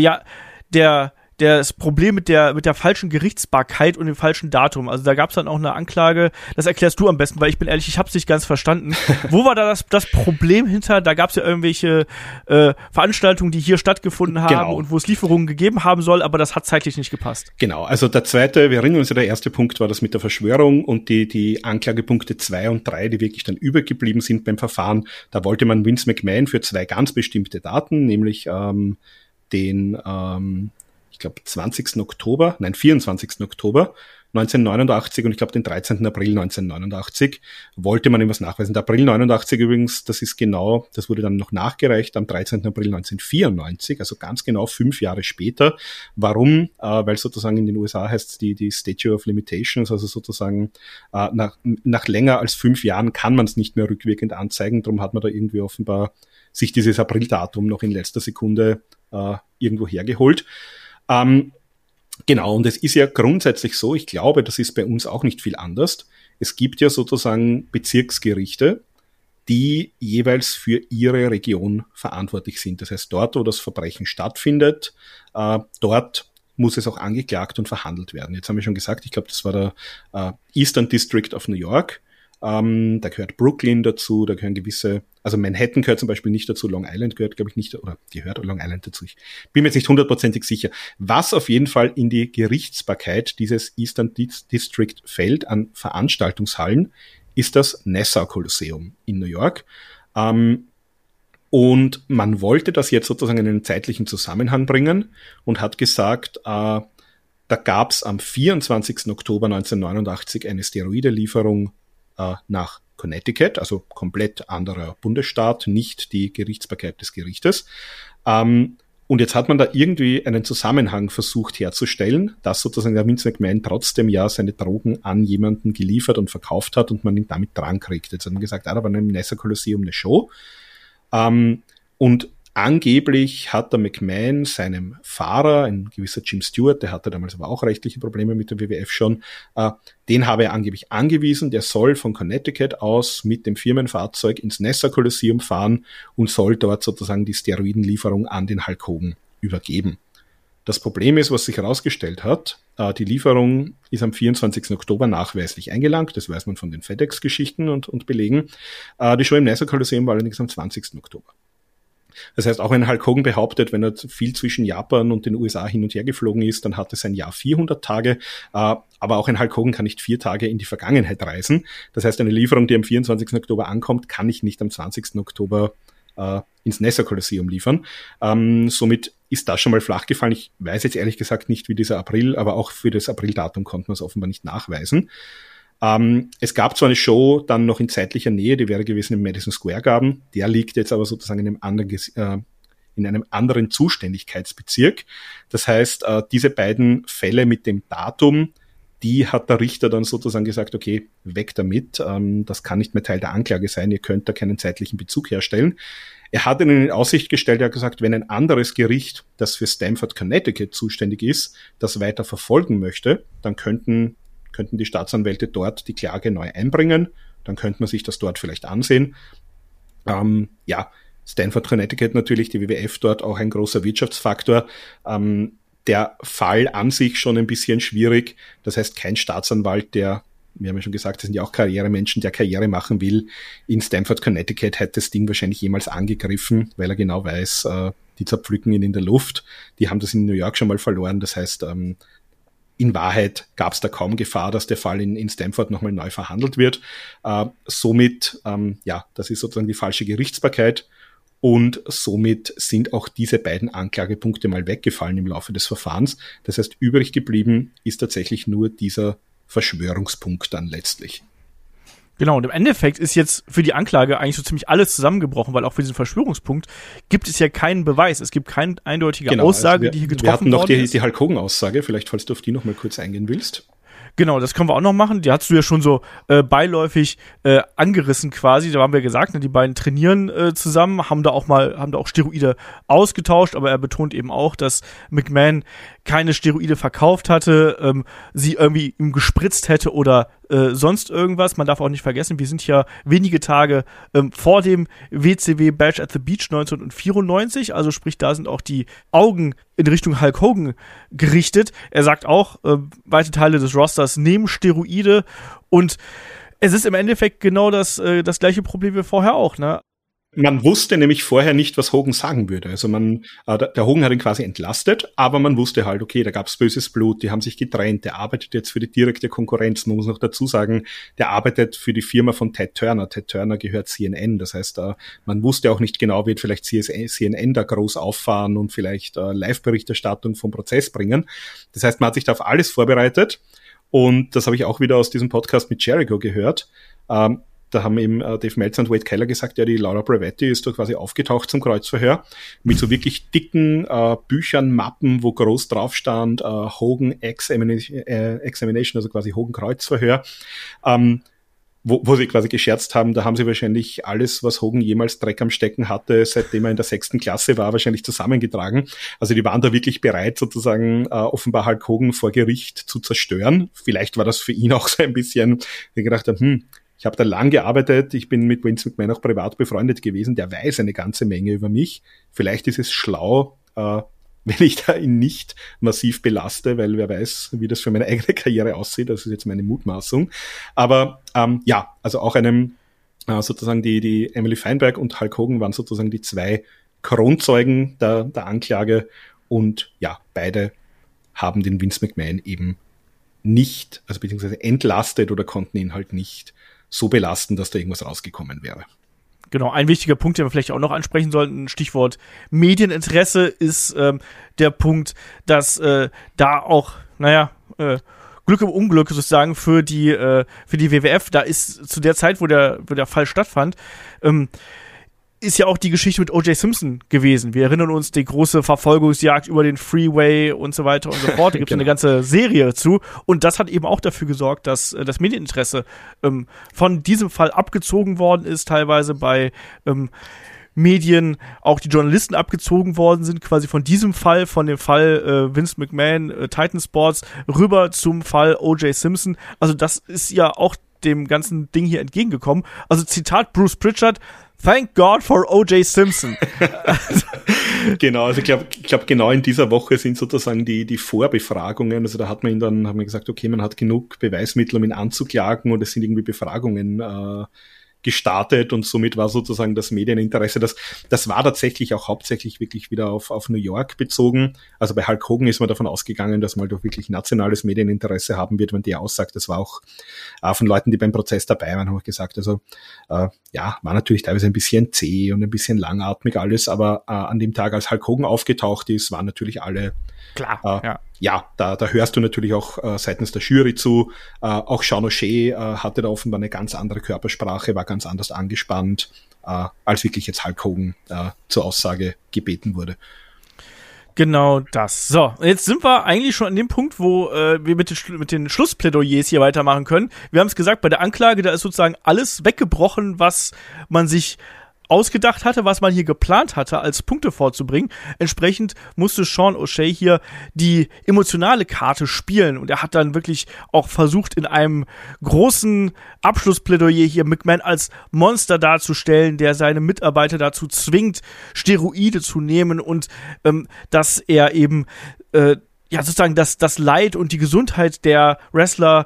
das Problem mit der falschen Gerichtsbarkeit und dem falschen Datum. Also da gab es dann auch eine Anklage, das erklärst du am besten, weil ich bin ehrlich, ich hab's nicht ganz verstanden. Wo war da das Problem hinter? Da gab es ja irgendwelche Veranstaltungen, die hier stattgefunden haben und wo es Lieferungen gegeben haben soll, aber das hat zeitlich nicht gepasst. Genau, also wir erinnern uns ja, der erste Punkt war das mit der Verschwörung und die Anklagepunkte 2 und 3, die wirklich dann übergeblieben sind beim Verfahren. Da wollte man Vince McMahon für 2 ganz bestimmte Daten, nämlich ich glaube 24. Oktober 1989 und ich glaube den 13. April 1989 wollte man ihm was nachweisen. Der April 89 übrigens, das wurde dann noch nachgereicht am 13. April 1994, also ganz genau 5 Jahre später. Warum? Weil sozusagen in den USA heißt es die Statute of Limitations, also sozusagen nach länger als 5 Jahren kann man es nicht mehr rückwirkend anzeigen. Darum hat man da irgendwie offenbar sich dieses Aprildatum noch in letzter Sekunde irgendwo hergeholt. Genau, und es ist ja grundsätzlich so, ich glaube, das ist bei uns auch nicht viel anders. Es gibt ja sozusagen Bezirksgerichte, die jeweils für ihre Region verantwortlich sind. Das heißt, dort, wo das Verbrechen stattfindet, dort muss es auch angeklagt und verhandelt werden. Jetzt haben wir schon gesagt, ich glaube, das war der Eastern District of New York. Da gehört Brooklyn dazu, da gehören also Manhattan gehört zum Beispiel nicht dazu, Long Island gehört, glaube ich, nicht, oder gehört Long Island dazu. Ich bin mir jetzt nicht 100% sicher. Was auf jeden Fall in die Gerichtsbarkeit dieses Eastern District fällt an Veranstaltungshallen, ist das Nassau Coliseum in New York. Und man wollte das jetzt sozusagen in einen zeitlichen Zusammenhang bringen und hat gesagt, da gab es am 24. Oktober 1989 eine Steroidelieferung nach Connecticut, also komplett anderer Bundesstaat, nicht die Gerichtsbarkeit des Gerichtes. Und jetzt hat man da irgendwie einen Zusammenhang versucht herzustellen, dass sozusagen der Vince McMahon trotzdem ja seine Drogen an jemanden geliefert und verkauft hat und man ihn damit dran kriegt. Jetzt hat man gesagt, da war im Nassau Coliseum eine Show. Und angeblich hat der McMahon seinem Fahrer, ein gewisser Jim Stewart, der hatte damals aber auch rechtliche Probleme mit der WWF schon, den habe er angeblich angewiesen, der soll von Connecticut aus mit dem Firmenfahrzeug ins Nassau Coliseum fahren und soll dort sozusagen die Steroidenlieferung an den Hulk Hogan übergeben. Das Problem ist, was sich herausgestellt hat, die Lieferung ist am 24. Oktober nachweislich eingelangt, das weiß man von den FedEx-Geschichten und Belegen. Die Show im Nassau Coliseum war allerdings am 20. Oktober. Das heißt, auch wenn Hulk Hogan behauptet, wenn er viel zwischen Japan und den USA hin und her geflogen ist, dann hat es ein Jahr 400 Tage. Aber auch ein Hulk Hogan kann nicht 4 Tage in die Vergangenheit reisen. Das heißt, eine Lieferung, die am 24. Oktober ankommt, kann ich nicht am 20. Oktober ins Nassau Coliseum liefern. Somit ist das schon mal flach gefallen. Ich weiß jetzt ehrlich gesagt nicht, wie dieser April, aber auch für das Aprildatum konnte man es offenbar nicht nachweisen. Es gab zwar eine Show dann noch in zeitlicher Nähe, die wäre gewesen im Madison Square Garden, der liegt jetzt aber sozusagen in einem anderen Zuständigkeitsbezirk. Das heißt, diese beiden Fälle mit dem Datum, die hat der Richter dann sozusagen gesagt, okay, weg damit, das kann nicht mehr Teil der Anklage sein, ihr könnt da keinen zeitlichen Bezug herstellen. Er hat ihnen in Aussicht gestellt, er hat gesagt, wenn ein anderes Gericht, das für Stamford, Connecticut zuständig ist, das weiter verfolgen möchte, dann könnten die Staatsanwälte dort die Klage neu einbringen, dann könnte man sich das dort vielleicht ansehen. Stamford, Connecticut natürlich, die WWF dort auch ein großer Wirtschaftsfaktor. Der Fall an sich schon ein bisschen schwierig, das heißt kein Staatsanwalt, wir haben ja schon gesagt, das sind ja auch Karrieremenschen, der Karriere machen will, in Stamford, Connecticut hätte das Ding wahrscheinlich jemals angegriffen, weil er genau weiß, die zerpflücken ihn in der Luft. Die haben das in New York schon mal verloren, das heißt, in Wahrheit gab es da kaum Gefahr, dass der Fall in Stamford nochmal neu verhandelt wird. Somit, das ist sozusagen die falsche Gerichtsbarkeit und somit sind auch diese beiden Anklagepunkte mal weggefallen im Laufe des Verfahrens. Das heißt, übrig geblieben ist tatsächlich nur dieser Verschwörungspunkt dann letztlich. Genau, und im Endeffekt ist jetzt für die Anklage eigentlich so ziemlich alles zusammengebrochen, weil auch für diesen Verschwörungspunkt gibt es ja keinen Beweis. Es gibt keine eindeutige Aussage, die hier getroffen worden ist. Wir hatten noch die Hulk Hogan-Aussage, vielleicht falls du auf die noch mal kurz eingehen willst. Genau, das können wir auch noch machen. Die hast du ja schon so beiläufig angerissen quasi. Da haben wir gesagt, ne, die beiden trainieren zusammen, haben da auch Steroide ausgetauscht, aber er betont eben auch, dass McMahon keine Steroide verkauft hatte, sie irgendwie ihm gespritzt hätte oder sonst irgendwas. Man darf auch nicht vergessen, wir sind ja wenige Tage vor dem WCW Bash at the Beach 1994, also sprich, da sind auch die Augen in Richtung Hulk Hogan gerichtet. Er sagt auch, weite Teile des Rosters nehmen Steroide und es ist im Endeffekt genau das gleiche Problem wie vorher auch, ne? Man wusste nämlich vorher nicht, was Hogan sagen würde. Also der Hogan hat ihn quasi entlastet, aber man wusste halt, okay, da gab's böses Blut, die haben sich getrennt, der arbeitet jetzt für die direkte Konkurrenz. Man muss noch dazu sagen, der arbeitet für die Firma von Ted Turner. Ted Turner gehört CNN, das heißt, man wusste auch nicht genau, wird vielleicht CNN da groß auffahren und vielleicht Live-Berichterstattung vom Prozess bringen. Das heißt, man hat sich da auf alles vorbereitet und das habe ich auch wieder aus diesem Podcast mit Jericho gehört. Da haben eben Dave Meltzer und Wade Keller gesagt, ja, die Laura Bravetti ist da quasi aufgetaucht zum Kreuzverhör mit so wirklich dicken Büchern, Mappen, wo groß drauf stand, Hogan Examination, also quasi Hogan Kreuzverhör, wo sie quasi gescherzt haben, da haben sie wahrscheinlich alles, was Hogan jemals Dreck am Stecken hatte, seitdem er in der 6. Klasse war, wahrscheinlich zusammengetragen. Also die waren da wirklich bereit, sozusagen offenbar Hulk Hogan vor Gericht zu zerstören. Vielleicht war das für ihn auch so ein bisschen, wie gedacht haben, ich habe da lang gearbeitet, ich bin mit Vince McMahon auch privat befreundet gewesen, der weiß eine ganze Menge über mich. Vielleicht ist es schlau, wenn ich da ihn nicht massiv belaste, weil wer weiß, wie das für meine eigene Karriere aussieht, das ist jetzt meine Mutmaßung. Aber also auch sozusagen die Emily Feinberg und Hulk Hogan waren sozusagen die zwei Kronzeugen der Anklage und ja, beide haben den Vince McMahon eben nicht, also beziehungsweise entlastet oder konnten ihn halt nicht so belasten, dass da irgendwas rausgekommen wäre. Genau, ein wichtiger Punkt, den wir vielleicht auch noch ansprechen sollten, Stichwort Medieninteresse, ist der Punkt, dass da auch, Glück im Unglück sozusagen für die WWF, da ist zu der Zeit, wo der Fall stattfand, ist ja auch die Geschichte mit O.J. Simpson gewesen. Wir erinnern uns, die große Verfolgungsjagd über den Freeway und so weiter und so fort. Da gibt es eine ganze Serie zu. Und das hat eben auch dafür gesorgt, dass das Medieninteresse von diesem Fall abgezogen worden ist, teilweise bei Medien, auch die Journalisten abgezogen worden sind, quasi von diesem Fall, von dem Fall Vince McMahon, Titan Sports, rüber zum Fall O.J. Simpson. Also das ist ja auch dem ganzen Ding hier entgegengekommen. Also Zitat Bruce Pritchard: Thank God for O.J. Simpson. Genau, also ich glaube, genau in dieser Woche sind sozusagen die Vorbefragungen. Also da hat man gesagt, okay, man hat genug Beweismittel, um ihn anzuklagen, und es sind irgendwie Befragungen gestartet, und somit war sozusagen das Medieninteresse, das war tatsächlich auch hauptsächlich wirklich wieder auf New York bezogen. Also bei Hulk Hogan ist man davon ausgegangen, dass man doch wirklich nationales Medieninteresse haben wird, wenn der aussagt. Das war auch von Leuten, die beim Prozess dabei waren, haben wir gesagt, also war natürlich teilweise ein bisschen zäh und ein bisschen langatmig alles, aber an dem Tag, als Hulk Hogan aufgetaucht ist, waren natürlich alle klar, da hörst du natürlich auch seitens der Jury zu. Auch Sean O'Shea hatte da offenbar eine ganz andere Körpersprache, war ganz anders angespannt, als wirklich jetzt Hulk Hogan zur Aussage gebeten wurde. Genau das. So, jetzt sind wir eigentlich schon an dem Punkt, wo wir mit den Schlussplädoyers hier weitermachen können. Wir haben es gesagt, bei der Anklage, da ist sozusagen alles weggebrochen, was man sich ausgedacht hatte, was man hier geplant hatte, als Punkte vorzubringen. Entsprechend musste Sean O'Shea hier die emotionale Karte spielen, und er hat dann wirklich auch versucht, in einem großen Abschlussplädoyer hier McMahon als Monster darzustellen, der seine Mitarbeiter dazu zwingt, Steroide zu nehmen, und dass er eben sozusagen das Leid und die Gesundheit der Wrestler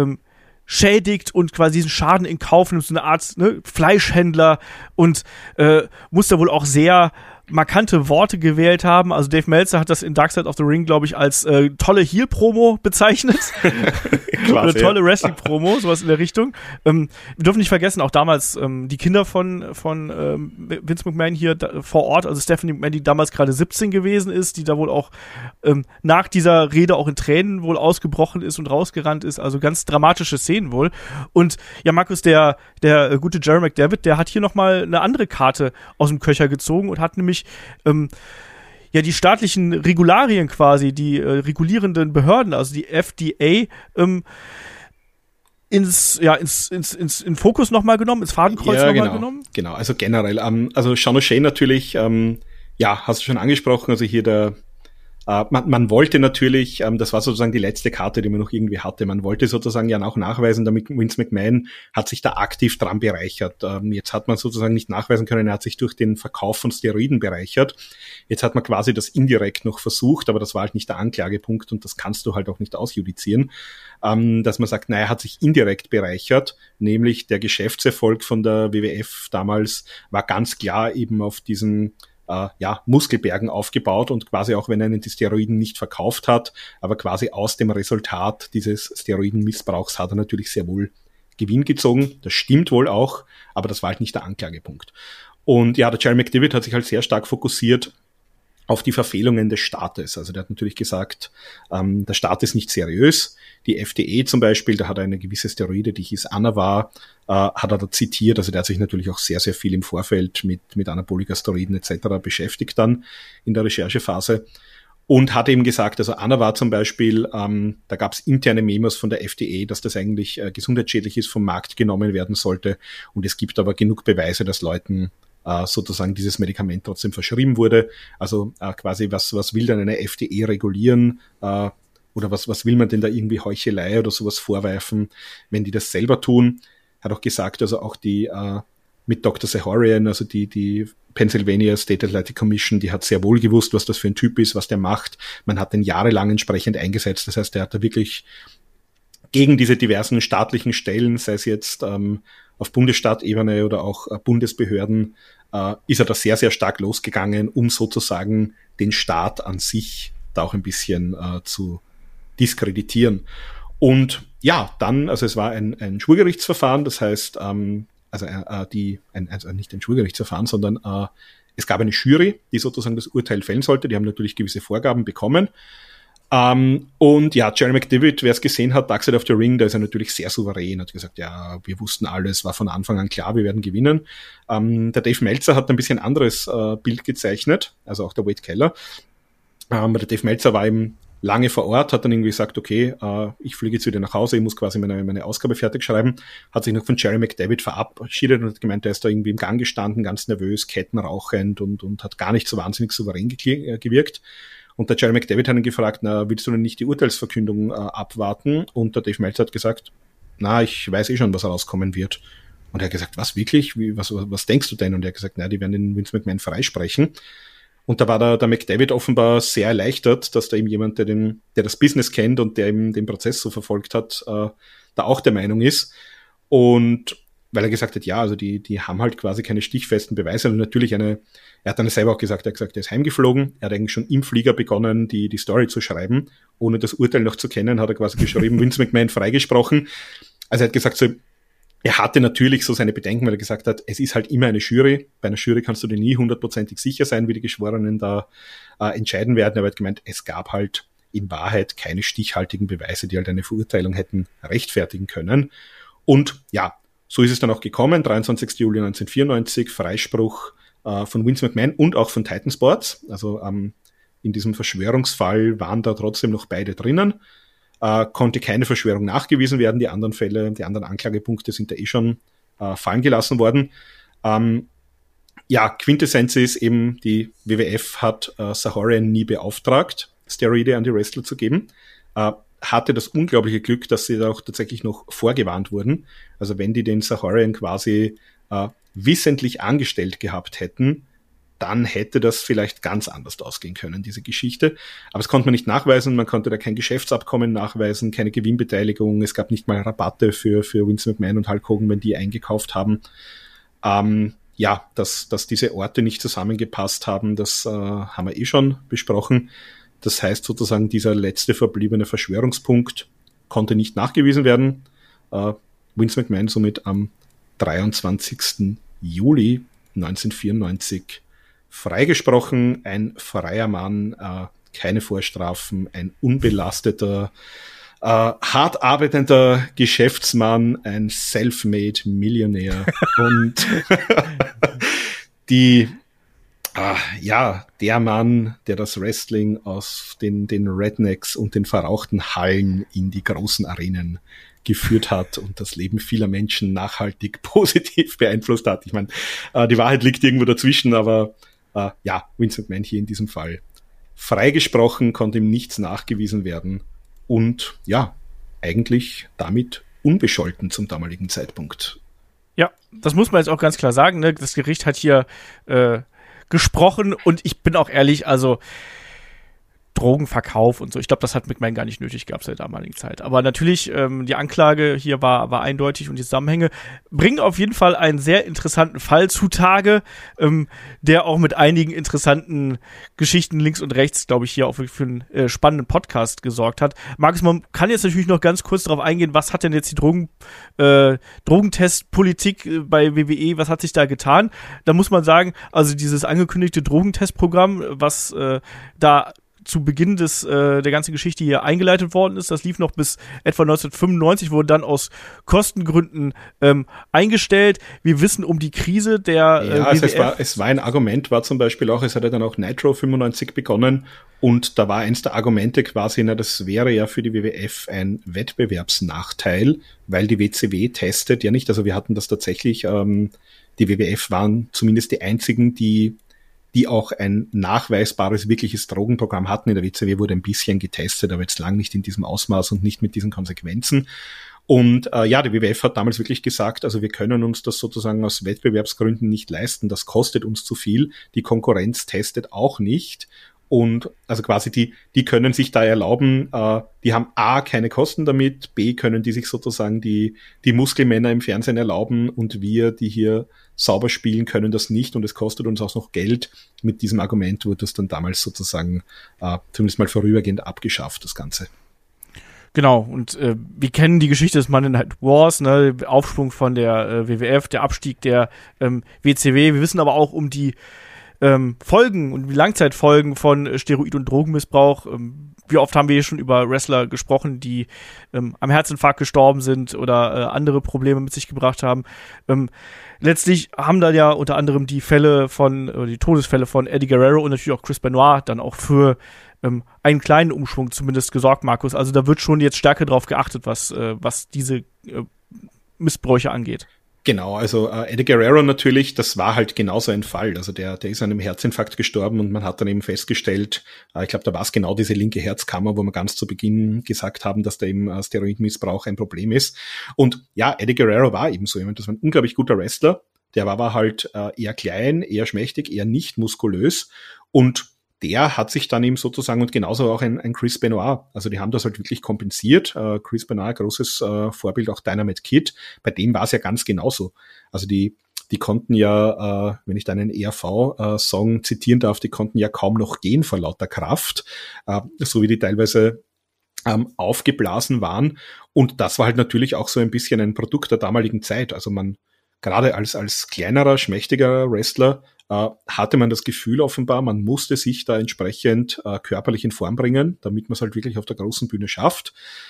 schädigt und quasi diesen Schaden in Kauf nimmt, so eine Art Fleischhändler, und muss da wohl auch sehr markante Worte gewählt haben. Also Dave Meltzer hat das in Dark Side of the Ring, glaube ich, als tolle Heel-Promo bezeichnet. Oder tolle Wrestling-Promo, sowas in der Richtung. Wir dürfen nicht vergessen, auch damals die Kinder von Vince McMahon hier vor Ort, also Stephanie McMahon, die damals gerade 17 gewesen ist, die da wohl auch nach dieser Rede auch in Tränen wohl ausgebrochen ist und rausgerannt ist. Also ganz dramatische Szenen wohl. Und ja, Markus, der gute Jerry McDevitt, der hat hier nochmal eine andere Karte aus dem Köcher gezogen und hat nämlich die staatlichen Regularien quasi, die regulierenden Behörden, also die FDA, in Fokus nochmal genommen, ins Fadenkreuz nochmal genommen? Genau, also generell. Also Sean O'Shea natürlich, hast du schon angesprochen, also hier man wollte natürlich, das war sozusagen die letzte Karte, die man noch irgendwie hatte, man wollte sozusagen ja auch nachweisen, damit Vince McMahon hat sich da aktiv dran bereichert. Jetzt hat man sozusagen nicht nachweisen können, er hat sich durch den Verkauf von Steroiden bereichert. Jetzt hat man quasi das indirekt noch versucht, aber das war halt nicht der Anklagepunkt und das kannst du halt auch nicht ausjudizieren, dass man sagt, er hat sich indirekt bereichert, nämlich der Geschäftserfolg von der WWF damals war ganz klar eben auf diesen Muskelbergen aufgebaut und quasi auch wenn er die Steroiden nicht verkauft hat, aber quasi aus dem Resultat dieses Steroidenmissbrauchs hat er natürlich sehr wohl Gewinn gezogen. Das stimmt wohl auch, aber das war halt nicht der Anklagepunkt. Und der Jerry McDevitt hat sich halt sehr stark fokussiert auf die Verfehlungen des Staates. Also der hat natürlich gesagt, der Staat ist nicht seriös. Die FDA zum Beispiel, da hat er eine gewisse Steroide, die hieß Anavar, hat er da zitiert. Also der hat sich natürlich auch sehr, sehr viel im Vorfeld mit Anabolika Steroiden etc. beschäftigt dann in der Recherchephase. Und hat eben gesagt, also Anavar zum Beispiel, da gab es interne Memos von der FDA, dass das eigentlich gesundheitsschädlich ist, vom Markt genommen werden sollte. Und es gibt aber genug Beweise, dass Leuten sozusagen dieses Medikament trotzdem verschrieben wurde. Also quasi, was will denn eine FDA regulieren? Oder was will man denn da irgendwie Heuchelei oder sowas vorwerfen, wenn die das selber tun? Hat auch gesagt, also auch die mit Dr. Zahorian, also die Pennsylvania State Athletic Commission, die hat sehr wohl gewusst, was das für ein Typ ist, was der macht. Man hat den jahrelang entsprechend eingesetzt. Das heißt, der hat da wirklich gegen diese diversen staatlichen Stellen, sei es jetzt auf Bundesstaatebene oder auch Bundesbehörden, ist er da sehr, sehr stark losgegangen, um sozusagen den Staat an sich da auch ein bisschen zu diskreditieren. Und dann, also es war ein Schwurgerichtsverfahren, das heißt, nicht ein Schwurgerichtsverfahren, sondern es gab eine Jury, die sozusagen das Urteil fällen sollte. Die haben natürlich gewisse Vorgaben bekommen. Und Jerry McDevitt, wer es gesehen hat, Dark Side of the Ring, da ist er natürlich sehr souverän, hat gesagt, wir wussten alles, war von Anfang an klar, wir werden gewinnen. Der Dave Meltzer hat ein bisschen anderes Bild gezeichnet, also auch der Wade Keller. Der Dave Meltzer war eben lange vor Ort, hat dann irgendwie gesagt, okay, ich fliege jetzt wieder nach Hause, ich muss quasi meine Ausgabe fertig schreiben, hat sich noch von Jerry McDevitt verabschiedet und hat gemeint, der ist da irgendwie im Gang gestanden, ganz nervös, kettenrauchend und hat gar nicht so wahnsinnig souverän gewirkt. Und der Jerry McDevitt hat ihn gefragt, willst du denn nicht die Urteilsverkündung abwarten? Und der Dave Meltzer hat gesagt, ich weiß schon, was rauskommen wird. Und er hat gesagt, was, wirklich? Was denkst du denn? Und er hat gesagt, die werden den Vince McMahon freisprechen. Und da war der McDevitt offenbar sehr erleichtert, dass da eben jemand, der das Business kennt und der eben den Prozess so verfolgt hat, da auch der Meinung ist. Und weil er gesagt hat, also die haben halt quasi keine stichfesten Beweise. Und natürlich er hat dann selber auch gesagt, er ist heimgeflogen. Er hat eigentlich schon im Flieger begonnen, die Story zu schreiben. Ohne das Urteil noch zu kennen, hat er quasi geschrieben, Vince McMahon freigesprochen. Also er hat gesagt, er hatte natürlich so seine Bedenken, weil er gesagt hat, es ist halt immer eine Jury. Bei einer Jury kannst du dir nie 100%ig sicher sein, wie die Geschworenen da entscheiden werden. Er hat gemeint, es gab halt in Wahrheit keine stichhaltigen Beweise, die halt eine Verurteilung hätten rechtfertigen können. Und so ist es dann auch gekommen. 23. Juli 1994, Freispruch von Vince McMahon und auch von Titan Sports. Also in diesem Verschwörungsfall waren da trotzdem noch beide drinnen. Konnte keine Verschwörung nachgewiesen werden. Die anderen Fälle, die anderen Anklagepunkte sind da schon fallen gelassen worden. Quintessenz ist eben, die WWF hat Zahorian nie beauftragt, Steroide an die Wrestler zu geben. Hatte das unglaubliche Glück, dass sie da auch tatsächlich noch vorgewarnt wurden. Also wenn die den Zahorian quasi wissentlich angestellt gehabt hätten, dann hätte das vielleicht ganz anders ausgehen können, diese Geschichte. Aber das konnte man nicht nachweisen, man konnte da kein Geschäftsabkommen nachweisen, keine Gewinnbeteiligung, es gab nicht mal Rabatte für Vince McMahon und Hulk Hogan, wenn die eingekauft haben. Dass diese Orte nicht zusammengepasst haben, das haben wir schon besprochen. Das heißt sozusagen, dieser letzte verbliebene Verschwörungspunkt konnte nicht nachgewiesen werden. Vince McMahon somit am 23. Juli 1994 freigesprochen, ein freier Mann, keine Vorstrafen, ein unbelasteter, hart arbeitender Geschäftsmann, ein self-made Millionär und die Ja, der Mann, der das Wrestling aus den Rednecks und den verrauchten Hallen in die großen Arenen geführt hat und das Leben vieler Menschen nachhaltig positiv beeinflusst hat. Ich meine, die Wahrheit liegt irgendwo dazwischen, aber ja, Vince McMahon hier in diesem Fall freigesprochen, konnte ihm nichts nachgewiesen werden und ja, eigentlich damit unbescholten zum damaligen Zeitpunkt. Ja, das muss man jetzt auch ganz klar sagen, ne? Das Gericht hat hier gesprochen und ich bin auch ehrlich, also Drogenverkauf und so, ich glaube, das hat McMahon gar nicht nötig gehabt seit der damaligen Zeit. Aber natürlich, die Anklage hier war eindeutig und die Zusammenhänge bringen auf jeden Fall einen sehr interessanten Fall zutage, der auch mit einigen interessanten Geschichten links und rechts, glaube ich, hier auch wirklich für einen spannenden Podcast gesorgt hat. Markus, man kann jetzt natürlich noch ganz kurz darauf eingehen, was hat denn jetzt die Drogentestpolitik bei WWE, was hat sich da getan? Da muss man sagen, also dieses angekündigte Drogentestprogramm, was da zu Beginn der ganzen Geschichte hier eingeleitet worden ist. Das lief noch bis etwa 1995, wurde dann aus Kostengründen eingestellt. Wir wissen um die Krise der WWF. Es war ein Argument, war zum Beispiel auch, es hat ja dann auch Nitro 95 begonnen und da war eins der Argumente quasi, das wäre ja für die WWF ein Wettbewerbsnachteil, weil die WCW testet ja nicht, also wir hatten das tatsächlich, die WWF waren zumindest die einzigen, die auch ein nachweisbares, wirkliches Drogenprogramm hatten. In der WCW wurde ein bisschen getestet, aber jetzt lang nicht in diesem Ausmaß und nicht mit diesen Konsequenzen. Und ja, die WWF hat damals wirklich gesagt, also wir können uns das sozusagen aus Wettbewerbsgründen nicht leisten, das kostet uns zu viel, die Konkurrenz testet auch nicht. Und also quasi die können sich da erlauben, die haben A, keine Kosten damit, B, können die sich sozusagen die Muskelmänner im Fernsehen erlauben und wir, die hier sauber spielen, können das nicht und es kostet uns auch noch Geld. Mit diesem Argument wurde das dann damals sozusagen zumindest mal vorübergehend abgeschafft, das Ganze. Genau, und wir kennen die Geschichte des Monday Night Wars, ne, Aufschwung von der WWF, der Abstieg der WCW. Wir wissen aber auch um die Folgen und die Langzeitfolgen von Steroid- und Drogenmissbrauch. Wie oft haben wir hier schon über Wrestler gesprochen, die am Herzinfarkt gestorben sind oder andere Probleme mit sich gebracht haben. Letztlich haben dann ja unter anderem die Todesfälle von Eddie Guerrero und natürlich auch Chris Benoit dann auch für einen kleinen Umschwung zumindest gesorgt, Markus. Also da wird schon jetzt stärker drauf geachtet, was diese Missbräuche angeht. Genau, also Eddie Guerrero natürlich, das war halt genauso ein Fall. Also der ist an einem Herzinfarkt gestorben und man hat dann eben festgestellt, ich glaube, da war es genau diese linke Herzkammer, wo wir ganz zu Beginn gesagt haben, dass da eben Steroidmissbrauch ein Problem ist. Und ja, Eddie Guerrero war eben so jemand, das war ein unglaublich guter Wrestler. Der war halt eher klein, eher schmächtig, eher nicht muskulös und der hat sich dann eben sozusagen, und genauso auch ein Chris Benoit, also die haben das halt wirklich kompensiert. Chris Benoit, großes Vorbild, auch Dynamite Kid, bei dem war es ja ganz genauso. Also die konnten ja, wenn ich da einen ERV-Song zitieren darf, die konnten ja kaum noch gehen vor lauter Kraft, so wie die teilweise aufgeblasen waren. Und das war halt natürlich auch so ein bisschen ein Produkt der damaligen Zeit. Also man, gerade als kleinerer, schmächtiger Wrestler, hatte man das Gefühl offenbar, man musste sich da entsprechend körperlich in Form bringen, damit man es halt wirklich auf der großen Bühne schafft.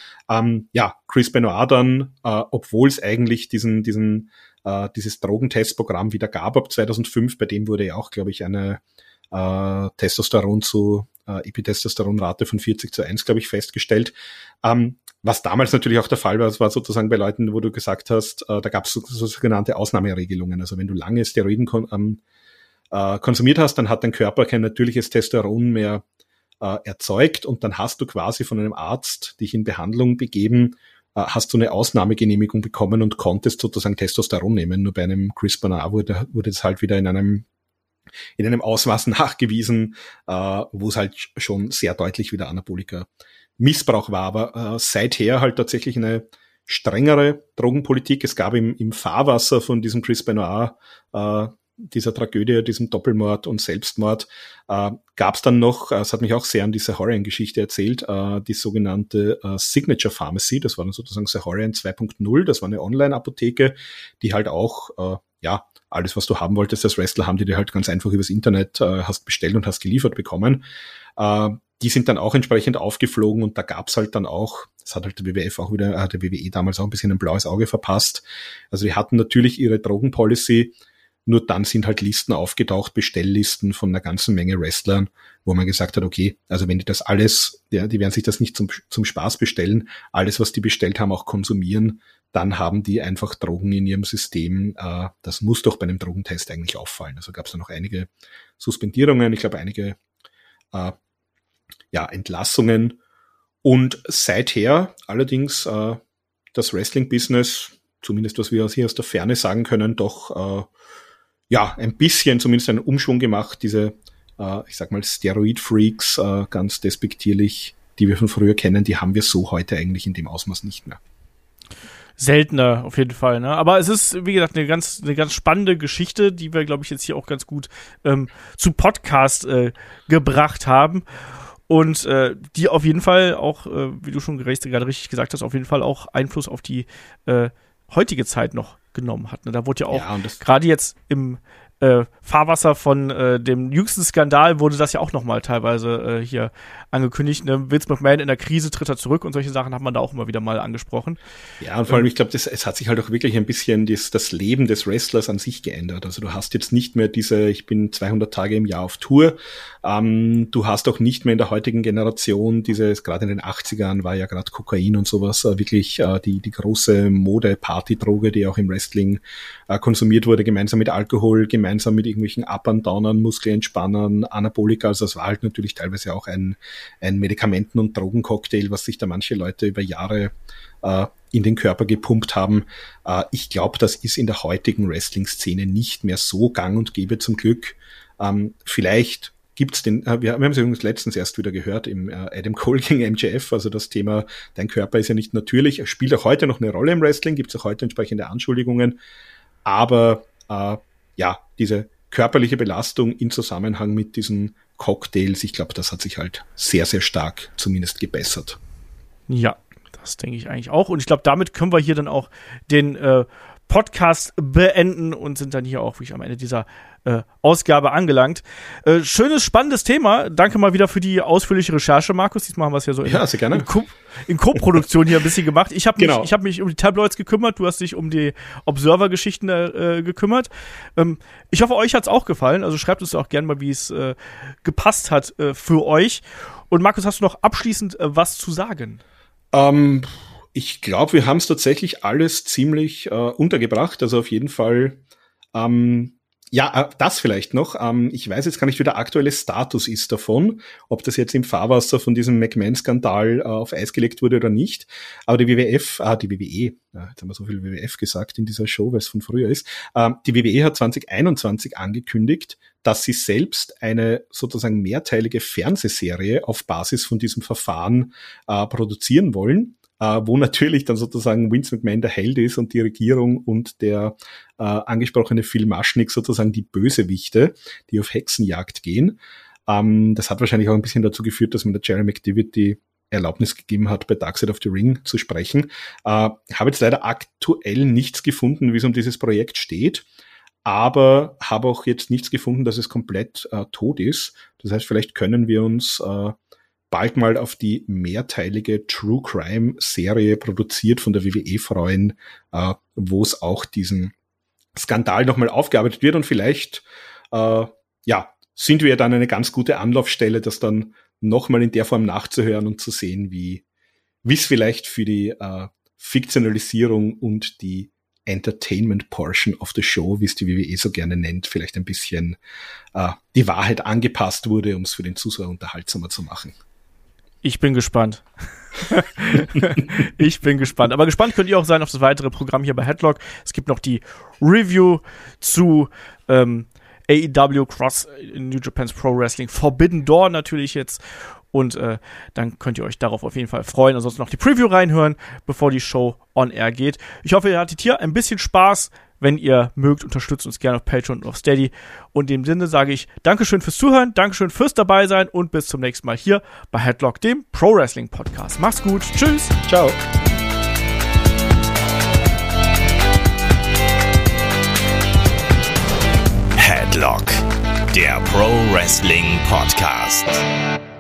Ja, Chris Benoit dann, obwohl es eigentlich dieses Drogentestprogramm wieder gab ab 2005, bei dem wurde ja auch, glaube ich, eine Testosteron zu Epitestosteronrate von 40:1, glaube ich, festgestellt. Was damals natürlich auch der Fall war, das war sozusagen bei Leuten, wo du gesagt hast, da gab es so sogenannte Ausnahmeregelungen. Also wenn du lange Steroiden konsumiert hast, dann hat dein Körper kein natürliches Testosteron mehr erzeugt und dann hast du quasi von einem Arzt dich in Behandlung begeben, hast du eine Ausnahmegenehmigung bekommen und konntest sozusagen Testosteron nehmen. Nur bei einem Chris Benoit wurde es halt wieder in einem Ausmaß nachgewiesen, wo es halt schon sehr deutlich wieder Anabolika Missbrauch war. Aber seither halt tatsächlich eine strengere Drogenpolitik. Es gab im Fahrwasser von diesem Chris Benoit, dieser Tragödie, diesem Doppelmord und Selbstmord, gab es dann noch, es hat mich auch sehr an die Sahorian-Geschichte erzählt, die sogenannte Signature Pharmacy, das war dann sozusagen Sahorian 2.0, das war eine Online-Apotheke, die halt auch, alles, was du haben wolltest als Wrestler, haben die dir halt ganz einfach übers Internet hast bestellt und hast geliefert bekommen. Die sind dann auch entsprechend aufgeflogen und da gab's halt dann auch, das hat halt der WWF auch wieder, der WWE damals auch ein bisschen ein blaues Auge verpasst. Also die hatten natürlich ihre Drogenpolicy, nur dann sind halt Listen aufgetaucht, Bestelllisten von einer ganzen Menge Wrestlern, wo man gesagt hat, okay, also wenn die das alles, ja, die werden sich das nicht zum Spaß bestellen, alles, was die bestellt haben, auch konsumieren, dann haben die einfach Drogen in ihrem System. Das muss doch bei einem Drogentest eigentlich auffallen. Also gab es da noch einige Suspendierungen, ich glaube einige Entlassungen. Und seither allerdings das Wrestling-Business, zumindest was wir hier aus der Ferne sagen können, doch ein bisschen zumindest einen Umschwung gemacht. Diese, ich sag mal, Steroid-Freaks, ganz despektierlich, die wir von früher kennen, die haben wir so heute eigentlich in dem Ausmaß nicht mehr. Seltener auf jeden Fall, ne? Aber es ist, wie gesagt, eine ganz spannende Geschichte, die wir, glaube ich, jetzt hier auch ganz gut zu Podcast gebracht haben. Und die auf jeden Fall auch, wie du schon gerade richtig gesagt hast, auf jeden Fall auch Einfluss auf die heutige Zeit noch genommen hat. Ne? Da wurde ja auch gerade jetzt im Fahrwasser von dem jüngsten Skandal wurde das ja auch nochmal teilweise hier angekündigt. Ne? Vince McMahon in der Krise tritt er zurück und solche Sachen hat man da auch immer wieder mal angesprochen. Ja, und vor allem, ich glaube, es hat sich halt auch wirklich ein bisschen das Leben des Wrestlers an sich geändert. Also du hast jetzt nicht mehr ich bin 200 Tage im Jahr auf Tour. Du hast auch nicht mehr in der heutigen Generation gerade in den 80ern war ja gerade Kokain und sowas wirklich die große Mode-Party-Droge, die auch im Wrestling konsumiert wurde, gemeinsam mit Alkohol, gemeinsam mit irgendwelchen Up- and Downern, Muskelentspannern, Anabolika. Also es war halt natürlich teilweise auch ein Medikamenten- und Drogencocktail, was sich da manche Leute über Jahre in den Körper gepumpt haben. Ich glaube, das ist in der heutigen Wrestling-Szene nicht mehr so gang und gäbe, zum Glück. Vielleicht gibt's wir haben es übrigens letztens erst wieder gehört im Adam Cole gegen MJF, also das Thema, dein Körper ist ja nicht natürlich, er spielt auch heute noch eine Rolle im Wrestling, gibt es auch heute entsprechende Anschuldigungen, aber diese körperliche Belastung in Zusammenhang mit diesen Cocktails, ich glaube, das hat sich halt sehr, sehr stark zumindest gebessert. Ja, das denke ich eigentlich auch. Und ich glaube, damit können wir hier dann auch den Podcast beenden und sind dann hier auch wirklich am Ende dieser Ausgabe angelangt. Schönes, spannendes Thema. Danke mal wieder für die ausführliche Recherche, Markus. Diesmal haben wir es ja so in Co-Produktion hier ein bisschen gemacht. Ich habe mich um die Tabloids gekümmert, du hast dich um die Observer-Geschichten gekümmert. Ich hoffe, euch hat's auch gefallen. Also schreibt uns auch gerne mal, wie es gepasst hat für euch. Und Markus, hast du noch abschließend was zu sagen? Ich glaube, wir haben es tatsächlich alles ziemlich untergebracht. Also auf jeden Fall das vielleicht noch. Ich weiß jetzt gar nicht, wie der aktuelle Status ist davon, ob das jetzt im Fahrwasser von diesem McMahon-Skandal auf Eis gelegt wurde oder nicht. Aber die WWE, jetzt haben wir so viel WWF gesagt in dieser Show, weil es von früher ist. Die WWE hat 2021 angekündigt, dass sie selbst eine sozusagen mehrteilige Fernsehserie auf Basis von diesem Verfahren produzieren wollen. Wo natürlich dann sozusagen Vince McMahon der Held ist und die Regierung und der angesprochene Phil Maschnik sozusagen die Bösewichte, die auf Hexenjagd gehen. Das hat wahrscheinlich auch ein bisschen dazu geführt, dass man der Jerry McDevitt die Erlaubnis gegeben hat, bei Dark Side of the Ring zu sprechen. Habe jetzt leider aktuell nichts gefunden, wie es um dieses Projekt steht, aber habe auch jetzt nichts gefunden, dass es komplett tot ist. Das heißt, vielleicht können wir uns bald mal auf die mehrteilige True Crime Serie produziert von der WWE freuen, wo es auch diesen Skandal nochmal aufgearbeitet wird und vielleicht sind wir dann eine ganz gute Anlaufstelle, das dann nochmal in der Form nachzuhören und zu sehen, wie es vielleicht für die Fiktionalisierung und die Entertainment Portion of the Show, wie es die WWE so gerne nennt, vielleicht ein bisschen die Wahrheit angepasst wurde, um es für den Zuschauer unterhaltsamer zu machen. Ich bin gespannt. Aber gespannt könnt ihr auch sein auf das weitere Programm hier bei Headlock. Es gibt noch die Review zu AEW Cross in New Japan's Pro Wrestling Forbidden Door natürlich jetzt. Und dann könnt ihr euch darauf auf jeden Fall freuen. Ansonsten noch die Preview reinhören, bevor die Show on air geht. Ich hoffe, ihr hattet hier ein bisschen Spaß. Wenn ihr mögt, unterstützt uns gerne auf Patreon und auf Steady. Und in dem Sinne sage ich Dankeschön fürs Zuhören, Dankeschön fürs Dabeisein und bis zum nächsten Mal hier bei Headlock, dem Pro Wrestling Podcast. Macht's gut. Tschüss. Ciao. Headlock, der Pro Wrestling Podcast.